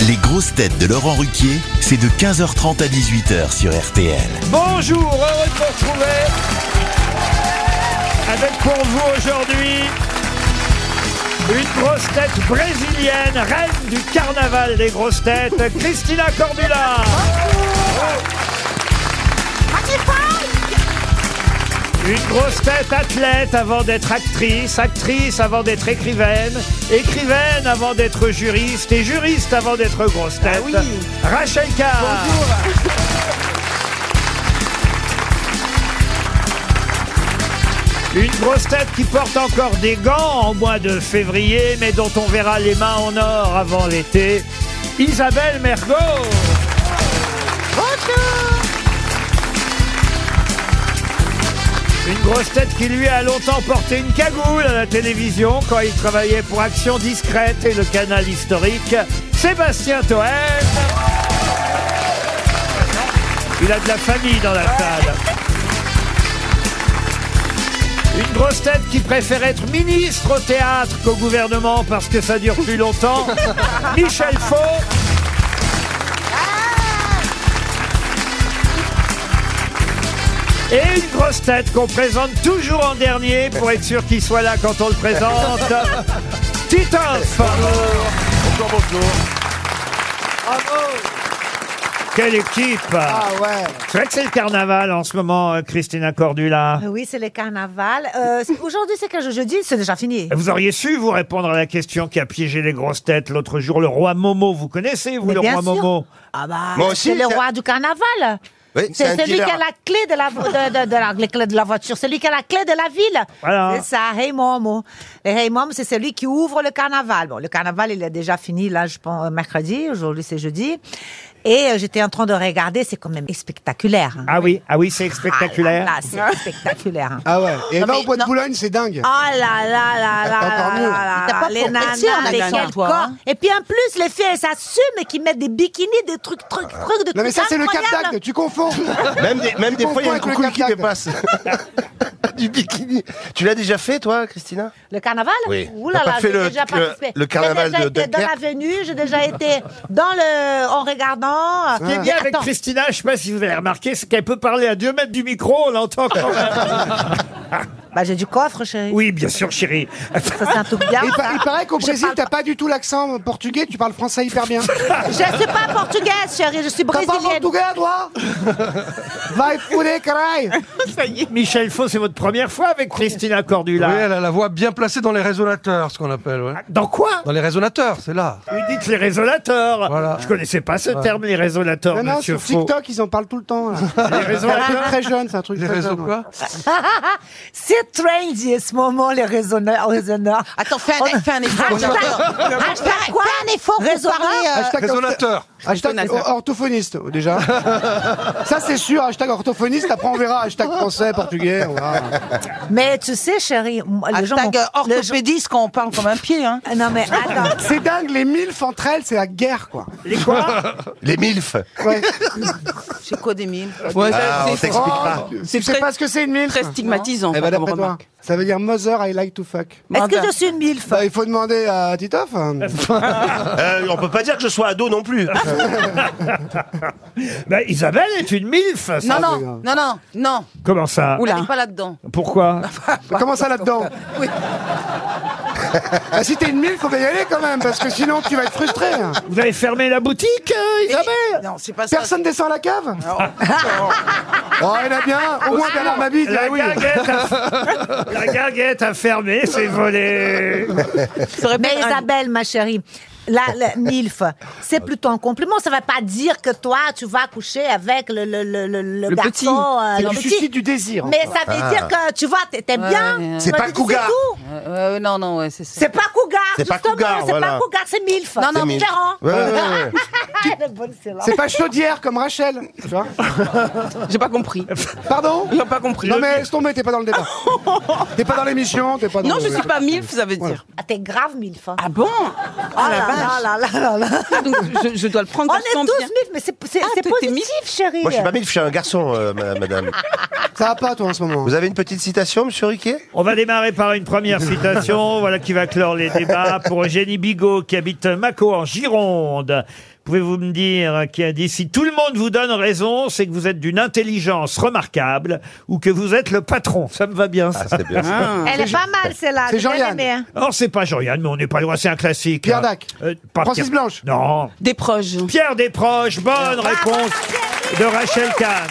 Les grosses têtes de Laurent Ruquier, c'est de 15h30 à 18h sur RTL. Bonjour, heureux de vous retrouver. Avec pour vous aujourd'hui une grosse tête brésilienne, reine du carnaval des grosses têtes, Cristina Cordula. Une grosse tête athlète avant d'être actrice, actrice avant d'être écrivaine, écrivaine avant d'être juriste et juriste avant d'être grosse tête. Ah oui. Rachel Carr. Bonjour. Une grosse tête qui porte encore des gants en mois de février, mais dont on verra les mains en or avant l'été, Isabelle Mergo. Bonjour. Une grosse tête qui lui a longtemps porté une cagoule à la télévision quand il travaillait pour Action Discrète et le Canal Historique, Sébastien Toen. Il a de la famille dans la salle. Une grosse tête qui préfère être ministre au théâtre qu'au gouvernement parce que ça dure plus longtemps, Michel Faux. Et une grosse tête qu'on présente toujours en dernier pour être sûr qu'il soit là quand on le présente, Titoff. Bonjour, bonjour. Bravo. Quelle équipe! Ah ouais. C'est vrai que c'est le carnaval en ce moment, Cristina Cordula. Oui, c'est le carnaval. Aujourd'hui, c'est quel jeudi? C'est déjà fini. Vous auriez su vous répondre à la question qui a piégé les grosses têtes l'autre jour, le roi Momo. Vous connaissez, vous, Mais le bien roi sûr. Momo? Ah bah, Moi aussi, c'est le c'est- roi du carnaval. Oui, C'est un celui dealer. qui a la clé de celui qui a la clé de la ville. Voilà. C'est ça, Rei Momo. Le Rei Momo, c'est celui qui ouvre le carnaval. Bon, le carnaval, il est déjà fini, là, je pense, mercredi. Aujourd'hui, c'est jeudi. Et j'étais en train de regarder, c'est quand même spectaculaire. Hein. Ah oui, c'est spectaculaire. Ah là, c'est spectaculaire. Hein. Ah ouais. Et Non, va mais au bois de non. Boulogne, c'est dingue. Oh là là là là Encore là mieux. là T'as là, pas les progressé en nanas, les Alsace, quel toi, corps. hein. Et puis en plus, les filles, elles s'assument et qui mettent des bikinis, des trucs de Non mais ça c'est le Cap incroyables. d'Agde, tu confonds. Même des fois, il y a un Avec le coucou qui Cap d'Agde. dépasse. Du bikini. Tu l'as déjà fait, toi, Christina? Le carnaval? Oui. Ouh là T'as pas là, fait j'ai le- déjà le- participé. le carnaval J'ai déjà de été dans Dunkerque? l'avenue, j'ai déjà été en regardant. Ce qui est bien avec Attends. Christina, je sais pas si vous avez remarqué, c'est qu'elle peut parler à 2 mètres du micro, on l'entend quand même. Bah, j'ai du coffre, chérie. Oui, bien sûr, chérie. Ça, c'est un truc bien. Et il paraît qu'au Je Brésil, parle t'as pas du tout l'accent portugais, tu parles français hyper bien. Je suis pas portugaise, chérie, je suis T'as pas brésilienne. portugais, toi? Vai fouler, caray. Michel Faux, c'est votre première fois avec Cristina Cordula. Oui, elle a la voix bien placée dans les résonateurs, ce qu'on appelle. Ouais. Dans quoi? Dans les résonateurs, c'est là. Vous dites les résolateurs. Voilà. Je connaissais pas ce terme, les résolateurs, Non, non, monsieur sur Faux. TikTok, ils en parlent tout le temps. Là. Les C'est un truc résolateurs. très jeune, c'est un truc Les très réseaux jeune. quoi? C'est trendy à ce moment, les résonneurs. Attends, fais un effort. Hashtag quoi? Un effort pour parler. Hashtag Résonateur. Hashtag orthophoniste, déjà. Ça, c'est sûr, hashtag orthophoniste. Après, on verra hashtag français, portugais. On verra. Mais tu sais, chérie, les gens. Hashtag les gens- orthopédiste quand on parle comme un pied, hein. Non, mais attends. C'est dingue, les milfs entre elles, c'est la guerre, quoi. Les quoi? Les MILF. Ouais. C'est quoi des mille? Ah, on t'expliquera. Tu sais pas ce que c'est une milf? Très stigmatisant. Eh ben, comme d'après toi, remarque. ça veut dire Mother I like to fuck. Est-ce que je suis une milf? Bah, il faut demander à Titoff. On peut pas dire que je sois ado non plus. Ben, Isabelle est une milf. ça. Non, non, non, non, non. Comment ça? On n'est pas là-dedans. Pourquoi? Comment ça là-dedans? Oui. Bah, si t'es une milf, faut bien y aller quand même, parce que sinon tu vas être frustré. hein. Vous avez fermé la boutique, Isabelle? Non, c'est pas ça. Personne descend à la cave? Oh, il y en a bien. Au moins Bernard Mabille, La, ah oui. la guinguette a fermé, c'est volé. Mais Isabelle, ma chérie, la MILF, c'est plutôt un compliment. Ça ne veut pas dire que toi, tu vas coucher avec le garçon. petit. C'est le du petit. suicide du désir. Mais ça veut dire que, tu vois, t'aimes bien. ouais. C'est Tu pas vois, cougar. c'est tout. Non, non, ouais, c'est ça. C'est pas cougar, C'est pas justement. cougar, C'est voilà. pas cougar, c'est MILF. Non, non, C'est MILF. différent. Ouais, ouais, ouais. Elle est bonne, celle-là. C'est pas chaudière comme Rachel. Tu vois? J'ai pas compris. Pardon? J'ai pas compris. Non mais laisse tomber, t'es pas dans le débat. T'es pas dans l'émission, t'es pas dans Non, le... je suis pas MILF, ça veut dire. Ah, t'es grave MILF. Hein. Ah bon? Oh Ah la là vache. là là là là. Donc, je dois le prendre On est vachement tous bien. MILF, mais c'est Ah, toi, t'es positif, MILF? chérie. Moi, je suis pas MILF, je suis un garçon, madame. Ça va pas toi en ce moment. Vous avez une petite citation, monsieur Riquet? On va démarrer par une première citation, voilà qui va clore les débats pour Eugénie Bigot qui habite Mâcon en Gironde. Pouvez-vous me dire qui a dit « Si tout le monde vous donne raison, c'est que vous êtes d'une intelligence remarquable ou que vous êtes le patron ». Ça me va bien, ça. Ah, c'est bien. Elle est pas mal, celle-là. c'est j'ai bien Jean-Yann. aimé, hein. Non, c'est pas Jean-Yann, mais on n'est pas loin, c'est un classique. Pierre Dac. Pas Francis Pierre- Blanche. Non. Des proches. Pierre Desproges, bonne réponse de Rachel Kahn.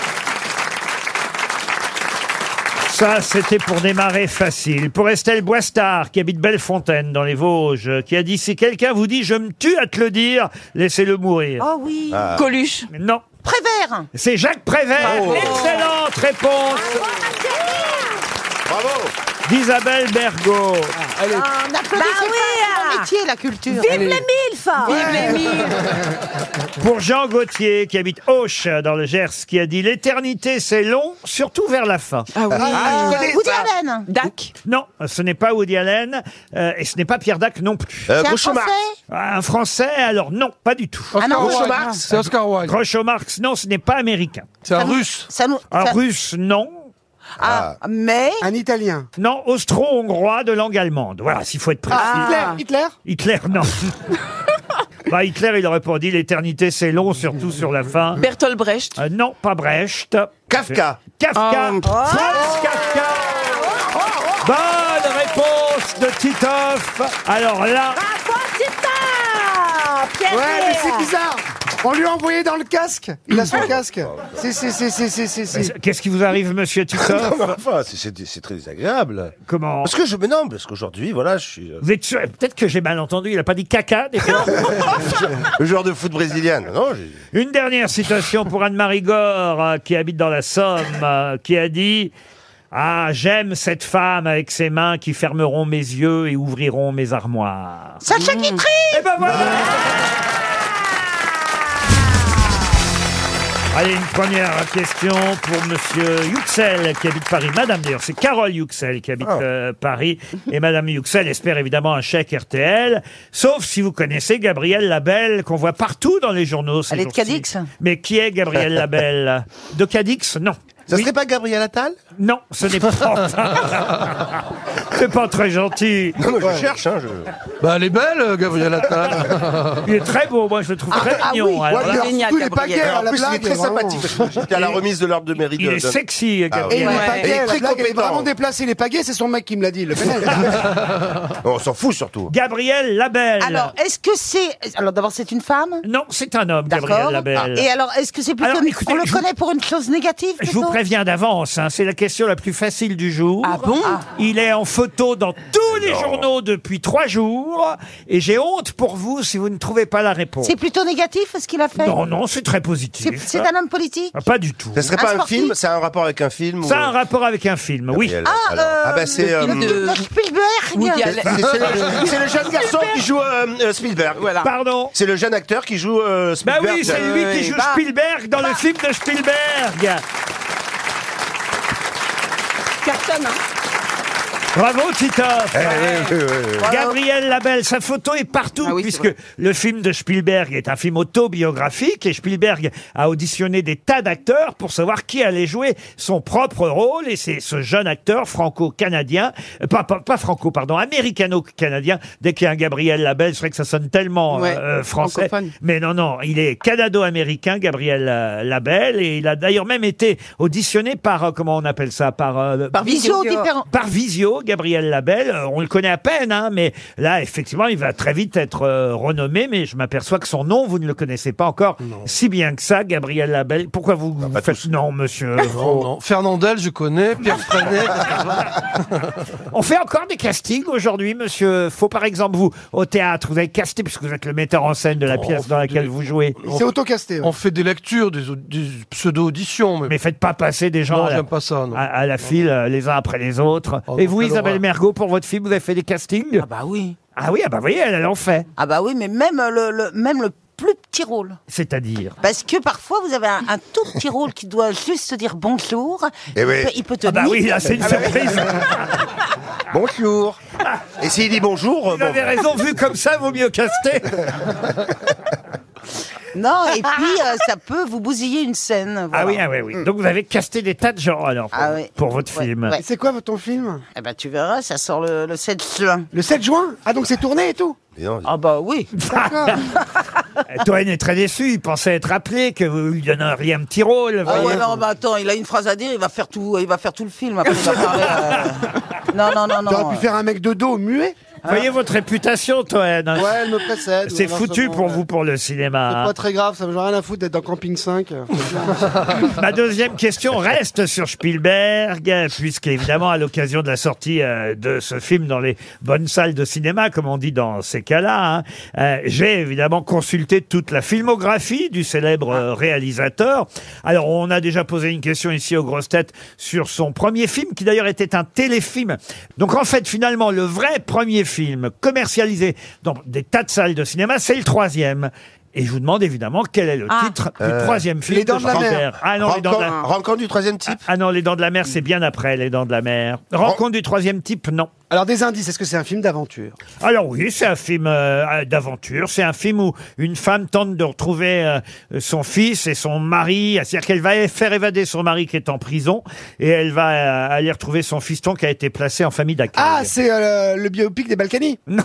Ça, c'était pour démarrer facile. Pour Estelle Boistard, qui habite Bellefontaine, dans les Vosges, qui a dit « Si quelqu'un vous dit « Je me tue à te le dire », laissez-le mourir Oh oui. Coluche. Non, Prévert. c'est Jacques Prévert. Excellente réponse Bravo. d'Isabelle Bergot. Elle est- On applaudit Bah oui, mon métier, la culture. Vive les milfs. Vive les mille. Pour Jean Gauthier, qui habite Auch, dans le Gers, qui a dit « L'éternité, c'est long, surtout vers la fin Ah oui. Woody Allen. Dac. ». Non, ce n'est pas Woody Allen, et ce n'est pas Pierre Dac non plus. C'est un Groucho Marx. Français. Un Français, alors non, pas du tout. Ah non, Groucho ouais. Marx. C'est Oscar Wilde. Groucho Marx, non, ce n'est pas américain. C'est un russe. Ça nous. Un ça- russe, non. Mais. Un Italien. Non, austro-hongrois de langue allemande. Voilà, s'il faut être précis. Hitler. Hitler, non. Bah, Hitler, il aurait pas dit l'éternité, c'est long, surtout sur la fin. Bertolt Brecht. Non, pas Brecht. Kafka. Kafka. Oh. Franz Kafka. Bonne réponse de Titoff. Alors là, Bravo, Tita. Pierre. Ouais, mais c'est bizarre. On lui a envoyé dans le casque. Il a son casque. Si. qu'est-ce qui vous arrive, monsieur Titoff? Non, mais enfin, c'est très désagréable. Comment? Parce que je me nomme, parce qu'aujourd'hui, voilà, je suis Vous êtes sûr? Peut-être que j'ai mal entendu. Il a pas dit caca, des fois. le joueur de foot brésilien. Non, Une dernière citation pour Anne-Marie Gore, qui habite dans la Somme, qui a dit « Ah, j'aime cette femme avec ses mains qui fermeront mes yeux et ouvriront mes armoires. Sacha Guitry. » Et ben voilà. Allez, une première question pour monsieur Yuxel, qui habite Paris. Madame, d'ailleurs, c'est Carole Yuxel qui habite Paris. Et madame Yuxel espère évidemment un chèque RTL. Sauf si vous connaissez Gabrielle Labelle, qu'on voit partout dans les journaux. ces Elle est de jours-ci. Cadix. Mais qui est Gabrielle Labelle? De Cadix? Non. ça Oui. serait pas Gabriel Attal? Non, ce n'est pas. C'est pas très gentil. Non, mais je cherche, hein. Bah, elle est belle, Gabriel Attal. Il est très beau, moi je le trouve très mignon. oui. Alors Ouais, là, alors, génial, surtout les Gabriel. baguettes, En la plus, il est blague. très vraiment. sympathique. Parce que j'étais à la remise de l'ordre de mérite. il est sexy, Ah, Gabriel. Et Ouais. les Il baguettes, est la très blague, elle est compétent. vraiment déplacée. Les pagaies, c'est son mec qui me l'a dit. Le connaît. On s'en fout surtout. Gabrielle Labelle. Alors, est-ce que c'est. Alors, d'abord, c'est une femme? Non, c'est un homme, Gabrielle D'accord. Labelle. Et alors, est-ce que c'est plutôt. Alors, écoutez, on le je vous- connaît pour une chose négative? Je vous plutôt préviens d'avance, hein, c'est la question la plus facile du jour. Ah bon? Il est en photo dans tous les journaux depuis 3 jours. Et j'ai honte pour vous si vous ne trouvez pas la réponse. C'est plutôt négatif ce qu'il a fait? Non, non, c'est très positif. C'est un homme politique? Ah, pas du tout. Ça serait Un pas un sportif. film? C'est un rapport avec un film? Ça a un rapport avec un film, oui. Gabriel Attal, alors. Ah bah c'est le film de Le Spielberg? Woody Allen. c'est le jeune garçon qui joue Spielberg. Voilà. Pardon. C'est le jeune acteur qui joue Bah Spielberg. oui, c'est lui qui joue Spielberg dans le film de Spielberg. Carton, hein. Bravo, Titoff. Oui. Gabrielle Labelle, sa photo est partout, Ah oui, c'est puisque vrai. le film de Spielberg est un film autobiographique, et Spielberg a auditionné des tas d'acteurs pour savoir qui allait jouer son propre rôle, et c'est ce jeune acteur franco-canadien, pas franco, pardon, américano-canadien. Dès qu'il y a un Gabriel Labelle, c'est vrai que ça sonne tellement Ouais, français. francophone. Mais non, il est canado-américain, Gabriel Labelle, et il a d'ailleurs même été auditionné par, comment on appelle ça, par Visio différent. par Visio, Gabriel Labelle. On le connaît à peine, hein, mais là, effectivement, il va très vite être renommé, mais je m'aperçois que son nom, vous ne le connaissez pas encore si bien que ça, Gabriel Labelle. Pourquoi vous pas faites... tous. Non, monsieur. Non. Fernandel, je connais. Pierre Freinet. On fait encore des castings aujourd'hui, monsieur. Faut, par exemple, vous, au théâtre, vous avez casté, puisque vous êtes le metteur en scène de la pièce dans laquelle vous jouez. Il s'est auto-casté. ouais. On fait des lectures, des pseudo-auditions. Mais Mais faites pas passer des gens non, à la- j'aime pas ça. Non. à la file, les uns après les autres. Oh, Et vous, quelle Isabelle horreur. Mergo, pour votre film, vous avez fait des castings? Ah bah oui. Ah oui, ah bah vous voyez, elle en fait. Ah bah oui, mais même le plus petit rôle. C'est-à-dire. Parce que parfois, vous avez un tout petit rôle qui doit juste te dire bonjour. Eh oui. Il peut te Ah bah oui, niquer. là, c'est une surprise. Bonjour. Et s'il dit bonjour, Vous avez raison, vu comme ça, vaut mieux caster. Non, et puis ça peut vous bousiller une scène. Ah voilà. oui. Donc vous avez casté des tas de gens alors pour, Ah oui. pour votre Ouais, film. ouais. Et c'est quoi ton film? Eh ben tu verras, ça sort le 7 juin. Le 7 juin? Ah, donc c'est tourné et tout? Mais non, Ah bah oui. D'accord. Toen est très déçu, il pensait être appelé, que vous lui donneriez un petit rôle. Ah voyez. ouais, non, bah attends, il a une phrase à dire, il va faire tout le film. Après, il va parler, Non. T'aurais pu faire un mec de dos muet. Voyez votre réputation, Toen. Ouais, elle me précède. C'est Ouais, foutu franchement, pour ouais. vous pour le cinéma. C'est hein. pas très grave, ça me rien à foutre d'être dans Camping 5. Ma deuxième question reste sur Spielberg, puisque évidemment à l'occasion de la sortie de ce film dans les bonnes salles de cinéma, comme on dit dans ces cas-là, j'ai évidemment consulté toute la filmographie du célèbre réalisateur. Alors on a déjà posé une question ici aux grosses têtes sur son premier film, qui d'ailleurs était un téléfilm. Donc en fait finalement le vrai premier film commercialisé dans des tas de salles de cinéma, c'est le troisième. Et je vous demande évidemment quel est le titre du troisième film Les Dents de la Spielberg. Mer. Ah non, les Dents de la Rencontre du troisième type. Ah non, les Dents de la Mer, c'est bien après les Dents de la Mer. Rencontre du troisième type, non. Alors des indices, est-ce que c'est un film d'aventure? Alors oui, c'est un film d'aventure. C'est un film où une femme tente de retrouver son fils et son mari. C'est-à-dire qu'elle va faire évader son mari qui est en prison et elle va aller retrouver son fiston qui a été placé en famille d'accueil. Ah, c'est le biopic des Balkany. Non.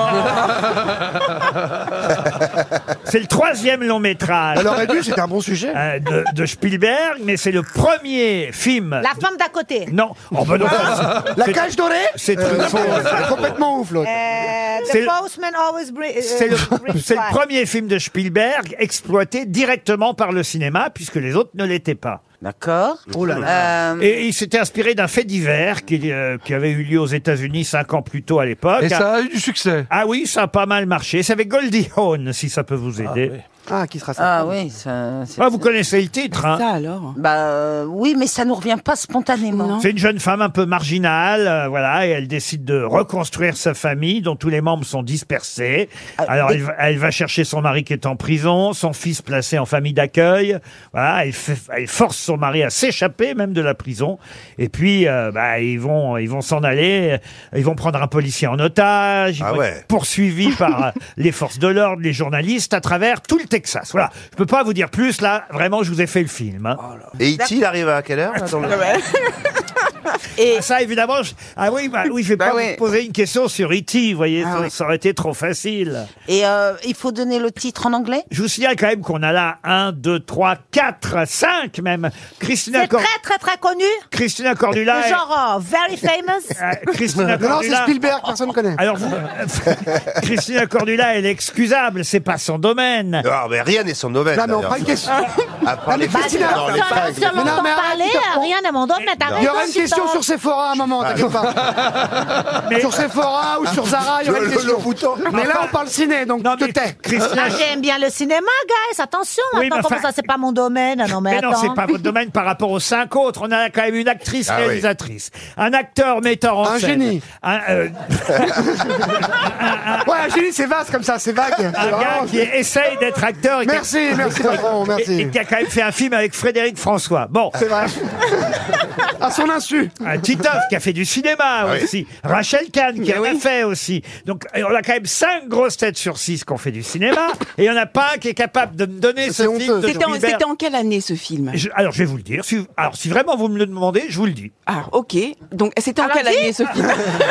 C'est le troisième long métrage Elle aurait dû, c'était un bon sujet. de Spielberg, mais c'est le premier film. La femme d'à côté. Non. Oh, ben non, La c'est- cage dorée. C'est faux. Complètement ouf, l'autre. C'est The le- postman always C'est le premier film de Spielberg exploité directement par le cinéma, puisque les autres ne l'étaient pas. D'accord. Oh là là. Et il s'était inspiré d'un fait divers qui avait eu lieu aux États-Unis 5 ans plus tôt à l'époque. Et ça a eu du succès. Ah oui, ça a pas mal marché. C'est avec Goldie Hawn, si ça peut vous aider. Ah, qui sera ça? Ah oui, ça. Vous connaissez le titre, hein. Ça alors. Bah oui, mais ça nous revient pas spontanément. C'est une jeune femme un peu marginale, voilà, et elle décide de reconstruire sa famille, dont tous les membres sont dispersés. Alors, elle va chercher son mari qui est en prison, son fils placé en famille d'accueil. Voilà, elle force son mari à s'échapper même de la prison. Et puis, ils vont s'en aller. Ils vont prendre un policier en otage. Ils vont être poursuivis par les forces de l'ordre, les journalistes, à travers tout le Texas. Voilà. Je peux pas vous dire plus. Là, vraiment, je vous ai fait le film. Hein. Et E.T. il arrive à quelle heure là, dans le... Et ça, évidemment, je vais pas vous poser une question sur E.T., vous voyez, ça aurait été trop facile. Et il faut donner le titre en anglais. Je vous signale quand même qu'on a là 1, 2, 3, 4, 5 même. C'est très très connu. Christina Cordula. Genre very famous. Christina Non, Cordula. c'est Spielberg, personne ne connaît. Alors Christina Cordula, elle est excusable, c'est pas son domaine. Non, mais rien n'est son domaine. Non, mais on d'ailleurs. fera une question. À part les Bah, festivals dans les si fringues. on Mais non, l'entend mais arrête, parler, Peter. rien ne m'en donne, mais t'as Il y raison, aura une question Tito. sur Sephora à un moment, t'inquiète pas. Mais- Sur Sephora ou sur Zara, il y aura une question. Mais là, on parle ciné, donc Non, te mais tais. Christina, Ah, j'aime bien le cinéma, guys, attention. Oui, Attends, mais comment enfin- ça, c'est pas mon domaine? Non, mais mais non, attends. c'est pas votre domaine par rapport aux 5 autres. On a quand même une actrice Ah oui. réalisatrice, un acteur metteur en Un scène. génie. Ouais, un génie, c'est vaste comme ça, c'est vague. C'est Un gars vraiment- qui essaye d'être acteur et qui a- Merci, patron, et merci. qui a quand même fait un film avec Frédéric François. Bon, C'est vrai. À son insu. un Titoff qui a fait du cinéma oui. aussi. Rachel Kahn qui en a fait aussi. Donc, on a quand même 5 grosses têtes sur 6 qui ont fait du cinéma. Et il n'y en a pas un qui est capable de me donner ce C'est film honteux. de Spielberg. C'était en quelle année ce film? Alors, je vais vous le dire. Alors, si vraiment vous me le demandez, je vous le dis. Ah, ok. Donc, c'était en Alors, quelle dis. année ce film?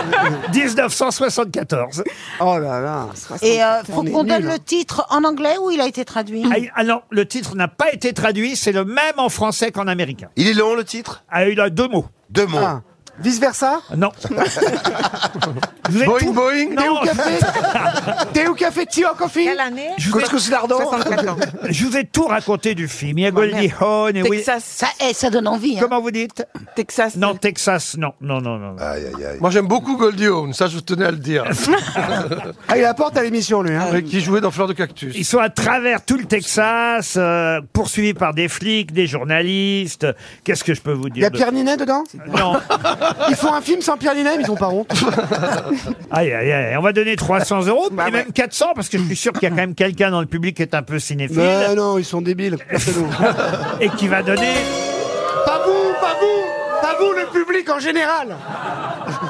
1974. Oh là là. Et faut On est qu'on donne nuls, hein. le titre en anglais ou il a été traduit. Ah non, le titre n'a pas été traduit. C'est le même en français qu'en américain. Il est long le titre. Ah, il a 2 mots. 2 mots. Ah. Vice versa. Non. Vous êtes Boing, tout- boing. Thé ou Non, café. Thé ou café, tea ou coffee. Quelle année? je vous ai- Couscous lardon. je vous ai tout raconté du film. Il y a Goldie Hawn et oui. Texas. Ça donne envie. Hein. Comment vous dites? Texas. Non, Texas, non. Non. Aïe, aïe, aïe. Moi, j'aime beaucoup Goldie Hawn, ça, je tenais à le dire. Ah, il apporte à l'émission, lui. Hein. Qui jouait dans Fleur de Cactus. Ils sont à travers tout le Texas, poursuivis par des flics, des journalistes. Qu'est-ce que je peux vous Il y a dire Pierre Ninet dedans. Non. Ils font un film sans Pierre Ninet, mais ils ont pas honte. Aïe, aïe, aïe. On va donner 300 €, Bah et même 400, parce que je suis sûr qu'il y a quand même quelqu'un dans le public qui est un peu cinéphile. Mais non, ils sont débiles. Passez-nous. Et qui va donner... Pas vous, pas vous, pas vous, le public en général.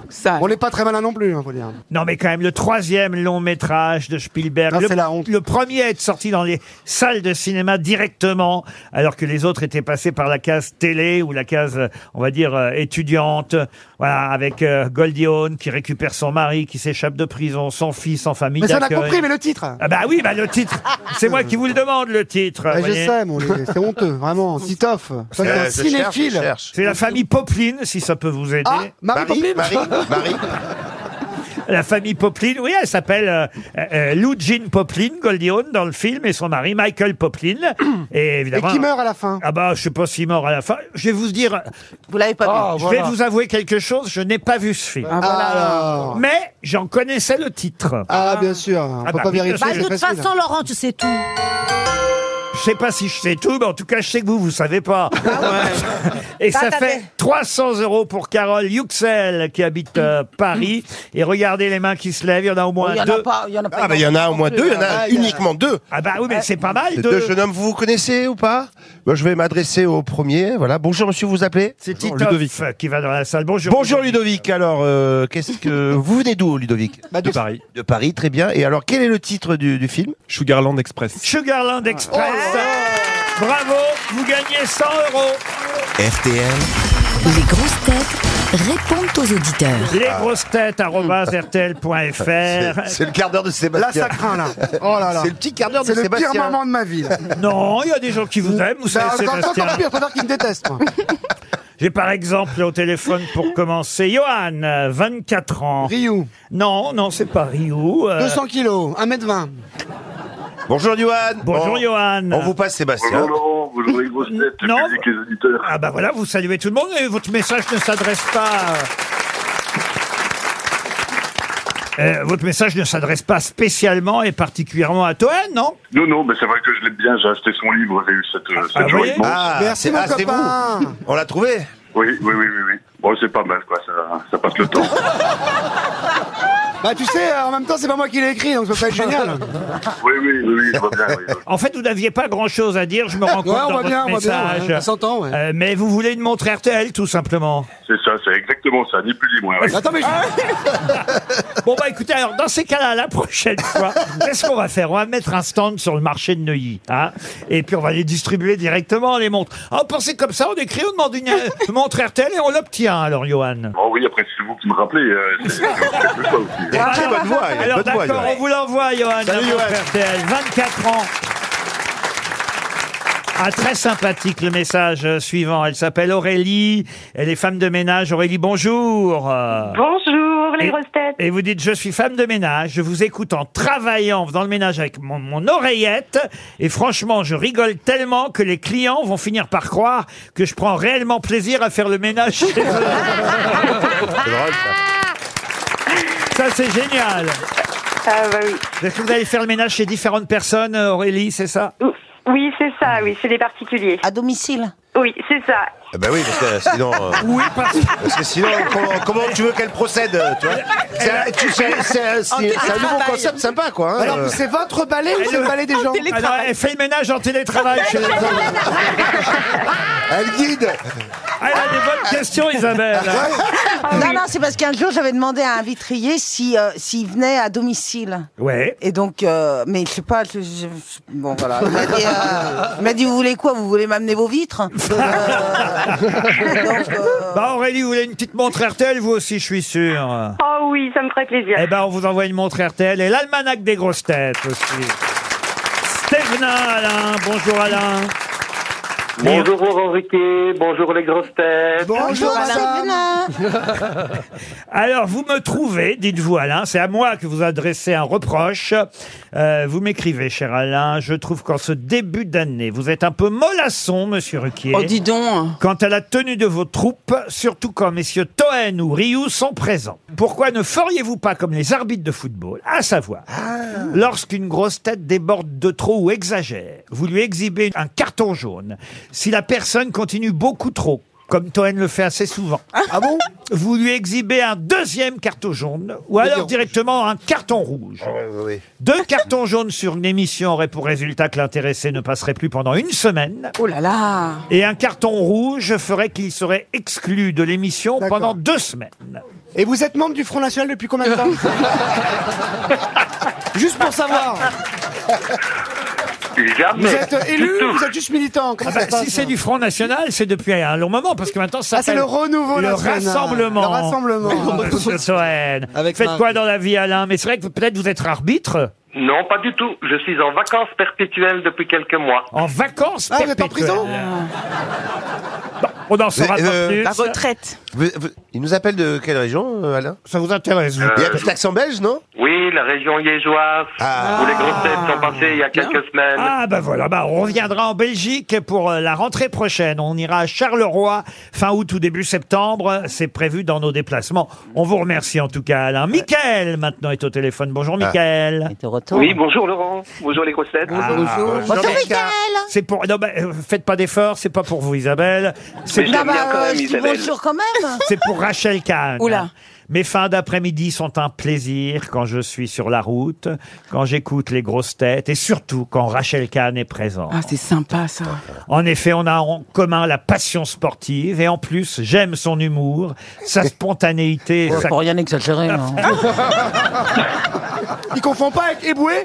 Ça. On n'est pas très malin non plus, faut dire. Non, mais quand même, le 3e long métrage de Spielberg. Ah, c'est la honte. Le premier à être sorti dans les salles de cinéma directement, alors que les autres étaient passés par la case télé ou la case, on va dire, étudiante. Voilà, avec Goldie Hawn qui récupère son mari, qui s'échappe de prison, son fils en famille Mais ça, on a d'accueil. compris, mais le titre. Ah bah oui, bah le titre. C'est moi qui vous le demande, le titre. Ah, vous je voyez. sais, c'est honteux, vraiment. Titoff. Ça, c'est un Je cinéphile. cherche. C'est la famille Poplin, si ça peut vous aider. Ah, Marie Poplin. Marie. La famille Poplin, oui, elle s'appelle Lou Jean Poplin, Goldie Hawn dans le film, et son mari Michael Poplin. Et Et évidemment. qui meurt à la fin. Ah bah, je sais pas s'il meurt à la fin. Je vais vous dire, Vous l'avez pas Ah, vu. je vais vous avouer quelque chose, je n'ai pas vu ce film. Alors. Mais j'en connaissais le titre. Ah, bien sûr. On Ah peut bah pas oui, vérifier. bien Bah, de c'est toute facile. façon, Laurent, tu sais tout. Je sais pas si je sais tout, mais en tout cas, je sais que vous savez pas. Et ça Ça, fait 300 € pour Carole Yuxel, qui habite Paris. Et regardez les mains qui se lèvent, il y en a au moins Il y en deux. a pas. Il y en a pas. Ah, bah, il y en a au moins deux, il y en a uniquement deux. Ah bah oui, mais c'est pas mal. Ces deux. deux jeunes hommes, vous vous connaissez ou pas? Bah, je vais m'adresser au premier. Voilà. Bonjour, monsieur, vous appelez? C'est Titoff qui va dans la salle. Bonjour. Bonjour, Ludovic. Alors, qu'est-ce que vous venez d'où, Ludovic? Bah, De Paris. De Paris, très bien. Et alors, quel est le titre du film? Sugarland Express. Sugarland Express. Bravo, vous gagnez 100 €. RTL, Les grosses têtes répondent aux auditeurs. Lesgrossetêtes@rtl.fr. C'est le quart d'heure de Là, Sébastien. ça craint, là. Oh là là. C'est le petit quart d'heure de C'est le Sébastien. pire moment de ma vie. là. Non, il y a des gens qui vous aiment, vous savez, Bah, encore Sébastien. pire, je préfère qu'il me déteste, moi. J'ai par exemple au téléphone pour commencer Johan, 24 ans. Ryu, Non, non, c'est pas Ryu. 200 kilos, 1m20. Bonjour, Johan. Bonjour Johan. On vous passe Sébastien. Bonjour Laurent, bonjour les grosses têtes, Non. le public et les auditeurs. Ah bah voilà, vous saluez tout le monde et votre message ne s'adresse pas... votre message ne s'adresse pas spécialement et particulièrement à Toen, non? Non, non, mais c'est vrai que je l'aime bien, j'ai acheté son livre, j'ai eu cette Ah, joie oui. immense. Ah, Merci, mon c'est copain. vous. On l'a trouvé. Oui, oui, oui, oui, oui. Bon, c'est pas mal, quoi, ça passe le temps. Bah, tu sais, en même temps, c'est pas moi qui l'ai écrit, donc ça peut pas être génial. Oui, oui, oui, oui, je vois bien, oui. En fait, vous n'aviez pas grand-chose à dire, je me rends compte Ouais, on dans voit votre bien, message. ouais. Ça s'entend, ouais. Mais vous voulez une montre RTL, tout simplement. C'est ça, c'est exactement ça, ni plus ni moins. Oui. Attends, mais Bon bah écoutez, alors dans ces cas-là, la prochaine fois, qu'est-ce qu'on va faire? On va mettre un stand sur le marché de Neuilly, hein, et puis on va les distribuer directement, les montres. Ah, on pensait comme ça, on écrit, on demande une montre RTL et on l'obtient, alors Johan. Oh oui, après, c'est vous qui me rappelez, c'est quelque chose aussi. Il a une très bonne voix. Il a une Alors bonne voix, d'accord, Johan. on vous l'envoie, Johan, Salut, la montre Johan. RTL, 24 ans. Ah, très sympathique le message suivant. Elle s'appelle Aurélie. Elle est femme de ménage. Aurélie, bonjour. Bonjour les Et- grosses têtes. Et vous dites, je suis femme de ménage, je vous écoute en travaillant dans le ménage avec mon oreillette, et franchement, je rigole tellement que les clients vont finir par croire que je prends réellement plaisir à faire le ménage chez eux. C'est drôle, ça. Ça, c'est génial. Ah bah oui. Est-ce que vous allez faire le ménage chez différentes personnes, Aurélie, c'est ça? Oui, c'est ça, oui, c'est des particuliers. À domicile. Oui, c'est ça. Ah bah oui, parce que sinon... Oui, Parce que sinon, comment tu veux qu'elle procède, tu vois? C'est un nouveau concept sympa, quoi. Hein. alors, c'est votre balai ou c'est le balai des gens? Alors, elle fait le ménage en télétravail chez les gens. Elle guide. Elle a des bonnes questions, Isabelle. Non, non, c'est parce qu'un jour, j'avais demandé à un vitrier s'il venait à domicile. Ouais. Et donc, mais je sais pas, bon voilà. Il m'a dit, vous voulez quoi? Vous voulez m'amener vos vitres? Bah Aurélie, vous voulez une petite montre RTL, vous aussi, je suis sûr. Oh oui, ça me ferait plaisir. Eh ben, on vous envoie une montre RTL et l'almanach des grosses têtes aussi. Stéphena, Alain. Bonjour, Alain. Bonjour Laurent Riquet, bonjour les grosses têtes. Bonjour, madame. Alors, vous me trouvez, dites-vous, Alain, c'est à moi que vous adressez un reproche. Vous m'écrivez, cher Alain, je trouve qu'en ce début d'année, vous êtes un peu mollasson, monsieur Ruquier. Oh, dis donc. Quant à la tenue de vos troupes, surtout quand messieurs Toen ou Ryu sont présents. Pourquoi ne feriez-vous pas comme les arbitres de football, à savoir, lorsqu'une grosse tête déborde de trop ou exagère, vous lui exhibez un carton jaune. Si la personne continue beaucoup trop, comme Toen le fait assez souvent. Ah bon? Vous lui exhibez un deuxième carton jaune, ou alors directement un carton rouge. Oui. 2 cartons jaunes sur une émission auraient pour résultat que l'intéressé ne passerait plus pendant une semaine. Oh là là. Et un carton rouge ferait qu'il serait exclu de l'émission pendant 2 semaines. Et vous êtes membre du Front National depuis combien de temps? Juste pour savoir. Jamais. Vous êtes élu Du tout. ou vous êtes juste militant? Comment ça se passe, Si c'est du Front National, c'est depuis un long moment, parce que maintenant ça Ah, c'est le renouveau le national. rassemblement. Le rassemblement. Monsieur Toen. Avec Faites Marc. quoi dans la vie, Alain? Mais c'est vrai que peut-être vous êtes arbitre. Non, pas du tout. Je suis en vacances perpétuelles depuis quelques mois. En vacances Ah, vous êtes en perpétuelles. prison? Bon, on en saura Mais, pas plus. La retraite. Il nous appelle de quelle région, Alain? Ça vous intéresse, vous? Il y a un petit accent belge, non? Oui, la région liégeoise, où les grosses têtes sont passées il y a quelques semaines. Ah bah voilà, on reviendra en Belgique pour la rentrée prochaine. On ira à Charleroi fin août ou début septembre. C'est prévu dans nos déplacements. On vous remercie en tout cas, Alain. Mickaël maintenant est au téléphone. Bonjour Mickaël. Oui, bonjour Laurent. Bonjour les grosses têtes. Bonjour C'est pour. Non, faites pas d'efforts. C'est pas pour vous, Isabelle. C'est Mais j'aime bien quand même, Isabelle. Bonjour quand même. c'est pour Rachel Kahn. Oula. Mes fins d'après-midi sont un plaisir quand je suis sur la route, quand j'écoute les grosses têtes et surtout quand Rachel Kahn est présente. Ah, c'est sympa ça. En effet, on a en commun la passion sportive et en plus, j'aime son humour, sa spontanéité, sa... Pour rien exagérer. hein. Il confond pas avec Eboué?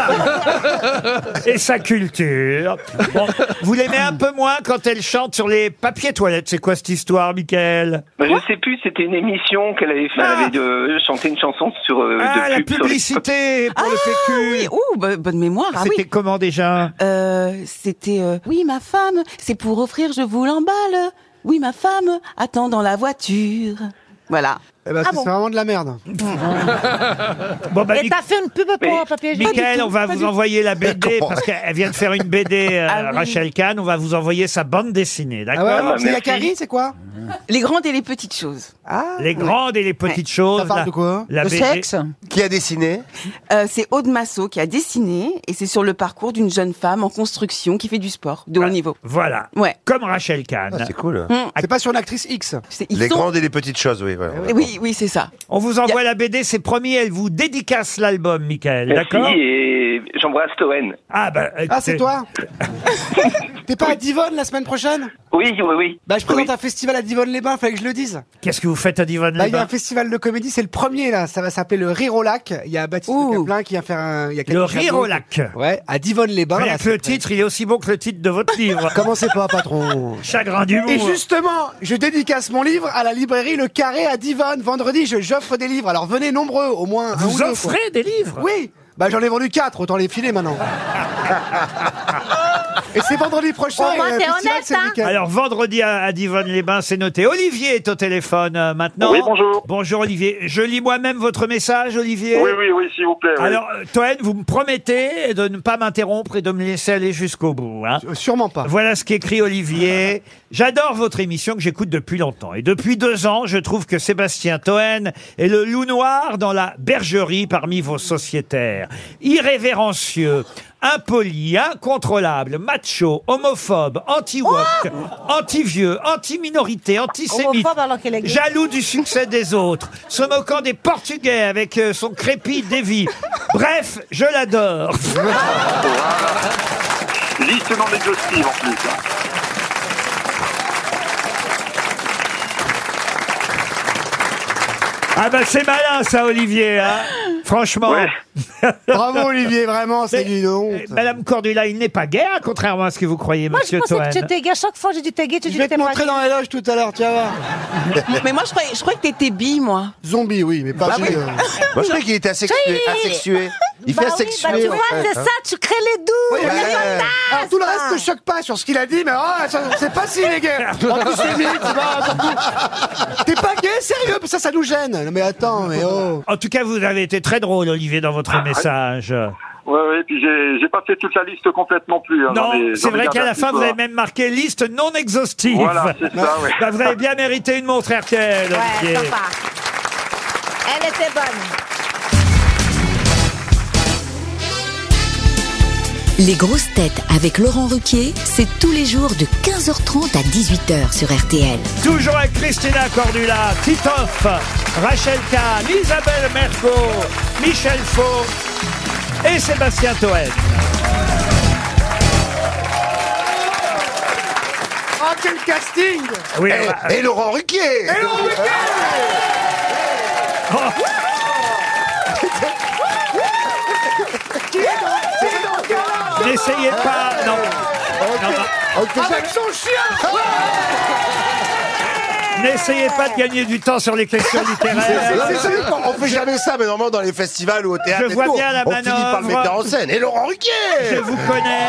et sa culture. Bon, vous l'aimez un peu moins quand elle chante sur les papiers toilettes. C'est quoi cette histoire, Michael? Je sais plus, c'était une émission qu'elle avait fait. Elle avait chanté une chanson sur Ah, de la pub sur les- publicité pour le PQ. Oui, bonne mémoire. Ah C'était oui. comment déjà? C'était oui, ma femme, c'est pour offrir, je vous l'emballe. Oui, ma femme, attend dans la voiture. Voilà. Eh ben, c'est vraiment de la merde. Bon, bah, Et t'as fait une pub pour papier hygiénique? Michael, on va pas vous du envoyer la BD Comment parce qu'elle vient de faire une BD, Ah oui. Rachel Kahn. On va vous envoyer sa bande dessinée, Ah d'accord? ouais, c'est merci. Yakari, c'est quoi? Les grandes et les petites choses. Ah. Les grandes et les petites choses. Ça parle de quoi? La Le BD. sexe. Qui a dessiné? C'est Aude Massot qui a dessiné et c'est sur le parcours d'une jeune femme en construction qui fait du sport de haut niveau. Voilà. Ouais. Comme Rachel Kahn. Ah, c'est cool. C'est pas sur une actrice X. Ils Les sont- grandes et les petites choses, oui. Voilà. Oui, c'est ça. On vous envoie la BD, c'est promis, elle vous dédicace l'album, Michael, d'accord? Merci et j'embrasse Toen. Ah, bah, Ah, c'est toi? T'es pas à Divonne la semaine prochaine? Oui. Bah, je présente Oui. un festival à Divonne-les-Bains, fallait que je le dise. Qu'est-ce que vous faites à Bah, il y a Divonne-les-Bains? un festival de comédie, c'est le premier, là. Ça va s'appeler le Rire au lac. Il y a Baptiste Ouh. Caplin qui vient faire il y a quelques Le Rire chapeaux. au lac. Ouais, à Divonne-les-Bains. Rien là, que le c'est près. titre, il est aussi beau que le titre de votre livre. Commencez pas, patron. Chagrin d'humour. Et justement, je dédicace mon livre à la librairie Le Carré à Divonne. Vendredi, j'offre des livres. Alors venez nombreux, au moins un ou Vous deux, quoi. offrez des livres? Oui. Bah, j'en ai vendu 4, autant les filer maintenant. Et c'est vendredi prochain. Au moins, et le t'es festival, honnête, c'est le hein. week-end. Alors, vendredi à Divonne-les-Bains, c'est noté. Olivier est au téléphone maintenant. Oui, bonjour. Bonjour, Olivier. Je lis moi-même votre message, Olivier. Oui, s'il vous plaît. oui. Alors, Toen, vous me promettez de ne pas m'interrompre et de me laisser aller jusqu'au bout. Hein. Sûrement pas. Voilà ce qu'écrit Olivier. J'adore votre émission que j'écoute depuis longtemps. Et depuis 2 ans, je trouve que Sébastien Toen est le loup noir dans la bergerie parmi vos sociétaires. Irrévérencieux, impoli, incontrôlable, macho, homophobe, anti-woke, anti-vieux, anti-minorité, antisémite, Homophobe alors qu'elle est gay. jaloux du succès des autres, se moquant des Portugais avec son crépi Davy. Bref, je l'adore. Liste non exhaustive en plus. Ah bah c'est malin ça, Olivier, hein. Franchement. Ouais. Bravo, Olivier, vraiment, c'est du honte. Madame Cordula, il n'est pas gay, hein, contrairement à ce que vous croyez, Moi, je monsieur pensais Toen. que tu étais gay. Chaque fois que j'ai dit t'es gay, tu Je dis vais que t'es te pas montrer gay. dans les loges tout à l'heure, tu vas voir. Mais moi, je croyais que t'étais bi, moi. Zombie, oui, mais pas Bah bi, oui. Moi, je croyais qu'il était asexué. Il fait Bah oui, asexué. bah tu en vois, fait, c'est hein. ça, tu crées les doutes. Oui, les mais- fantasmes. Alors, tout le reste ne choque pas sur ce qu'il a dit, mais c'est pas si les gays. Antisémite, c'est pas surtout. T'es pas gay, sérieux? Ça nous gêne. Non, mais attends, mais oh. En tout cas, vous avez été très drôle, Olivier, dans votre message. Ouais, puis j'ai pas fait toute la liste complète non plus. hein, Non, j'en ai c'est vrai gardé qu'à un la petit fin, peu, vous avez hein. même marqué liste non exhaustive. Voilà, c'est ça, ouais. Bah, vous avez bien mérité une montre RTL, Ouais, Olivier. sympa. Elle était bonne. Les grosses têtes avec Laurent Ruquier, c'est tous les jours de 15h30 à 18h sur RTL. Toujours avec Christina Cordula, Titoff, Rachel Kahn, Isabelle Mergo, Michel Faux et Sébastien Toen. Oh, quel casting! Oui, Et Laurent Ruquier. Et Laurent Ruquier N'essayez pas, non. Avec son chien. N'essayez pas de gagner du temps sur les questions littéraires. On fait jamais ça, mais normalement dans les festivals ou au théâtre, Je vois bien la on finit par le manœuvre. mettre en scène. Et Laurent Ruquier. Je vous connais.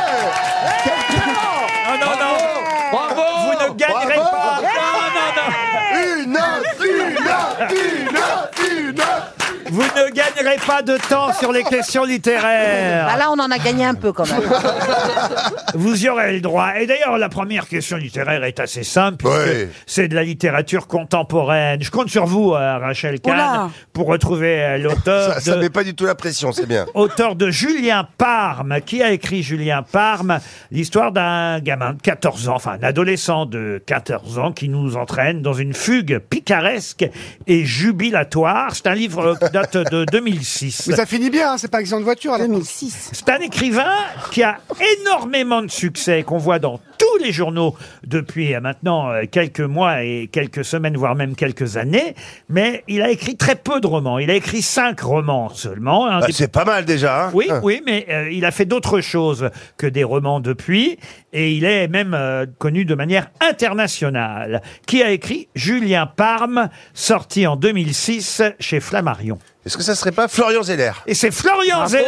Non, non, non. Bravo. Vous ne gagnerez pas. Une note. Vous ne gagnerez pas de temps sur les questions littéraires. Bah là, on en a gagné un peu quand même. Vous y aurez le droit. Et d'ailleurs, la première question littéraire est assez simple, puisque Ouais. c'est de la littérature contemporaine. Je compte sur vous, Rachel Kahn, Oula. pour retrouver l'auteur Ça de... met pas du tout la pression, c'est bien. Auteur de Julien Parme. Qui a écrit Julien Parme? L'histoire d'un gamin de 14 ans, enfin un adolescent de 14 ans qui nous entraîne dans une fugue picaresque et jubilatoire. C'est un livre qui date de 2006. Mais ça finit bien, hein, c'est pas accident de voiture. 2006. C'est un écrivain qui a énormément de succès, qu'on voit dans tous les journaux depuis maintenant quelques mois et quelques semaines, voire même quelques années. Mais il a écrit très peu de romans. Il a écrit 5 romans seulement. Un des- C'est pas mal déjà. Hein. Oui, oui, mais il a fait d'autres choses que des romans depuis. Et il est même connu de manière internationale. Qui a écrit Julien Parme, sorti en 2006 chez Flammarion. Est-ce que ça serait pas Florian Zeller? Et c'est Florian Zeller.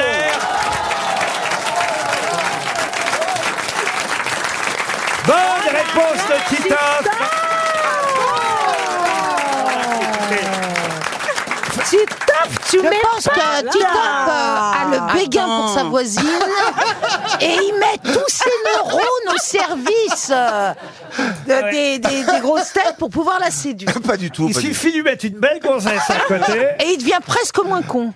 Bonne réponse de Titoff. Titoff, tu pense que Titoff a le béguin pour sa voisine et il met tous ses neurones au service des grosses têtes pour pouvoir la séduire. Pas du tout. Il pas du suffit de lui mettre une belle gonzesse à côté. Et il devient presque moins con.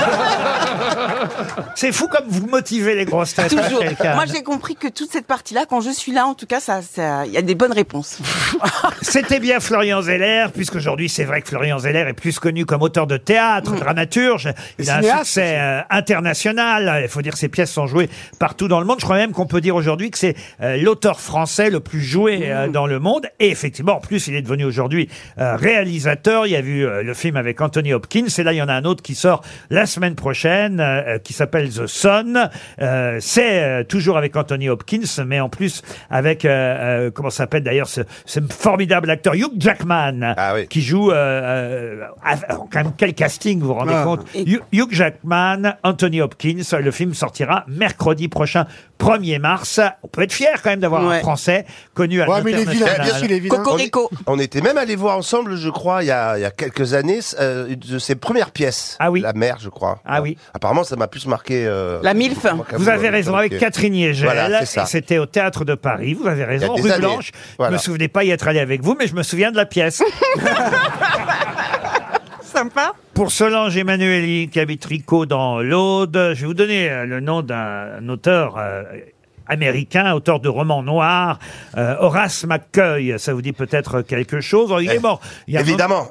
C'est fou comme vous motivez les grosses têtes. Toujours. Rachel Kahn. Moi, j'ai compris que toute cette partie-là, quand je suis là, en tout cas, il y a des bonnes réponses. C'était bien Florian Zeller, puisqu'aujourd'hui c'est vrai que Florian Zeller est plus connu comme auteur de théâtre, dramaturge. Il a un cinéaste succès international. Il faut dire que ses pièces sont jouées partout dans le monde. Je crois même qu'on peut dire aujourd'hui que c'est l'auteur français le plus joué dans le monde. Et effectivement, en plus, il est devenu aujourd'hui réalisateur. Il y a vu le film avec Anthony Hopkins. Et là, il y en a un autre qui sort la semaine prochaine, qui s'appelle The Son. C'est toujours avec Anthony Hopkins, mais en plus avec, comment ça s'appelle d'ailleurs, ce formidable acteur Hugh Jackman, qui joue, quand même quel casting, vous vous rendez compte? Hugh Jackman, Anthony Hopkins. Le film sortira mercredi prochain, 1er mars. On peut être fier quand même d'avoir un Français connu à l'international. On était même allé voir ensemble, je crois, il y a quelques années, de ses premières pièces. Ah oui. La mère, je crois. Ah oui. Apparemment, ça m'a plus marqué. La MILF. Vous avez raison, avec Catherine Yegel. Voilà, c'est ça. C'était au Théâtre de Paris. Vous avez raison, Il y a des rue années. Blanche. Voilà. Je me souvenais pas y être allé avec vous, mais je me souviens de la pièce. Sympa. Pour Solange Emmanueli, qui habite Rico dans l'Aude, je vais vous donner le nom d'un auteur américain, auteur de romans noirs, Horace McCoy. Ça vous dit peut-être quelque chose? Il est mort. Il y a Évidemment.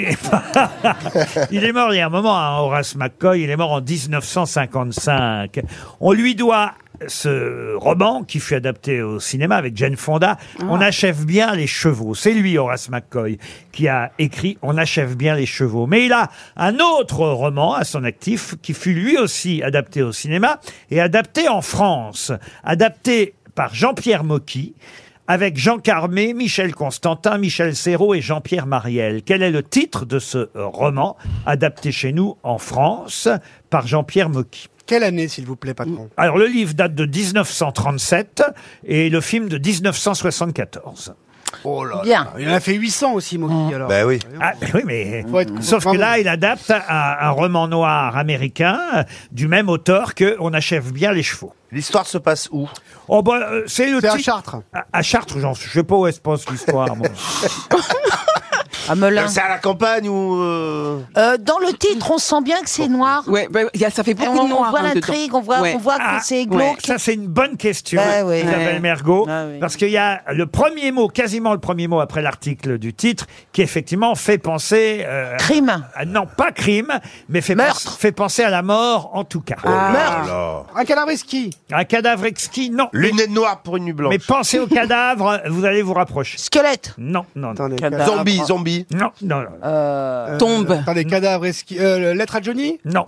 Il est mort il y a un moment, hein, Horace McCoy. Il est mort en 1955. On lui doit ce roman qui fut adapté au cinéma avec Jane Fonda, On achève bien les chevaux. C'est lui, Horace McCoy, qui a écrit On achève bien les chevaux. Mais il a un autre roman à son actif qui fut lui aussi adapté au cinéma et adapté en France. Adapté par Jean-Pierre Mocky, avec Jean Carmé, Michel Constantin, Michel Serrault et Jean-Pierre Mariel. Quel est le titre de ce roman adapté chez nous en France par Jean-Pierre Mocky? Quelle année, s'il vous plaît, patron? Alors, le livre date de 1937 et le film de 1974. Oh là Bien. Il en a fait 800 aussi, Mocky, alors. Ben oui. Ah, oui, mais Faut être- sauf que là, il adapte un roman noir américain du même auteur que On achève bien les chevaux. L'histoire se passe où? Oh bah, c'est le C'est à titre- Chartres. À Chartres, je sais pas où elle se passe l'histoire. moi. À Melun. C'est à la campagne ou Dans le titre, on sent bien que c'est noir. Ouais, ça fait beaucoup On de noir. voit hein, l'intrigue, dedans. on voit, Ouais. on voit Ah, que c'est ouais. glauque. Ça, c'est une bonne question, Ouais. Isabelle Ouais. Mergo, Ah oui. parce qu'il y a le premier mot, quasiment le premier mot après l'article du titre, qui effectivement fait penser... Crime. non, pas crime, mais fait penser à la mort, en tout cas. Meurtre. Un cadavre exquis. Un cadavre exquis, non. Lunettes noires pour une nuit blanche. Mais pensez au cadavre, vous allez vous rapprocher. Squelette. Non, non, non. Attendez, Cadavre. Zombie. Johnny. Non, non, non. Tombe. Attendez, cadavre, lettre à Johnny? Non.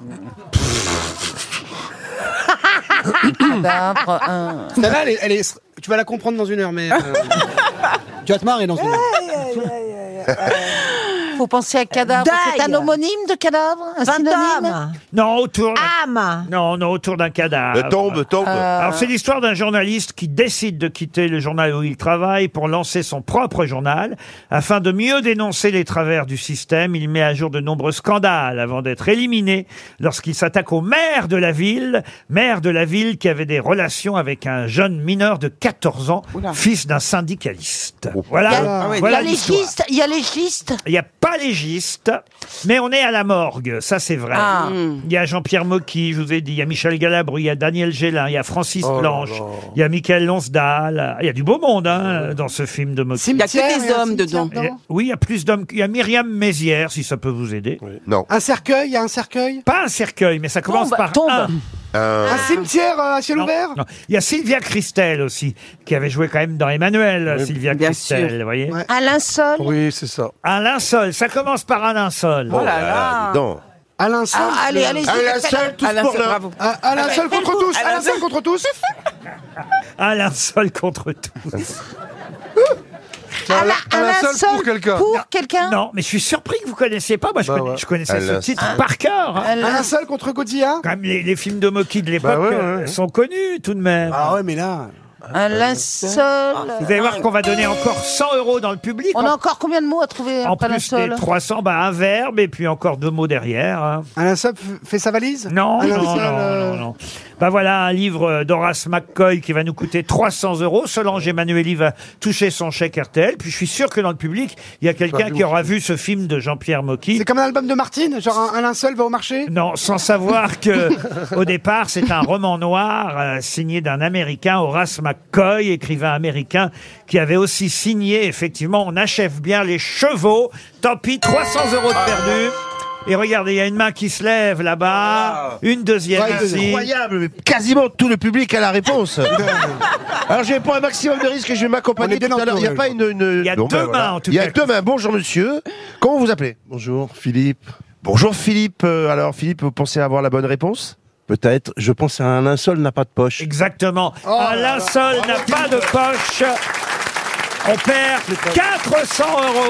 Cadavre, Celle-là, tu vas la comprendre dans une heure, mais... tu vas te marrer dans une heure. Faut penser à cadavre. C'est un homonyme de cadavre? Un synonyme? Fantôme. Non, autour. Âme. Non, non, autour d'un cadavre. Tombe. Alors, c'est l'histoire d'un journaliste qui décide de quitter le journal où il travaille pour lancer son propre journal. Afin de mieux dénoncer les travers du système, il met à jour de nombreux scandales avant d'être éliminé lorsqu'il s'attaque au maire de la ville qui avait des relations avec un jeune mineur de 14 ans, fils d'un syndicaliste. Voilà, voilà l'histoire. Il y a légiste. Il n'y a pas légiste, mais on est à la morgue, ça c'est vrai. Il y a Jean-Pierre Mocky, je vous ai dit, il y a Michel Galabru, il y a Daniel Gélin, il y a Francis Blanche, il y a Michael Lonsdal, il y a du beau monde dans ce film de Mocky. Il n'y a que des hommes dedans. Oui, il y a plus d'hommes. Il y a Myriam Mézières, si ça peut vous aider. Oui. Non. Un cercueil, il y a un cercueil? Pas un cercueil, mais ça commence par un. Un cimetière à ciel ouvert? Non. Il y a Sylvia Christel aussi, qui avait joué quand même dans Emmanuel, Sylvia bien Christel, sûr. vous voyez. Ouais. Un linceul. Oui, c'est ça. Un linceul, ça commence par un linceul. Oh là là, dis donc. Un linceul? Allez. Un linceul, tous Alain, pour c'est l'un. bravo. Un linceul contre tous! Un linceul contre tous! Un linceul contre tous. Un linceul pour quelqu'un. Pour quelqu'un? Non, mais je suis surpris que vous connaissiez pas. Moi, je connaissais ce titre par cœur. Un linceul contre Godzilla? Quand même, les films de Mocky de l'époque ouais. sont connus tout de même. Ah ouais, mais là... Un linceul. Vous allez voir qu'on va donner encore 100 € dans le public. On a encore combien de mots à trouver En après plus des linceul? 300, un verbe et puis encore 2 mots derrière. Hein. Un linceul fait sa valise? Non, Un non, linceul, non. Voilà un livre d'Horace McCoy qui va nous coûter 300 €. Solange Emmanueli va toucher son chèque RTL. Puis je suis sûr que dans le public, il y a quelqu'un qui aura vu ce film de Jean-Pierre Mocky. C'est comme un album de Martine? Genre un linceul va au marché? Non, sans savoir que au départ, c'est un roman noir signé d'un Américain, Horace McCoy, écrivain américain, qui avait aussi signé, effectivement, On achève bien les chevaux. Tant pis, 300 € de perdu. Et regardez, il y a une main qui se lève là-bas, une deuxième ici. Incroyable, mais quasiment tout le public a la réponse. Alors je vais prendre un maximum de risques et je vais m'accompagner tout à l'heure. Il n'y a pas une... Il y a deux mains en tout cas. Il y a 2 mains. Bonjour monsieur. Comment vous appelez? Bonjour, Philippe. Bonjour Philippe. Alors Philippe, vous pensez avoir la bonne réponse? Peut-être, je pense qu'un linceul n'a pas de poche. Exactement. Un linceul n'a pas de poche. On perd 400 €.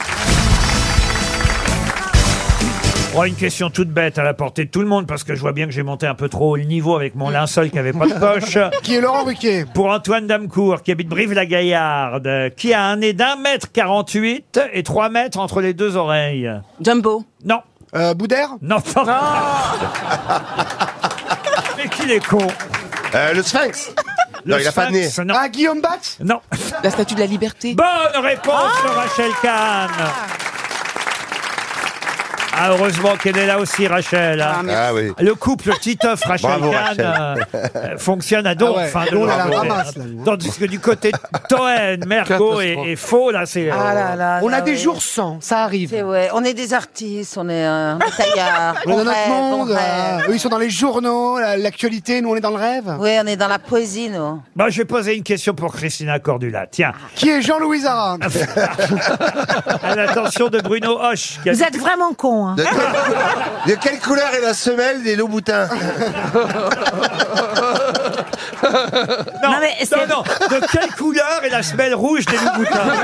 Oh, une question toute bête à la portée de tout le monde, parce que je vois bien que j'ai monté un peu trop haut le niveau avec mon linceul qui avait pas de poche. Qui est Laurent Ruquier? Pour Antoine Damcourt, qui habite Brive-la-Gaillarde, qui a un nez d'1,48 m et 3 mètres entre les 2 oreilles. Jumbo. Non. Boudère? Non. Mais qu'il est con. Le Sphinx. Non, il a pas de nez. Non. Ah, Guillaume Batz? Non. La statue de la liberté. Bonne réponse de Rachel Kahn. Ah, heureusement qu'elle est là aussi, Rachel. Hein. Ah oui. Le couple Titoff-Rachel Bravo, Kahn fonctionne à dos. Ah ouais. Enfin, Nous, on a la ramasse, là. tandis que du côté de Toen, Mergo et Faux, là, c'est... Ah là là. On là, a des ouais. jours sans, ça arrive. C'est ouais, on est des artistes, on est taillards. On est dans notre rêve, monde. on rêve. Eux, ils sont dans les journaux, l'actualité, nous, on est dans le rêve. Oui, on est dans la poésie, nous. Bon, je vais poser une question pour Christina Cordula. Tiens, Qui est Jean-Louis Zara? à l'attention de Bruno Hoche. Qui a... Vous êtes vraiment con. Hein. De quelle couleur est la semelle des loups-boutins? Non, mais c'est- non. De quelle couleur est la semelle rouge des loups-boutins?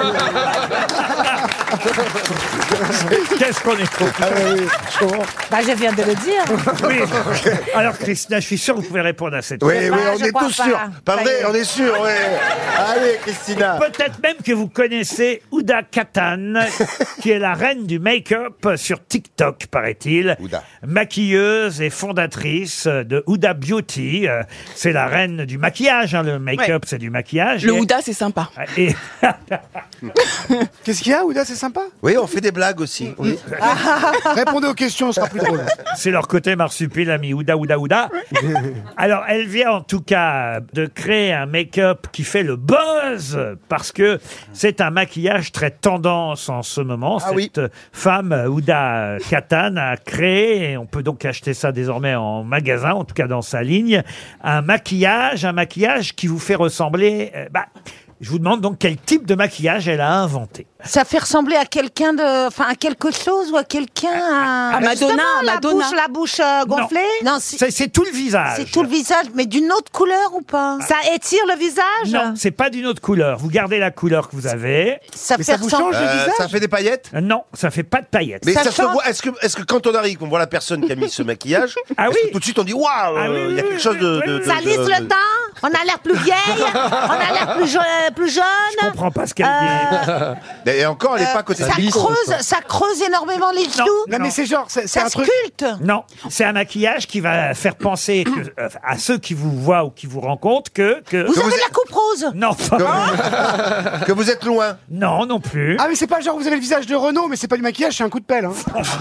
Qu'est-ce qu'on est con. Bah, je viens de le dire. Oui. Alors, Christina, je suis sûr que vous pouvez répondre à cette question. Oui, pas, on je est crois tous pas. sûrs. Pas Ça y vrai, est. on est sûr, oui. Allez, Christina. Peut-être même que vous connaissez Ouda Katan, qui est la reine du make-up sur TikTok, paraît-il. Ouda. Maquilleuse et fondatrice de Ouda Beauty. C'est la reine du maquillage, hein, le make-up, c'est du maquillage. Le Houda, c'est sympa. Et Qu'est-ce qu'il y a, Ouda? C'est sympa? Oui, on fait des blagues aussi. Répondez aux questions, ce sera plus drôle. c'est leur côté marsupil, ami Ouda. Alors, elle vient en tout cas de créer un make-up qui fait le buzz parce que c'est un maquillage très tendance en ce moment. Ah oui. Cette femme, Ouda Katan, a créé, et on peut donc acheter ça désormais en magasin, en tout cas dans sa ligne, un maquillage qui vous fait ressembler... je vous demande donc quel type de maquillage elle a inventé. Ça fait ressembler à quelqu'un de... Enfin, à quelque chose ou à quelqu'un... À Madonna, Justement, Madonna. la bouche gonflée. Non, C'est tout le visage. c'est tout le visage, mais d'une autre couleur ou pas? Ça étire le visage. Non, c'est pas d'une autre couleur. Vous gardez la couleur que vous avez. Ça Mais fait ça vous change le visage? Ça fait des paillettes? Non, ça fait pas de paillettes. Mais Ça ça se change. voit. Est-ce que quand on arrive, qu'on voit la personne qui a mis ce mackillage, Ah est-ce oui. que tout de suite on dit waouh, Ah oui, il y a oui, quelque chose de. oui, oui, Ça lisse le teint. On a l'air plus vieille. On a l'air plus Je jeune. comprends pas ce qu'elle dit. Et encore, elle est pas à côté. Ça creuse énormément les joues. Non, mais c'est genre, c'est Ça un truc. sculpte. Non, c'est un maquillage qui va faire penser à ceux qui vous voient ou qui vous rencontrent que... Vous avez de la coupe rose. Non, pas... Que vous êtes loin. Non, non plus. Ah, mais c'est pas genre vous avez le visage de Renault, mais c'est pas du maquillage, c'est un coup de pelle. Hein.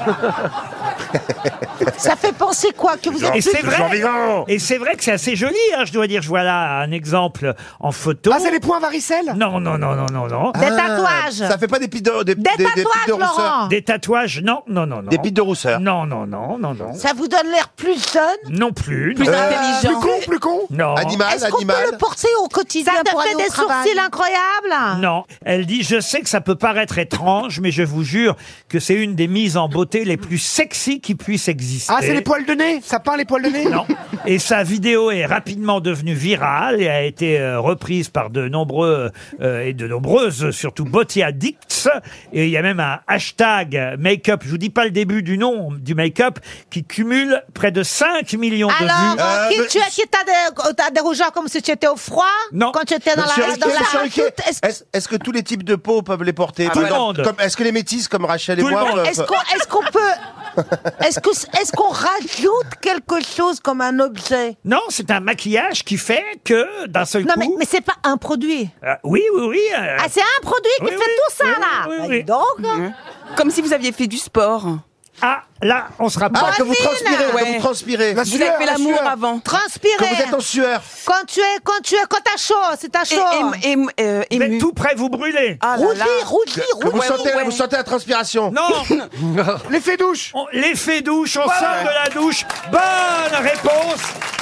Ça fait penser quoi? Que vous êtes Et c'est Jean vrai, Vigan. et c'est vrai que c'est assez joli, hein, je dois dire. Je vois là un exemple en photo. Ah, c'est les points varicelles? Non, non, non, non, non, non. Des tatouages. Ça fait pas des pics de, des pics tatouages, de rousseur. Laurent. Des tatouages, non, non, non, non. Des pics de rousseur. Non, non, non, non, non. Ça vous donne l'air plus jeune? Non plus. Plus non. intelligent. Plus con? Non. Animal, Est-ce qu'on peut animal. le porter au quotidien Ça te pour fait aller des au travail? sourcils incroyables. Non, elle dit, je sais que ça peut paraître étrange, mais je vous jure que c'est une des mises en beauté les plus sexy qui puissent exister. Ah, c'est les poils de nez? Ça peint les poils de nez? Non. Et sa vidéo est rapidement devenue virale et a été reprise par de nombreux et de nombreuses, surtout body addicts. Et il y a même un hashtag make-up, je vous dis pas le début du nom du make-up, qui cumule près de 5 millions de Alors, vues. qui t'as des rougeurs comme si tu étais au froid? Non. Quand tu étais dans Monsieur la... Riquet, Monsieur Riquet, est-ce que tous les types de peau peuvent les porter? Tout le monde. Est-ce que les métis comme Rachel et Tout le moi monde. peuvent- Est-ce qu'on peut... Est-ce qu'on rajoute quelque chose comme un objet? Non, c'est un maquillage qui fait que d'un seul Non, coup... mais c'est pas un produit. Oui, oui, oui. Ah, c'est un produit qui oui, fait oui, tout ça, oui, là. oui, oui, Bah, oui. dis donc. Comme si vous aviez fait du sport. Ah, là, on se rapproche. Ah, que vous transpirez, que Ouais. vous transpirez. La Vous sueur, avez fait la l'amour sueur. avant. Transpirer. Que vous êtes en sueur. Quand t'as chaud, c'est t'as chaud. Vous êtes Ému. tout près, vous brûlez. Ah là là. Que vous Ouais, sentez, ouais. vous sentez la transpiration. Non, L'effet douche. l'effet douche, on sort de la douche. Bonne réponse.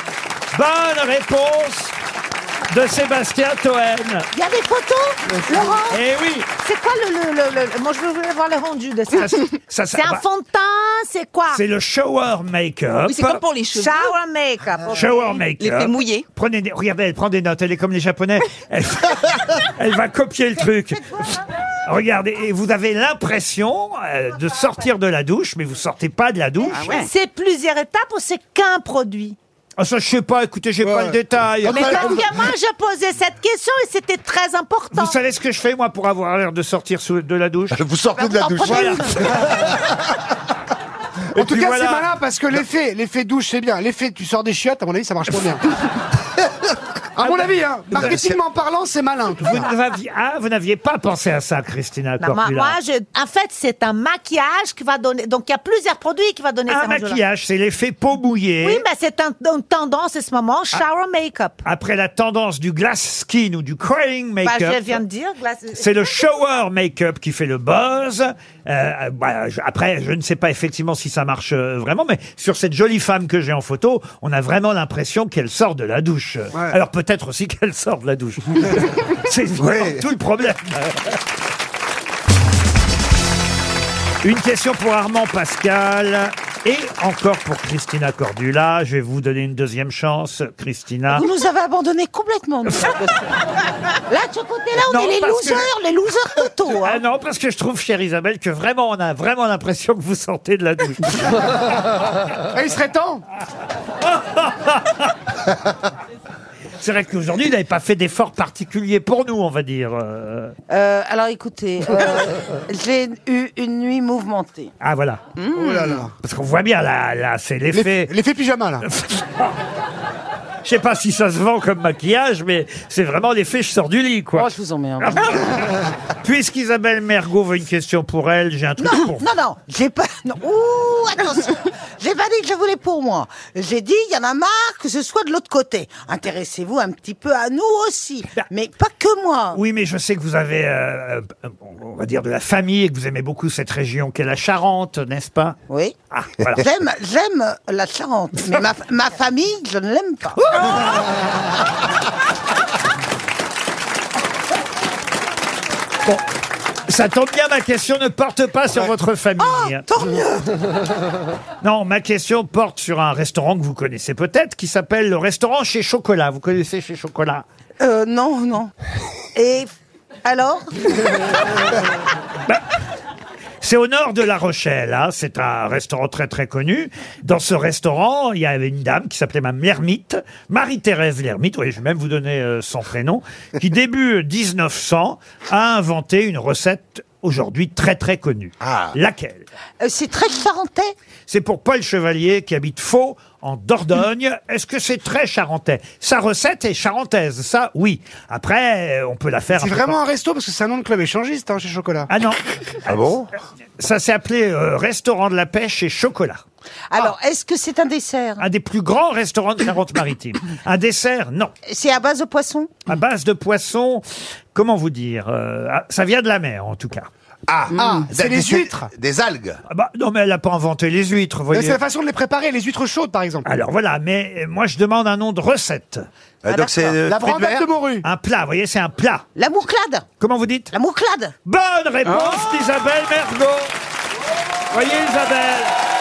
Bonne réponse de Sébastien Toen. Il y a des photos, Laurent. Eh oui. C'est quoi le... Moi, je voulais voir le rendu de ça. Ça, C'est un bah, fond de teint, c'est quoi? c'est le shower make-up. Oui, c'est comme pour les cheveux. Shower make-up. ok. Shower make-up. L'effet mouillé. Prenez des, regardez, elle prend des notes. Elle est comme les Japonais. Elle va copier le truc. Regardez, et vous avez l'impression de sortir de la douche, mais vous sortez pas de la douche. C'est plusieurs étapes ou c'est qu'un produit? Ah, ça, je sais pas. Écoutez, j'ai pas le détail. Mais parce que moi, je posais cette question et c'était très important. Vous savez ce que je fais, moi, pour avoir l'air de sortir de la douche? Vous sortez de la douche. Voilà. En tout puis cas, voilà. c'est malin parce que l'effet douche, c'est bien. L'effet tu sors des chiottes, à mon avis, ça marche pas bien. À mon avis, hein. Marketingment parlant, c'est malin. tout ça. Vous n'aviez pas pensé à ça, Christina Non, Cordula. en fait, c'est un maquillage qui va donner. Donc, il y a plusieurs produits qui va donner Un ces rendu-là. maquillage, c'est l'effet peau mouillée. Oui, mais c'est une tendance en ce moment, shower make-up. Après la tendance du glass skin ou du crying Bah, make-up. je viens de dire. C'est le shower make-up qui fait le buzz. Après, je ne sais pas effectivement si ça marche vraiment, mais sur cette jolie femme que j'ai en photo, on a vraiment l'impression qu'elle sort de la douche. Ouais. Alors peut-être aussi qu'elle sort de la douche. C'est vraiment tout le problème. Une question pour Armand Pascal. Et encore pour Christina Cordula. Je vais vous donner une deuxième chance, Christina. Vous nous avez abandonnés complètement. Nous. Là, de ce côté-là, on Non, est parce les losers totaux. Hein. Ah non, parce que je trouve, chère Isabelle, que vraiment, on a vraiment l'impression que vous sortez de la douche. Il serait temps. C'est vrai qu'aujourd'hui, vous n'avez pas fait d'effort particulier pour nous, on va dire. Alors écoutez, j'ai eu une nuit mouvementée. Ah, voilà. Oh là là. Parce qu'on voit bien, là, c'est l'effet... L'effet pyjama, là. Je sais pas si ça se vend comme maquillage, mais c'est vraiment l'effet je sors du lit, quoi. Oh, je vous emmerde. Puisqu'Isabelle Mergo veut une question pour elle, j'ai un truc pour vous. Non, j'ai pas... Non. Ouh, attention. J'ai pas dit que je voulais pour moi. J'ai dit, il y en a marre que ce soit de l'autre côté. Intéressez-vous un petit peu à nous aussi. Mais pas que moi. Oui, mais je sais que vous avez, on va dire, de la famille et que vous aimez beaucoup cette région qu'est la Charente, n'est-ce pas? Oui. Ah, voilà. J'aime la Charente. Mais ma famille, je ne l'aime pas. Bon, Ça tombe bien, ma question ne porte pas sur votre famille. Tant mieux. Non, ma question porte sur un restaurant que vous connaissez peut-être, qui s'appelle le restaurant Chez Chocolat. Vous connaissez Chez Chocolat? Non. Et alors? C'est au nord de La Rochelle, hein. C'est un restaurant très très connu. Dans ce restaurant, il y avait une dame qui s'appelait Mme Lermite, Marie-Thérèse Lermite, oui, je vais même vous donner son prénom, qui début 1900 a inventé une recette aujourd'hui très très connue. Laquelle? C'est très charentais. C'est pour Paul Chevalier qui habite Faux, en Dordogne. Est-ce que c'est très charentais? Sa recette est charentaise, ça, oui. Après, on peut la faire... C'est vraiment un resto parce que c'est un nom de club échangiste, Chez Chocolat. Ah non. Ah bon? Ça s'est appelé Restaurant de la Pêche et Chocolat. Alors, est-ce que c'est un dessert? Un des plus grands restaurants de Charente-Maritime. Un dessert, non. C'est à base de poisson? À base de poisson, comment vous dire ça vient de la mer, en tout cas. C'est les huîtres. Des algues. Non, mais elle n'a pas inventé les huîtres, vous voyez. C'est la façon de les préparer, les huîtres chaudes, par exemple. Alors voilà, mais moi je demande un nom de recette. Donc c'est la brandade de morue. Un plat, vous voyez, c'est un plat. La mouclade. Comment vous dites? La mouclade. Bonne réponse d'Isabelle Mergo. Voyez, Isabelle.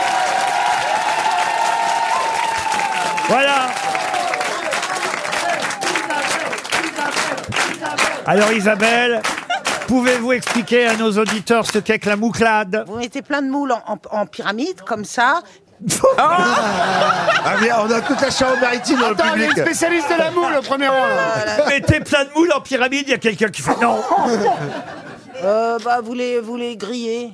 Voilà. Alors Isabelle, pouvez-vous expliquer à nos auditeurs ce qu'est que la mouclade? Vous mettez plein de moules en pyramide, comme ça. Bien, on a toute la Charente-Maritime dans le Attends, il y a public. une spécialiste de la moule au premier rang. Là. Mettez plein de moules en pyramide, il y a quelqu'un qui fait non. Vous les grillez.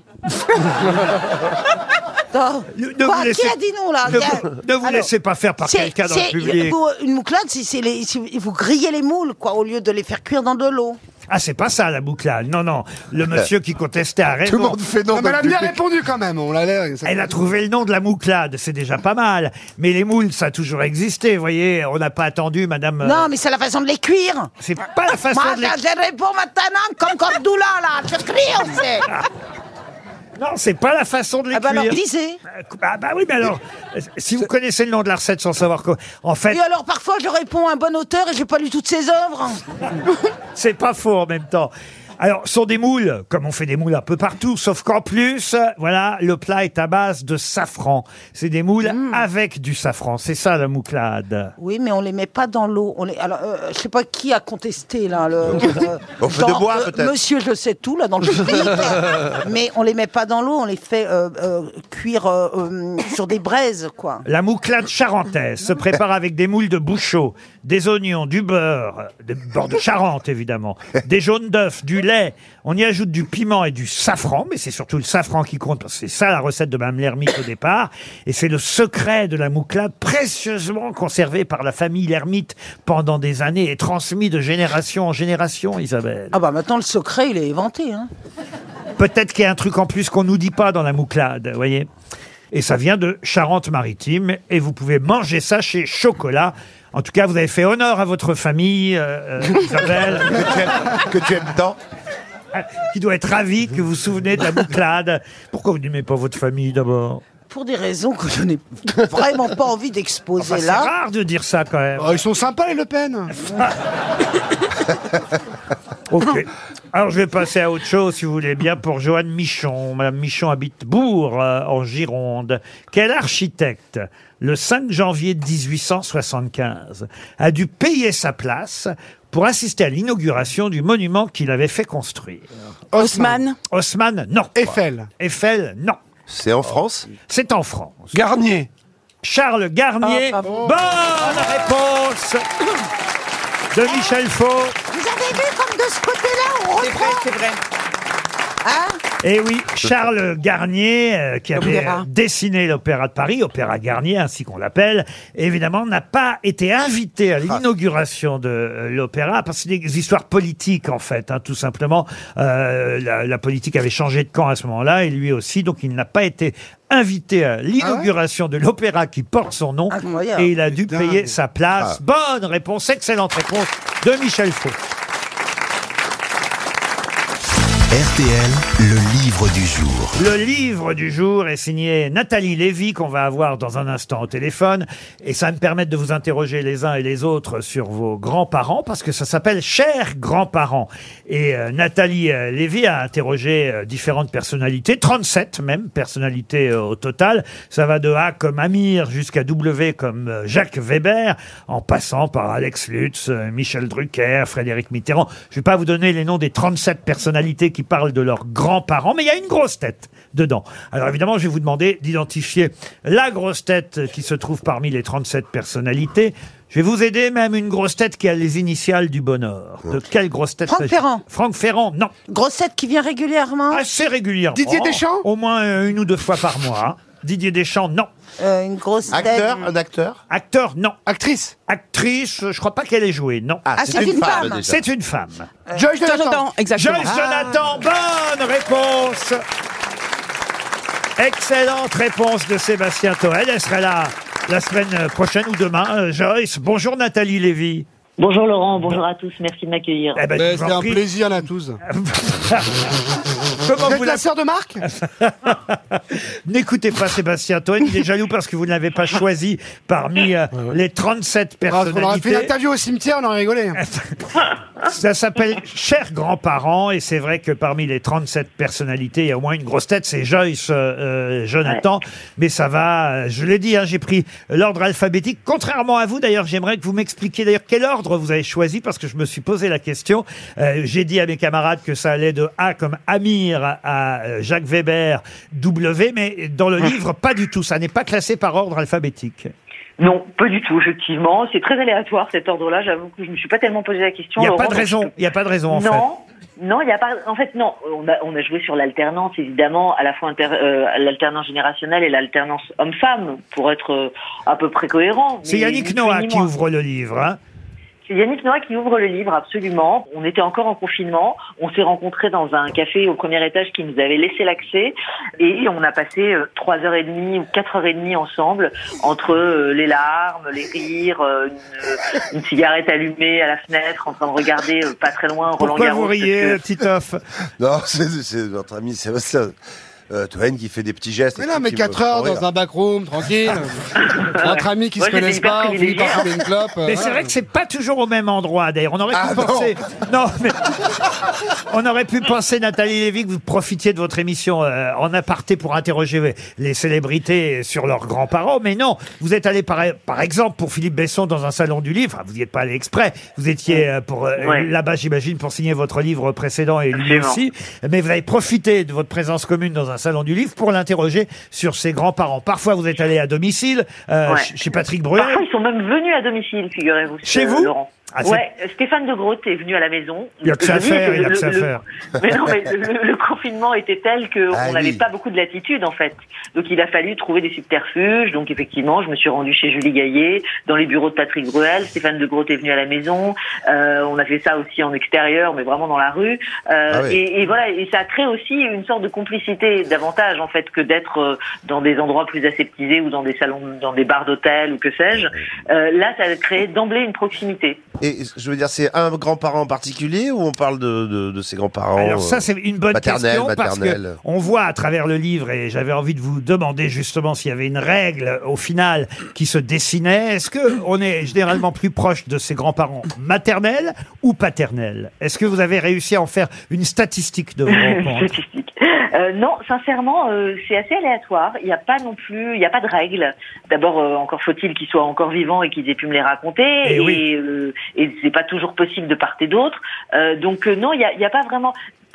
Quoi, vous laissez- qui a dit non, là? Ne vous laissez pas faire par quelqu'un dans le public. Une mouclade, vous grillez les moules, quoi, au lieu de les faire cuire dans de l'eau. Ah, c'est pas ça, la bouclade. Non, non. Le monsieur qui contestait a raison. Tout le monde fait non. Non, mais elle a bien répondu quand même. On l'a l'air. Elle a trouvé le nom de la mouclade, c'est déjà pas mal. Mais les moules, ça a toujours existé, vous voyez. On n'a pas attendu, madame... Non, mais c'est la façon de les cuire. C'est pas la façon Moi, de les... je réponds maintenant comme Cordula, là. Je crie aussi. Non, c'est pas la façon de les cuire. Alors, lisez. Oui, mais alors, si vous connaissez le nom de la recette sans savoir quoi... En fait, Et alors, parfois, je réponds à un bon auteur et j'ai pas lu toutes ses œuvres. c'est pas faux en même temps. Alors, ce sont des moules, comme on fait des moules un peu partout, sauf qu'en plus, voilà, le plat est à base de safran. C'est des moules avec du safran. C'est ça, la mouclade. Oui, mais on les met pas dans l'eau. Alors, je sais pas qui a contesté, là. Au feu de bois, peut-être. Monsieur, je sais tout, là, dans le public. Mais on les met pas dans l'eau, on les fait cuire sur des braises, quoi. La mouclade charentaise se prépare avec des moules de bouchot, des oignons, du beurre de Charente évidemment, des jaunes d'œufs, du lait. On y ajoute du piment et du safran, mais c'est surtout le safran qui compte, parce que c'est ça la recette de Mme Lermite au départ. Et c'est le secret de la mouclade, précieusement conservé par la famille Lermite pendant des années et transmis de génération en génération, Isabelle. Maintenant, le secret, il est éventé, hein. Peut-être qu'il y a un truc en plus qu'on nous dit pas dans la mouclade, vous voyez. Et ça vient de Charente-Maritime, et vous pouvez manger ça chez Chocolat. En tout cas, vous avez fait honneur à votre famille, Isabelle. que tu aimes tant. Qui doit être ravie que vous vous souvenez de la bouclade. Pourquoi vous n'aimez pas votre famille d'abord? Pour des raisons que je n'ai vraiment pas envie d'exposer C'est là. rare de dire ça quand même. Ils sont sympas, les Le Pen. Ok. Alors je vais passer à autre chose si vous voulez bien pour Joanne Michon. Madame Michon habite Bourg en Gironde. Quel architecte, le 5 janvier 1875, a dû payer sa place pour assister à l'inauguration du monument qu'il avait fait construire? Haussmann. Haussmann, non. Eiffel. Eiffel, non. C'est en France? C'est en France. Garnier. Charles Garnier. Bonne réponse de Michel Faux. Vous avez vu comme de ce côté-là, on reprend. C'est vrai. Hein? Et oui, Charles Garnier, qui avait L'opéra. dessiné l'Opéra de Paris, Opéra Garnier, ainsi qu'on l'appelle, évidemment, n'a pas été invité à l'inauguration de l'Opéra, parce que c'est des histoires politiques, en fait, tout simplement. La politique avait changé de camp à ce moment-là, et lui aussi, donc il n'a pas été invité à l'inauguration de l'Opéra qui porte son nom, Incroyable. et il a dû payer sa place. Bonne réponse, excellente réponse de Michel Faux. RTL, le livre du jour. Le livre du jour est signé Nathalie Lévy, qu'on va avoir dans un instant au téléphone. Et ça va me permettre de vous interroger les uns et les autres sur vos grands-parents, parce que ça s'appelle « Chers grands-parents ». Et Nathalie Lévy a interrogé différentes personnalités, 37 même personnalités au total. Ça va de A comme Amir jusqu'à W comme Jacques Weber, en passant par Alex Lutz, Michel Drucker, Frédéric Mitterrand. Je vais pas vous donner les noms des 37 personnalités qui parlent de leurs grands-parents, mais il y a une grosse tête dedans. Alors évidemment, je vais vous demander d'identifier la grosse tête qui se trouve parmi les 37 personnalités. Je vais vous aider, même une grosse tête qui a les initiales du bonheur. De quelle grosse tête Franck Ferrand. Franck Ferrand, non. Grosse tête qui vient régulièrement. Assez régulièrement. Didier Deschamps. Au moins une ou deux fois par mois. Didier Deschamps, non. Une grosse tête. Un acteur. Acteur, non. Actrice. Actrice, je crois pas qu'elle ait joué, non. Ah, c'est une femme. déjà. C'est une femme. Joyce Jonathan. Jonathan, exactement. Joyce Jonathan, bonne réponse. Excellente réponse de Sébastien Toen. Elle sera là la semaine prochaine ou demain. Joyce, bonjour Nathalie Lévy. Bonjour Laurent, bonjour à tous, merci de m'accueillir. Eh ben, je vous C'est en un prie. plaisir, Natouze. Comment Vous vous êtes la sœur de Marc? N'écoutez pas Sébastien Toen, il est jaloux parce que vous ne l'avez pas choisi parmi les 37 On aurait fait une personnalités. interview au cimetière, on aurait rigolé. Ça s'appelle Chers grands-parents, et c'est vrai que parmi les 37 personnalités, il y a au moins une grosse tête, c'est Joyce Jonathan. Mais ça va, je l'ai dit, hein, j'ai pris l'ordre alphabétique. Contrairement à vous, d'ailleurs, j'aimerais que vous m'expliquiez d'ailleurs quel ordre vous avez choisi, parce que je me suis posé la question. J'ai dit à mes camarades que ça allait de A comme Amir à Jacques Weber, W, mais dans le livre, pas du tout. Ça n'est pas classé par ordre alphabétique. Non, pas du tout, effectivement. C'est très aléatoire cet ordre-là. J'avoue que je me suis pas tellement posé la question. Il n'y a Laurent, pas de donc raison. Il n'y a pas de raison, en fait. Non, il n'y a pas. En fait, non. On a joué sur l'alternance, évidemment, à la fois l'alternance générationnelle et l'alternance homme-femme, pour être à peu près cohérent. C'est Yannick Noah qui ouvre le livre, hein. C'est Yannick Noah qui ouvre le livre, absolument. On était encore en confinement. On s'est rencontrés dans un café au premier étage qui nous avait laissé l'accès. Et on a passé 3h30 ou 4h30 ensemble, entre les larmes, les rires, une cigarette allumée à la fenêtre, en train de regarder pas très loin Roland Pourquoi Garros. vous riez, Titoff? Non, c'est notre ami Sébastien Toen qui fait des petits gestes. Mais non, mais 4 heures dans un backroom, tranquille. Entre amis qui se connaissent pas, on finit par fumer une clope. Mais c'est vrai que c'est pas toujours au même endroit. D'ailleurs, on aurait pu penser. Non, mais on aurait pu penser, Nathalie Lévy, que vous profitiez de votre émission en aparté pour interroger les célébrités sur leurs grands-parents. Mais non, vous êtes allé par exemple pour Philippe Besson dans un salon du livre. Enfin, vous n'y êtes pas allé exprès. Vous étiez là-bas, j'imagine, pour signer votre livre précédent et lui aussi. Mais vous avez profité de votre présence commune dans un salon du livre pour l'interroger sur ses grands-parents. Parfois, vous êtes allé à domicile chez Patrick Bruel. Parfois, ils sont même venus à domicile, figurez-vous. Chez vous, Laurent. Ah, ouais, Stéphane de Groot est venu à la maison. Il y a que ça à faire, il y a que ça à faire. Mais non, mais le confinement était tel qu'on n'avait pas beaucoup de latitude, en fait. Donc, il a fallu trouver des subterfuges. Donc, effectivement, je me suis rendue chez Julie Gaillet, dans les bureaux de Patrick Bruel. Stéphane de Groot est venu à la maison. On a fait ça aussi en extérieur, mais vraiment dans la rue. Et voilà, et ça crée aussi une sorte de complicité davantage, en fait, que d'être dans des endroits plus aseptisés ou dans des salons, dans des bars d'hôtel ou que sais-je. Là, ça a créé d'emblée une proximité. Et je veux dire, c'est un grand-parent en particulier ou on parle de ses grands-parents? Alors ça, c'est une bonne question parce que on voit à travers le livre, et j'avais envie de vous demander justement s'il y avait une règle au final qui se dessinait. Est-ce que on est généralement plus proche de ses grands-parents maternels ou paternels? Est-ce que vous avez réussi à en faire une statistique de vos rencontres? Non, sincèrement, c'est assez aléatoire. Il n'y a pas non plus, il n'y a pas de règles. D'abord, encore faut-il qu'ils soient encore vivants et qu'ils aient pu me les raconter. Et c'est pas toujours possible de part et d'autre. Donc non, il y a pas vraiment.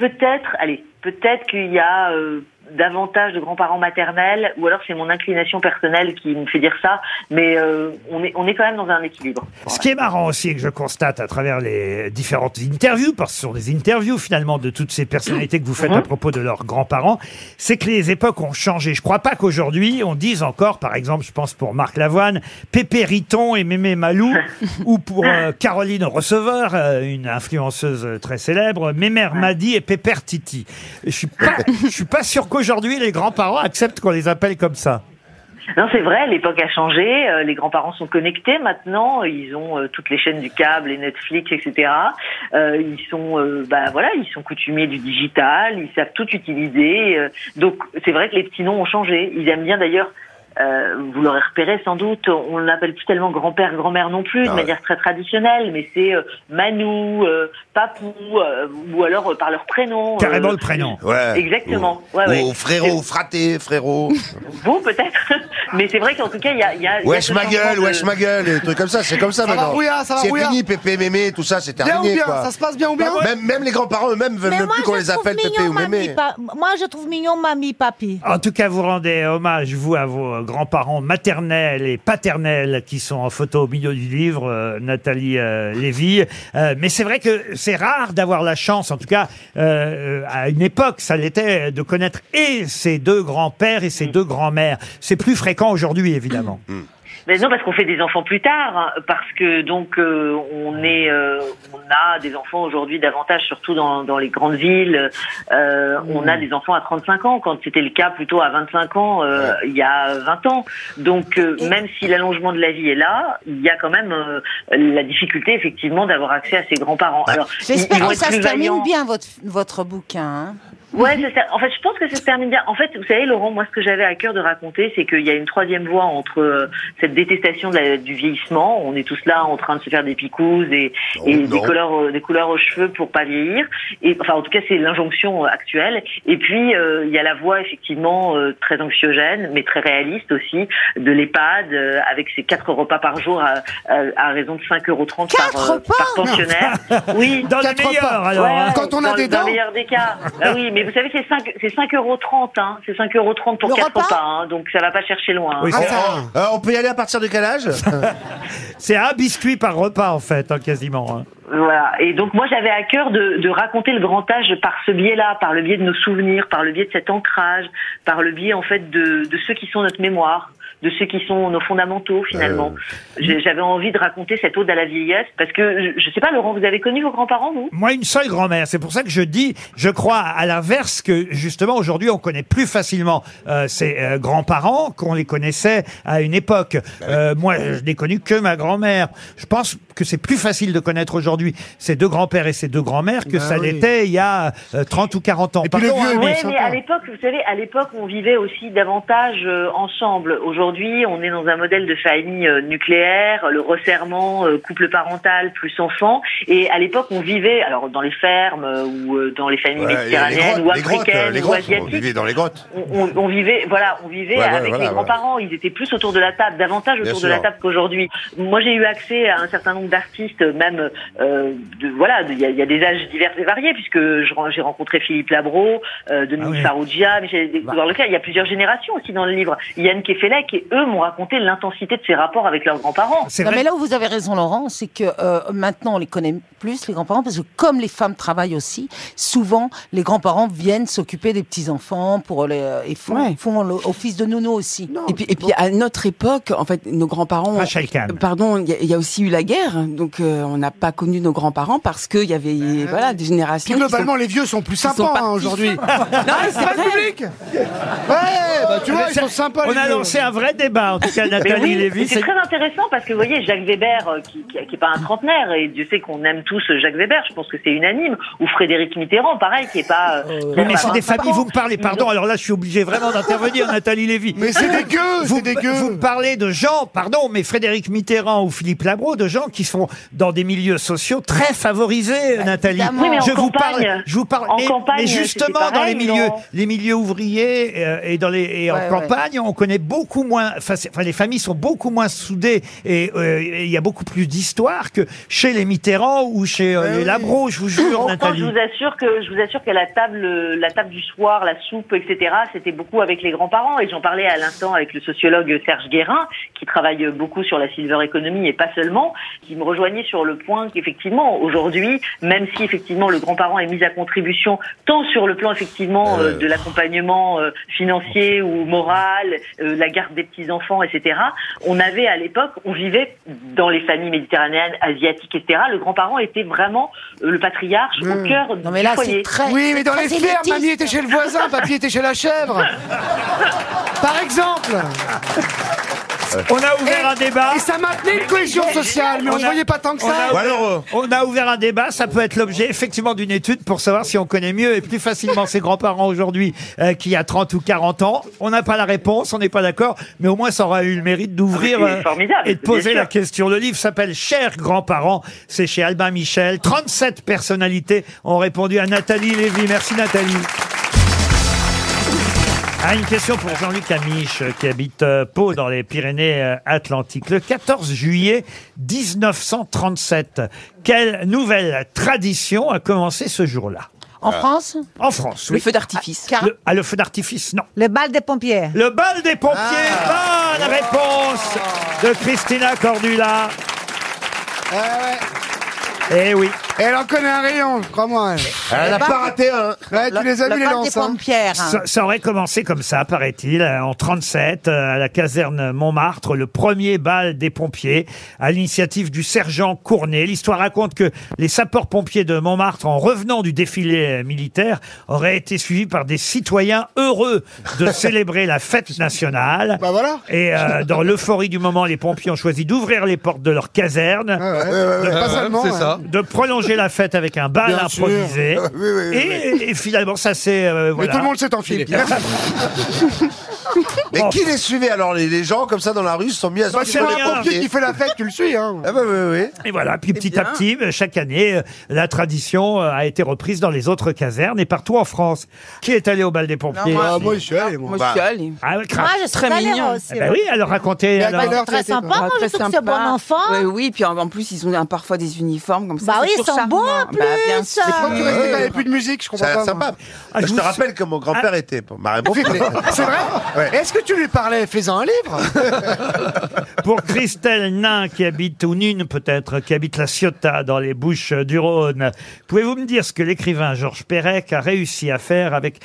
Peut-être qu'il y a davantage de grands-parents maternels, ou alors c'est mon inclination personnelle qui me fait dire ça, mais on est quand même dans un équilibre. Ce qui est marrant aussi, et que je constate à travers les différentes interviews, parce que ce sont des interviews finalement de toutes ces personnalités que vous faites à propos de leurs grands-parents, c'est que les époques ont changé. Je crois pas qu'aujourd'hui on dise encore, par exemple, je pense pour Marc Lavoine, Pépé Riton et Mémé Malou, ou pour Caroline Receveur, une influenceuse très célèbre, Mémère Madi et Pépère Titi. Je suis pas sûr qu'aujourd'hui les grands-parents acceptent qu'on les appelle comme ça. Non, c'est vrai, l'époque a changé. Les grands-parents sont connectés maintenant. Ils ont toutes les chaînes du câble, les Netflix, etc. Ils sont, ils sont coutumiers du digital. Ils savent tout utiliser. Donc, c'est vrai que les petits noms ont changé. Ils aiment bien d'ailleurs. Vous l'aurez repéré sans doute, on n'appelle plus tellement grand-père, grand-mère non plus, de manière très traditionnelle, mais c'est Manou, Papou, ou alors par leur prénom. Carrément le prénom. Ouais. Exactement. Ou frérot, fraté, frérot. Vous peut-être, mais c'est vrai qu'en tout cas il y a Wesh ma gueule, des trucs comme ça, c'est comme ça maintenant. C'est fini, Pépé, Mémé, tout ça, c'est terminé. Bien ou bien, quoi. ça se passe bien ou bien? Même les grands-parents eux-mêmes veulent même plus qu'on les appelle Pépé ou Mémé. Moi, je trouve mignon mamie, papi. En tout cas, vous rendez hommage, vous, à vos grands-parents maternels et paternels qui sont en photo au milieu du livre, Nathalie Lévy. Mais c'est vrai que c'est rare d'avoir la chance, en tout cas, à une époque, ça l'était, de connaître et ses deux grands-pères et ses deux grands-mères. C'est plus fréquent aujourd'hui, évidemment. Mais non, parce qu'on fait des enfants plus tard, hein, parce que donc on a des enfants aujourd'hui davantage, surtout dans les grandes villes. On a des enfants à 35 ans, quand c'était le cas plutôt à 25 ans il y a 20 ans. Donc même si l'allongement de la vie est là, il y a quand même la difficulté effectivement d'avoir accès à ses grands-parents. Alors j'espère que ça se termine bien votre bouquin. Hein. Ouais, en fait, je pense que ça se termine bien. En fait, vous savez, Laurent, moi, ce que j'avais à cœur de raconter, c'est qu'il y a une troisième voie entre cette détestation du vieillissement. On est tous là en train de se faire des picousses et des couleurs aux cheveux pour pas vieillir. Et enfin, en tout cas, c'est l'injonction actuelle. Et puis, il y a la voie effectivement très anxiogène, mais très réaliste aussi, de l'EHPAD avec ses 4 repas par jour à raison de 5,30 € par pensionnaire. Oui, dans les meilleurs, alors. Ouais, quand on a des dents. Dans le meilleur des cas. Ah oui, mais vous savez, c'est 5,30 €, hein. C'est 5,30 € pour 4 repas, hein. Donc ça va pas chercher loin. Oui, on peut y aller à partir de quel âge? C'est un biscuit par repas, en fait, hein, quasiment. Hein. Voilà. Et donc moi j'avais à cœur de raconter le grand âge par ce biais-là, par le biais de nos souvenirs, par le biais de cet ancrage, par le biais en fait de ceux qui sont notre mémoire, de ceux qui sont nos fondamentaux finalement. J'avais envie de raconter cette ode à la vieillesse parce que je sais pas, Laurent, vous avez connu vos grands-parents, vous? Moi, une seule grand-mère. C'est pour ça que je dis, je crois à l'inverse que justement aujourd'hui on connaît plus facilement ses grands-parents qu'on les connaissait à une époque. Moi, je n'ai connu que ma grand-mère. Je pense que c'est plus facile de connaître aujourd'hui ses deux grands-pères et ses deux grands-mères que ça l'était il y a 30 ou 40 ans. Mais à l'époque, vous savez, à l'époque, on vivait aussi davantage ensemble. Aujourd'hui, on est dans un modèle de famille nucléaire, le resserrement, couple parental plus enfant. Et à l'époque, on vivait, alors dans les fermes ou dans les familles méditerranéennes ou africaines ou asiatiques. On vivait dans les grottes. On vivait avec les grands-parents. Ils étaient plus autour de la table, davantage autour de la table qu'aujourd'hui. Moi, j'ai eu accès à un certain nombre d'artistes, même il y a des âges divers et variés, puisque j'ai rencontré Philippe Labro, Denis Farrugia, dans lequel il y a plusieurs générations aussi dans le livre. Yann Kefelec, et eux m'ont raconté l'intensité de ces rapports avec leurs grands-parents. Non, mais là où vous avez raison, Laurent, c'est que maintenant on les connaît plus, les grands-parents, parce que comme les femmes travaillent aussi, souvent les grands-parents viennent s'occuper des petits-enfants et font l'office de nounou aussi. Et puis à notre époque, en fait, nos grands-parents... Pardon, il y a aussi eu la guerre, donc on n'a pas connu nos grands-parents parce qu'il y avait des générations... Puis globalement, les vieux sont plus sympas aujourd'hui. Non, c'est pas public. Tu vois, ils sont sympas. On a lancé un vrai débat, en tout cas, Nathalie Lévy. C'est très intéressant parce que, vous voyez, Jacques Weber, qui est pas un trentenaire, et Dieu sait qu'on aime tous Jacques Weber, je pense que c'est unanime, ou Frédéric Mitterrand, pareil, qui est pas... mais c'est des familles, vous me parlez, pardon, alors là, je suis obligé vraiment d'intervenir, Nathalie Lévy. Mais c'est des gueux, vous me parlez de gens, pardon, mais Frédéric Mitterrand ou Philippe Labro, de gens qui sont dans des milieux sociaux très favorisés, Nathalie. Oui, mais je vous parle, mais justement, pareil, dans les milieux ouvriers et en campagne, on connaît beaucoup moins, les familles sont beaucoup moins soudées et il y a beaucoup plus d'histoire que chez les Mitterrand ou chez les Labro, je vous jure, Nathalie. Je vous assure qu'à la table du soir, la soupe, etc., c'était beaucoup avec les grands-parents, et j'en parlais à l'instant avec le sociologue Serge Guérin, qui travaille beaucoup sur la silver economy et pas seulement, qui qui me rejoignait sur le point qu'effectivement, aujourd'hui, même si effectivement le grand-parent est mis à contribution, tant sur le plan effectivement de l'accompagnement financier ou moral, la garde des petits-enfants, etc., on avait à l'époque, on vivait dans les familles méditerranéennes, asiatiques, etc., le grand-parent était vraiment le patriarche au cœur du foyer. Oui, mais dans les fermes, mamie était chez le voisin, papy était chez la chèvre. Par exemple. On a ouvert un débat. Et ça maintenait une cohésion sociale, mais on ne voyait pas tant que ça. On a ouvert un débat, ça peut être l'objet effectivement d'une étude pour savoir si on connaît mieux et plus facilement ses grands-parents aujourd'hui qu'il y a 30 ou 40 ans. On n'a pas la réponse, on n'est pas d'accord, mais au moins ça aura eu le mérite d'ouvrir et de poser la question. Le livre s'appelle Chers grands-parents, c'est chez Albin Michel. 37 personnalités ont répondu à Nathalie Lévy. Merci Nathalie. Une question pour Jean-Luc Amiche qui habite Pau dans les Pyrénées-Atlantiques. Le 14 juillet 1937, quelle nouvelle tradition a commencé ce jour-là? En France? En France, oui. Le feu d'artifice. Le feu d'artifice, non. Le bal des pompiers. Le bal des pompiers, bonne réponse de Christina Cordula. Eh oui. Et elle en connaît un rayon, crois-moi. Elle n'a pas raté un. Ouais, tu les as vus les lances. Ça aurait commencé comme ça, paraît-il, en 37, à la caserne Montmartre, le premier bal des pompiers, à l'initiative du sergent Cournet. L'histoire raconte que les sapeurs-pompiers de Montmartre, en revenant du défilé militaire, auraient été suivis par des citoyens heureux de célébrer la fête nationale. Bah voilà. Et dans l'euphorie du moment, les pompiers ont choisi d'ouvrir les portes de leur caserne, Pas seulement. C'est ça. de prolonger la fête avec un bal Bien sûr. improvisé. Et finalement, ça s'est... Mais tout le monde s'est enfilé. Mais qui les suivait alors les gens comme ça dans la rue se sont mis à se c'est C'est rien. un pompier qui fait la fête, tu le suis. Hein. Ah bah oui. Et voilà, puis petit à petit, chaque année, la tradition a été reprise dans les autres casernes et partout en France. Qui est allé au bal des pompiers? Moi, je suis allé. Moi, je suis allée. Ah ouais, Moi, je suis Très allée mignon. aussi. Eh ben oui, alors racontez. Mais à alors. quelle heure Très c'était, sympa, moi, je Très trouve que c'est bon sympa. enfant. Oui, puis en plus, ils ont parfois des uniformes comme ça. Bah c'est oui, ils toujours sont beaux, charmant. en plus. Bah, bien sûr. Pourquoi tu restais quand il n'y avait plus de musique? Je comprends C'est pas. sympa. Ah, je je te vous- rappelle que mon grand-père était. Ma réponse. C'est vrai. Ouais. Est-ce que tu lui parlais? Fais-en un livre. Pour Christelle Nain, qui habite, ou Nune peut-être, qui habite la Ciotat, dans les Bouches-du-Rhône, pouvez-vous me dire ce que l'écrivain Georges Perec a réussi à faire avec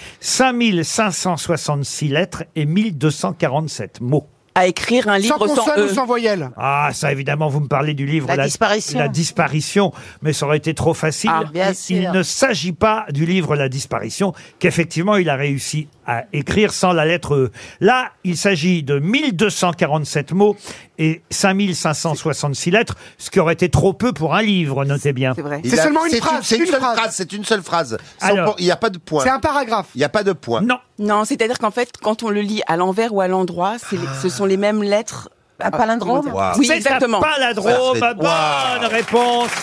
5566 lettres et 1247 mots? À écrire un Sans livre sans consonne ou E. sans voyelle? Ah, ça évidemment, vous me parlez du livre La disparition. La disparition, mais ça aurait été trop facile. Ah, bien Il sûr. ne s'agit pas du livre La disparition, qu'effectivement il a réussi à écrire sans la lettre E. Là, il s'agit de 1247 mots et 5566 lettres, ce qui aurait été trop peu pour un livre, notez bien. C'est vrai. C'est seulement une phrase, C'est une une seule phrase. phrase. C'est une seule phrase. Alors. Il n'y a pas de point. C'est un paragraphe. Il n'y a pas de point. Non. Non, c'est-à-dire qu'en fait, quand on le lit à l'envers ou à l'endroit, ce sont les mêmes lettres. Un palindrome? Comment dire Wow. Oui, C'est exactement. un palindrome. Ça, c'est- Bonne Wow. réponse.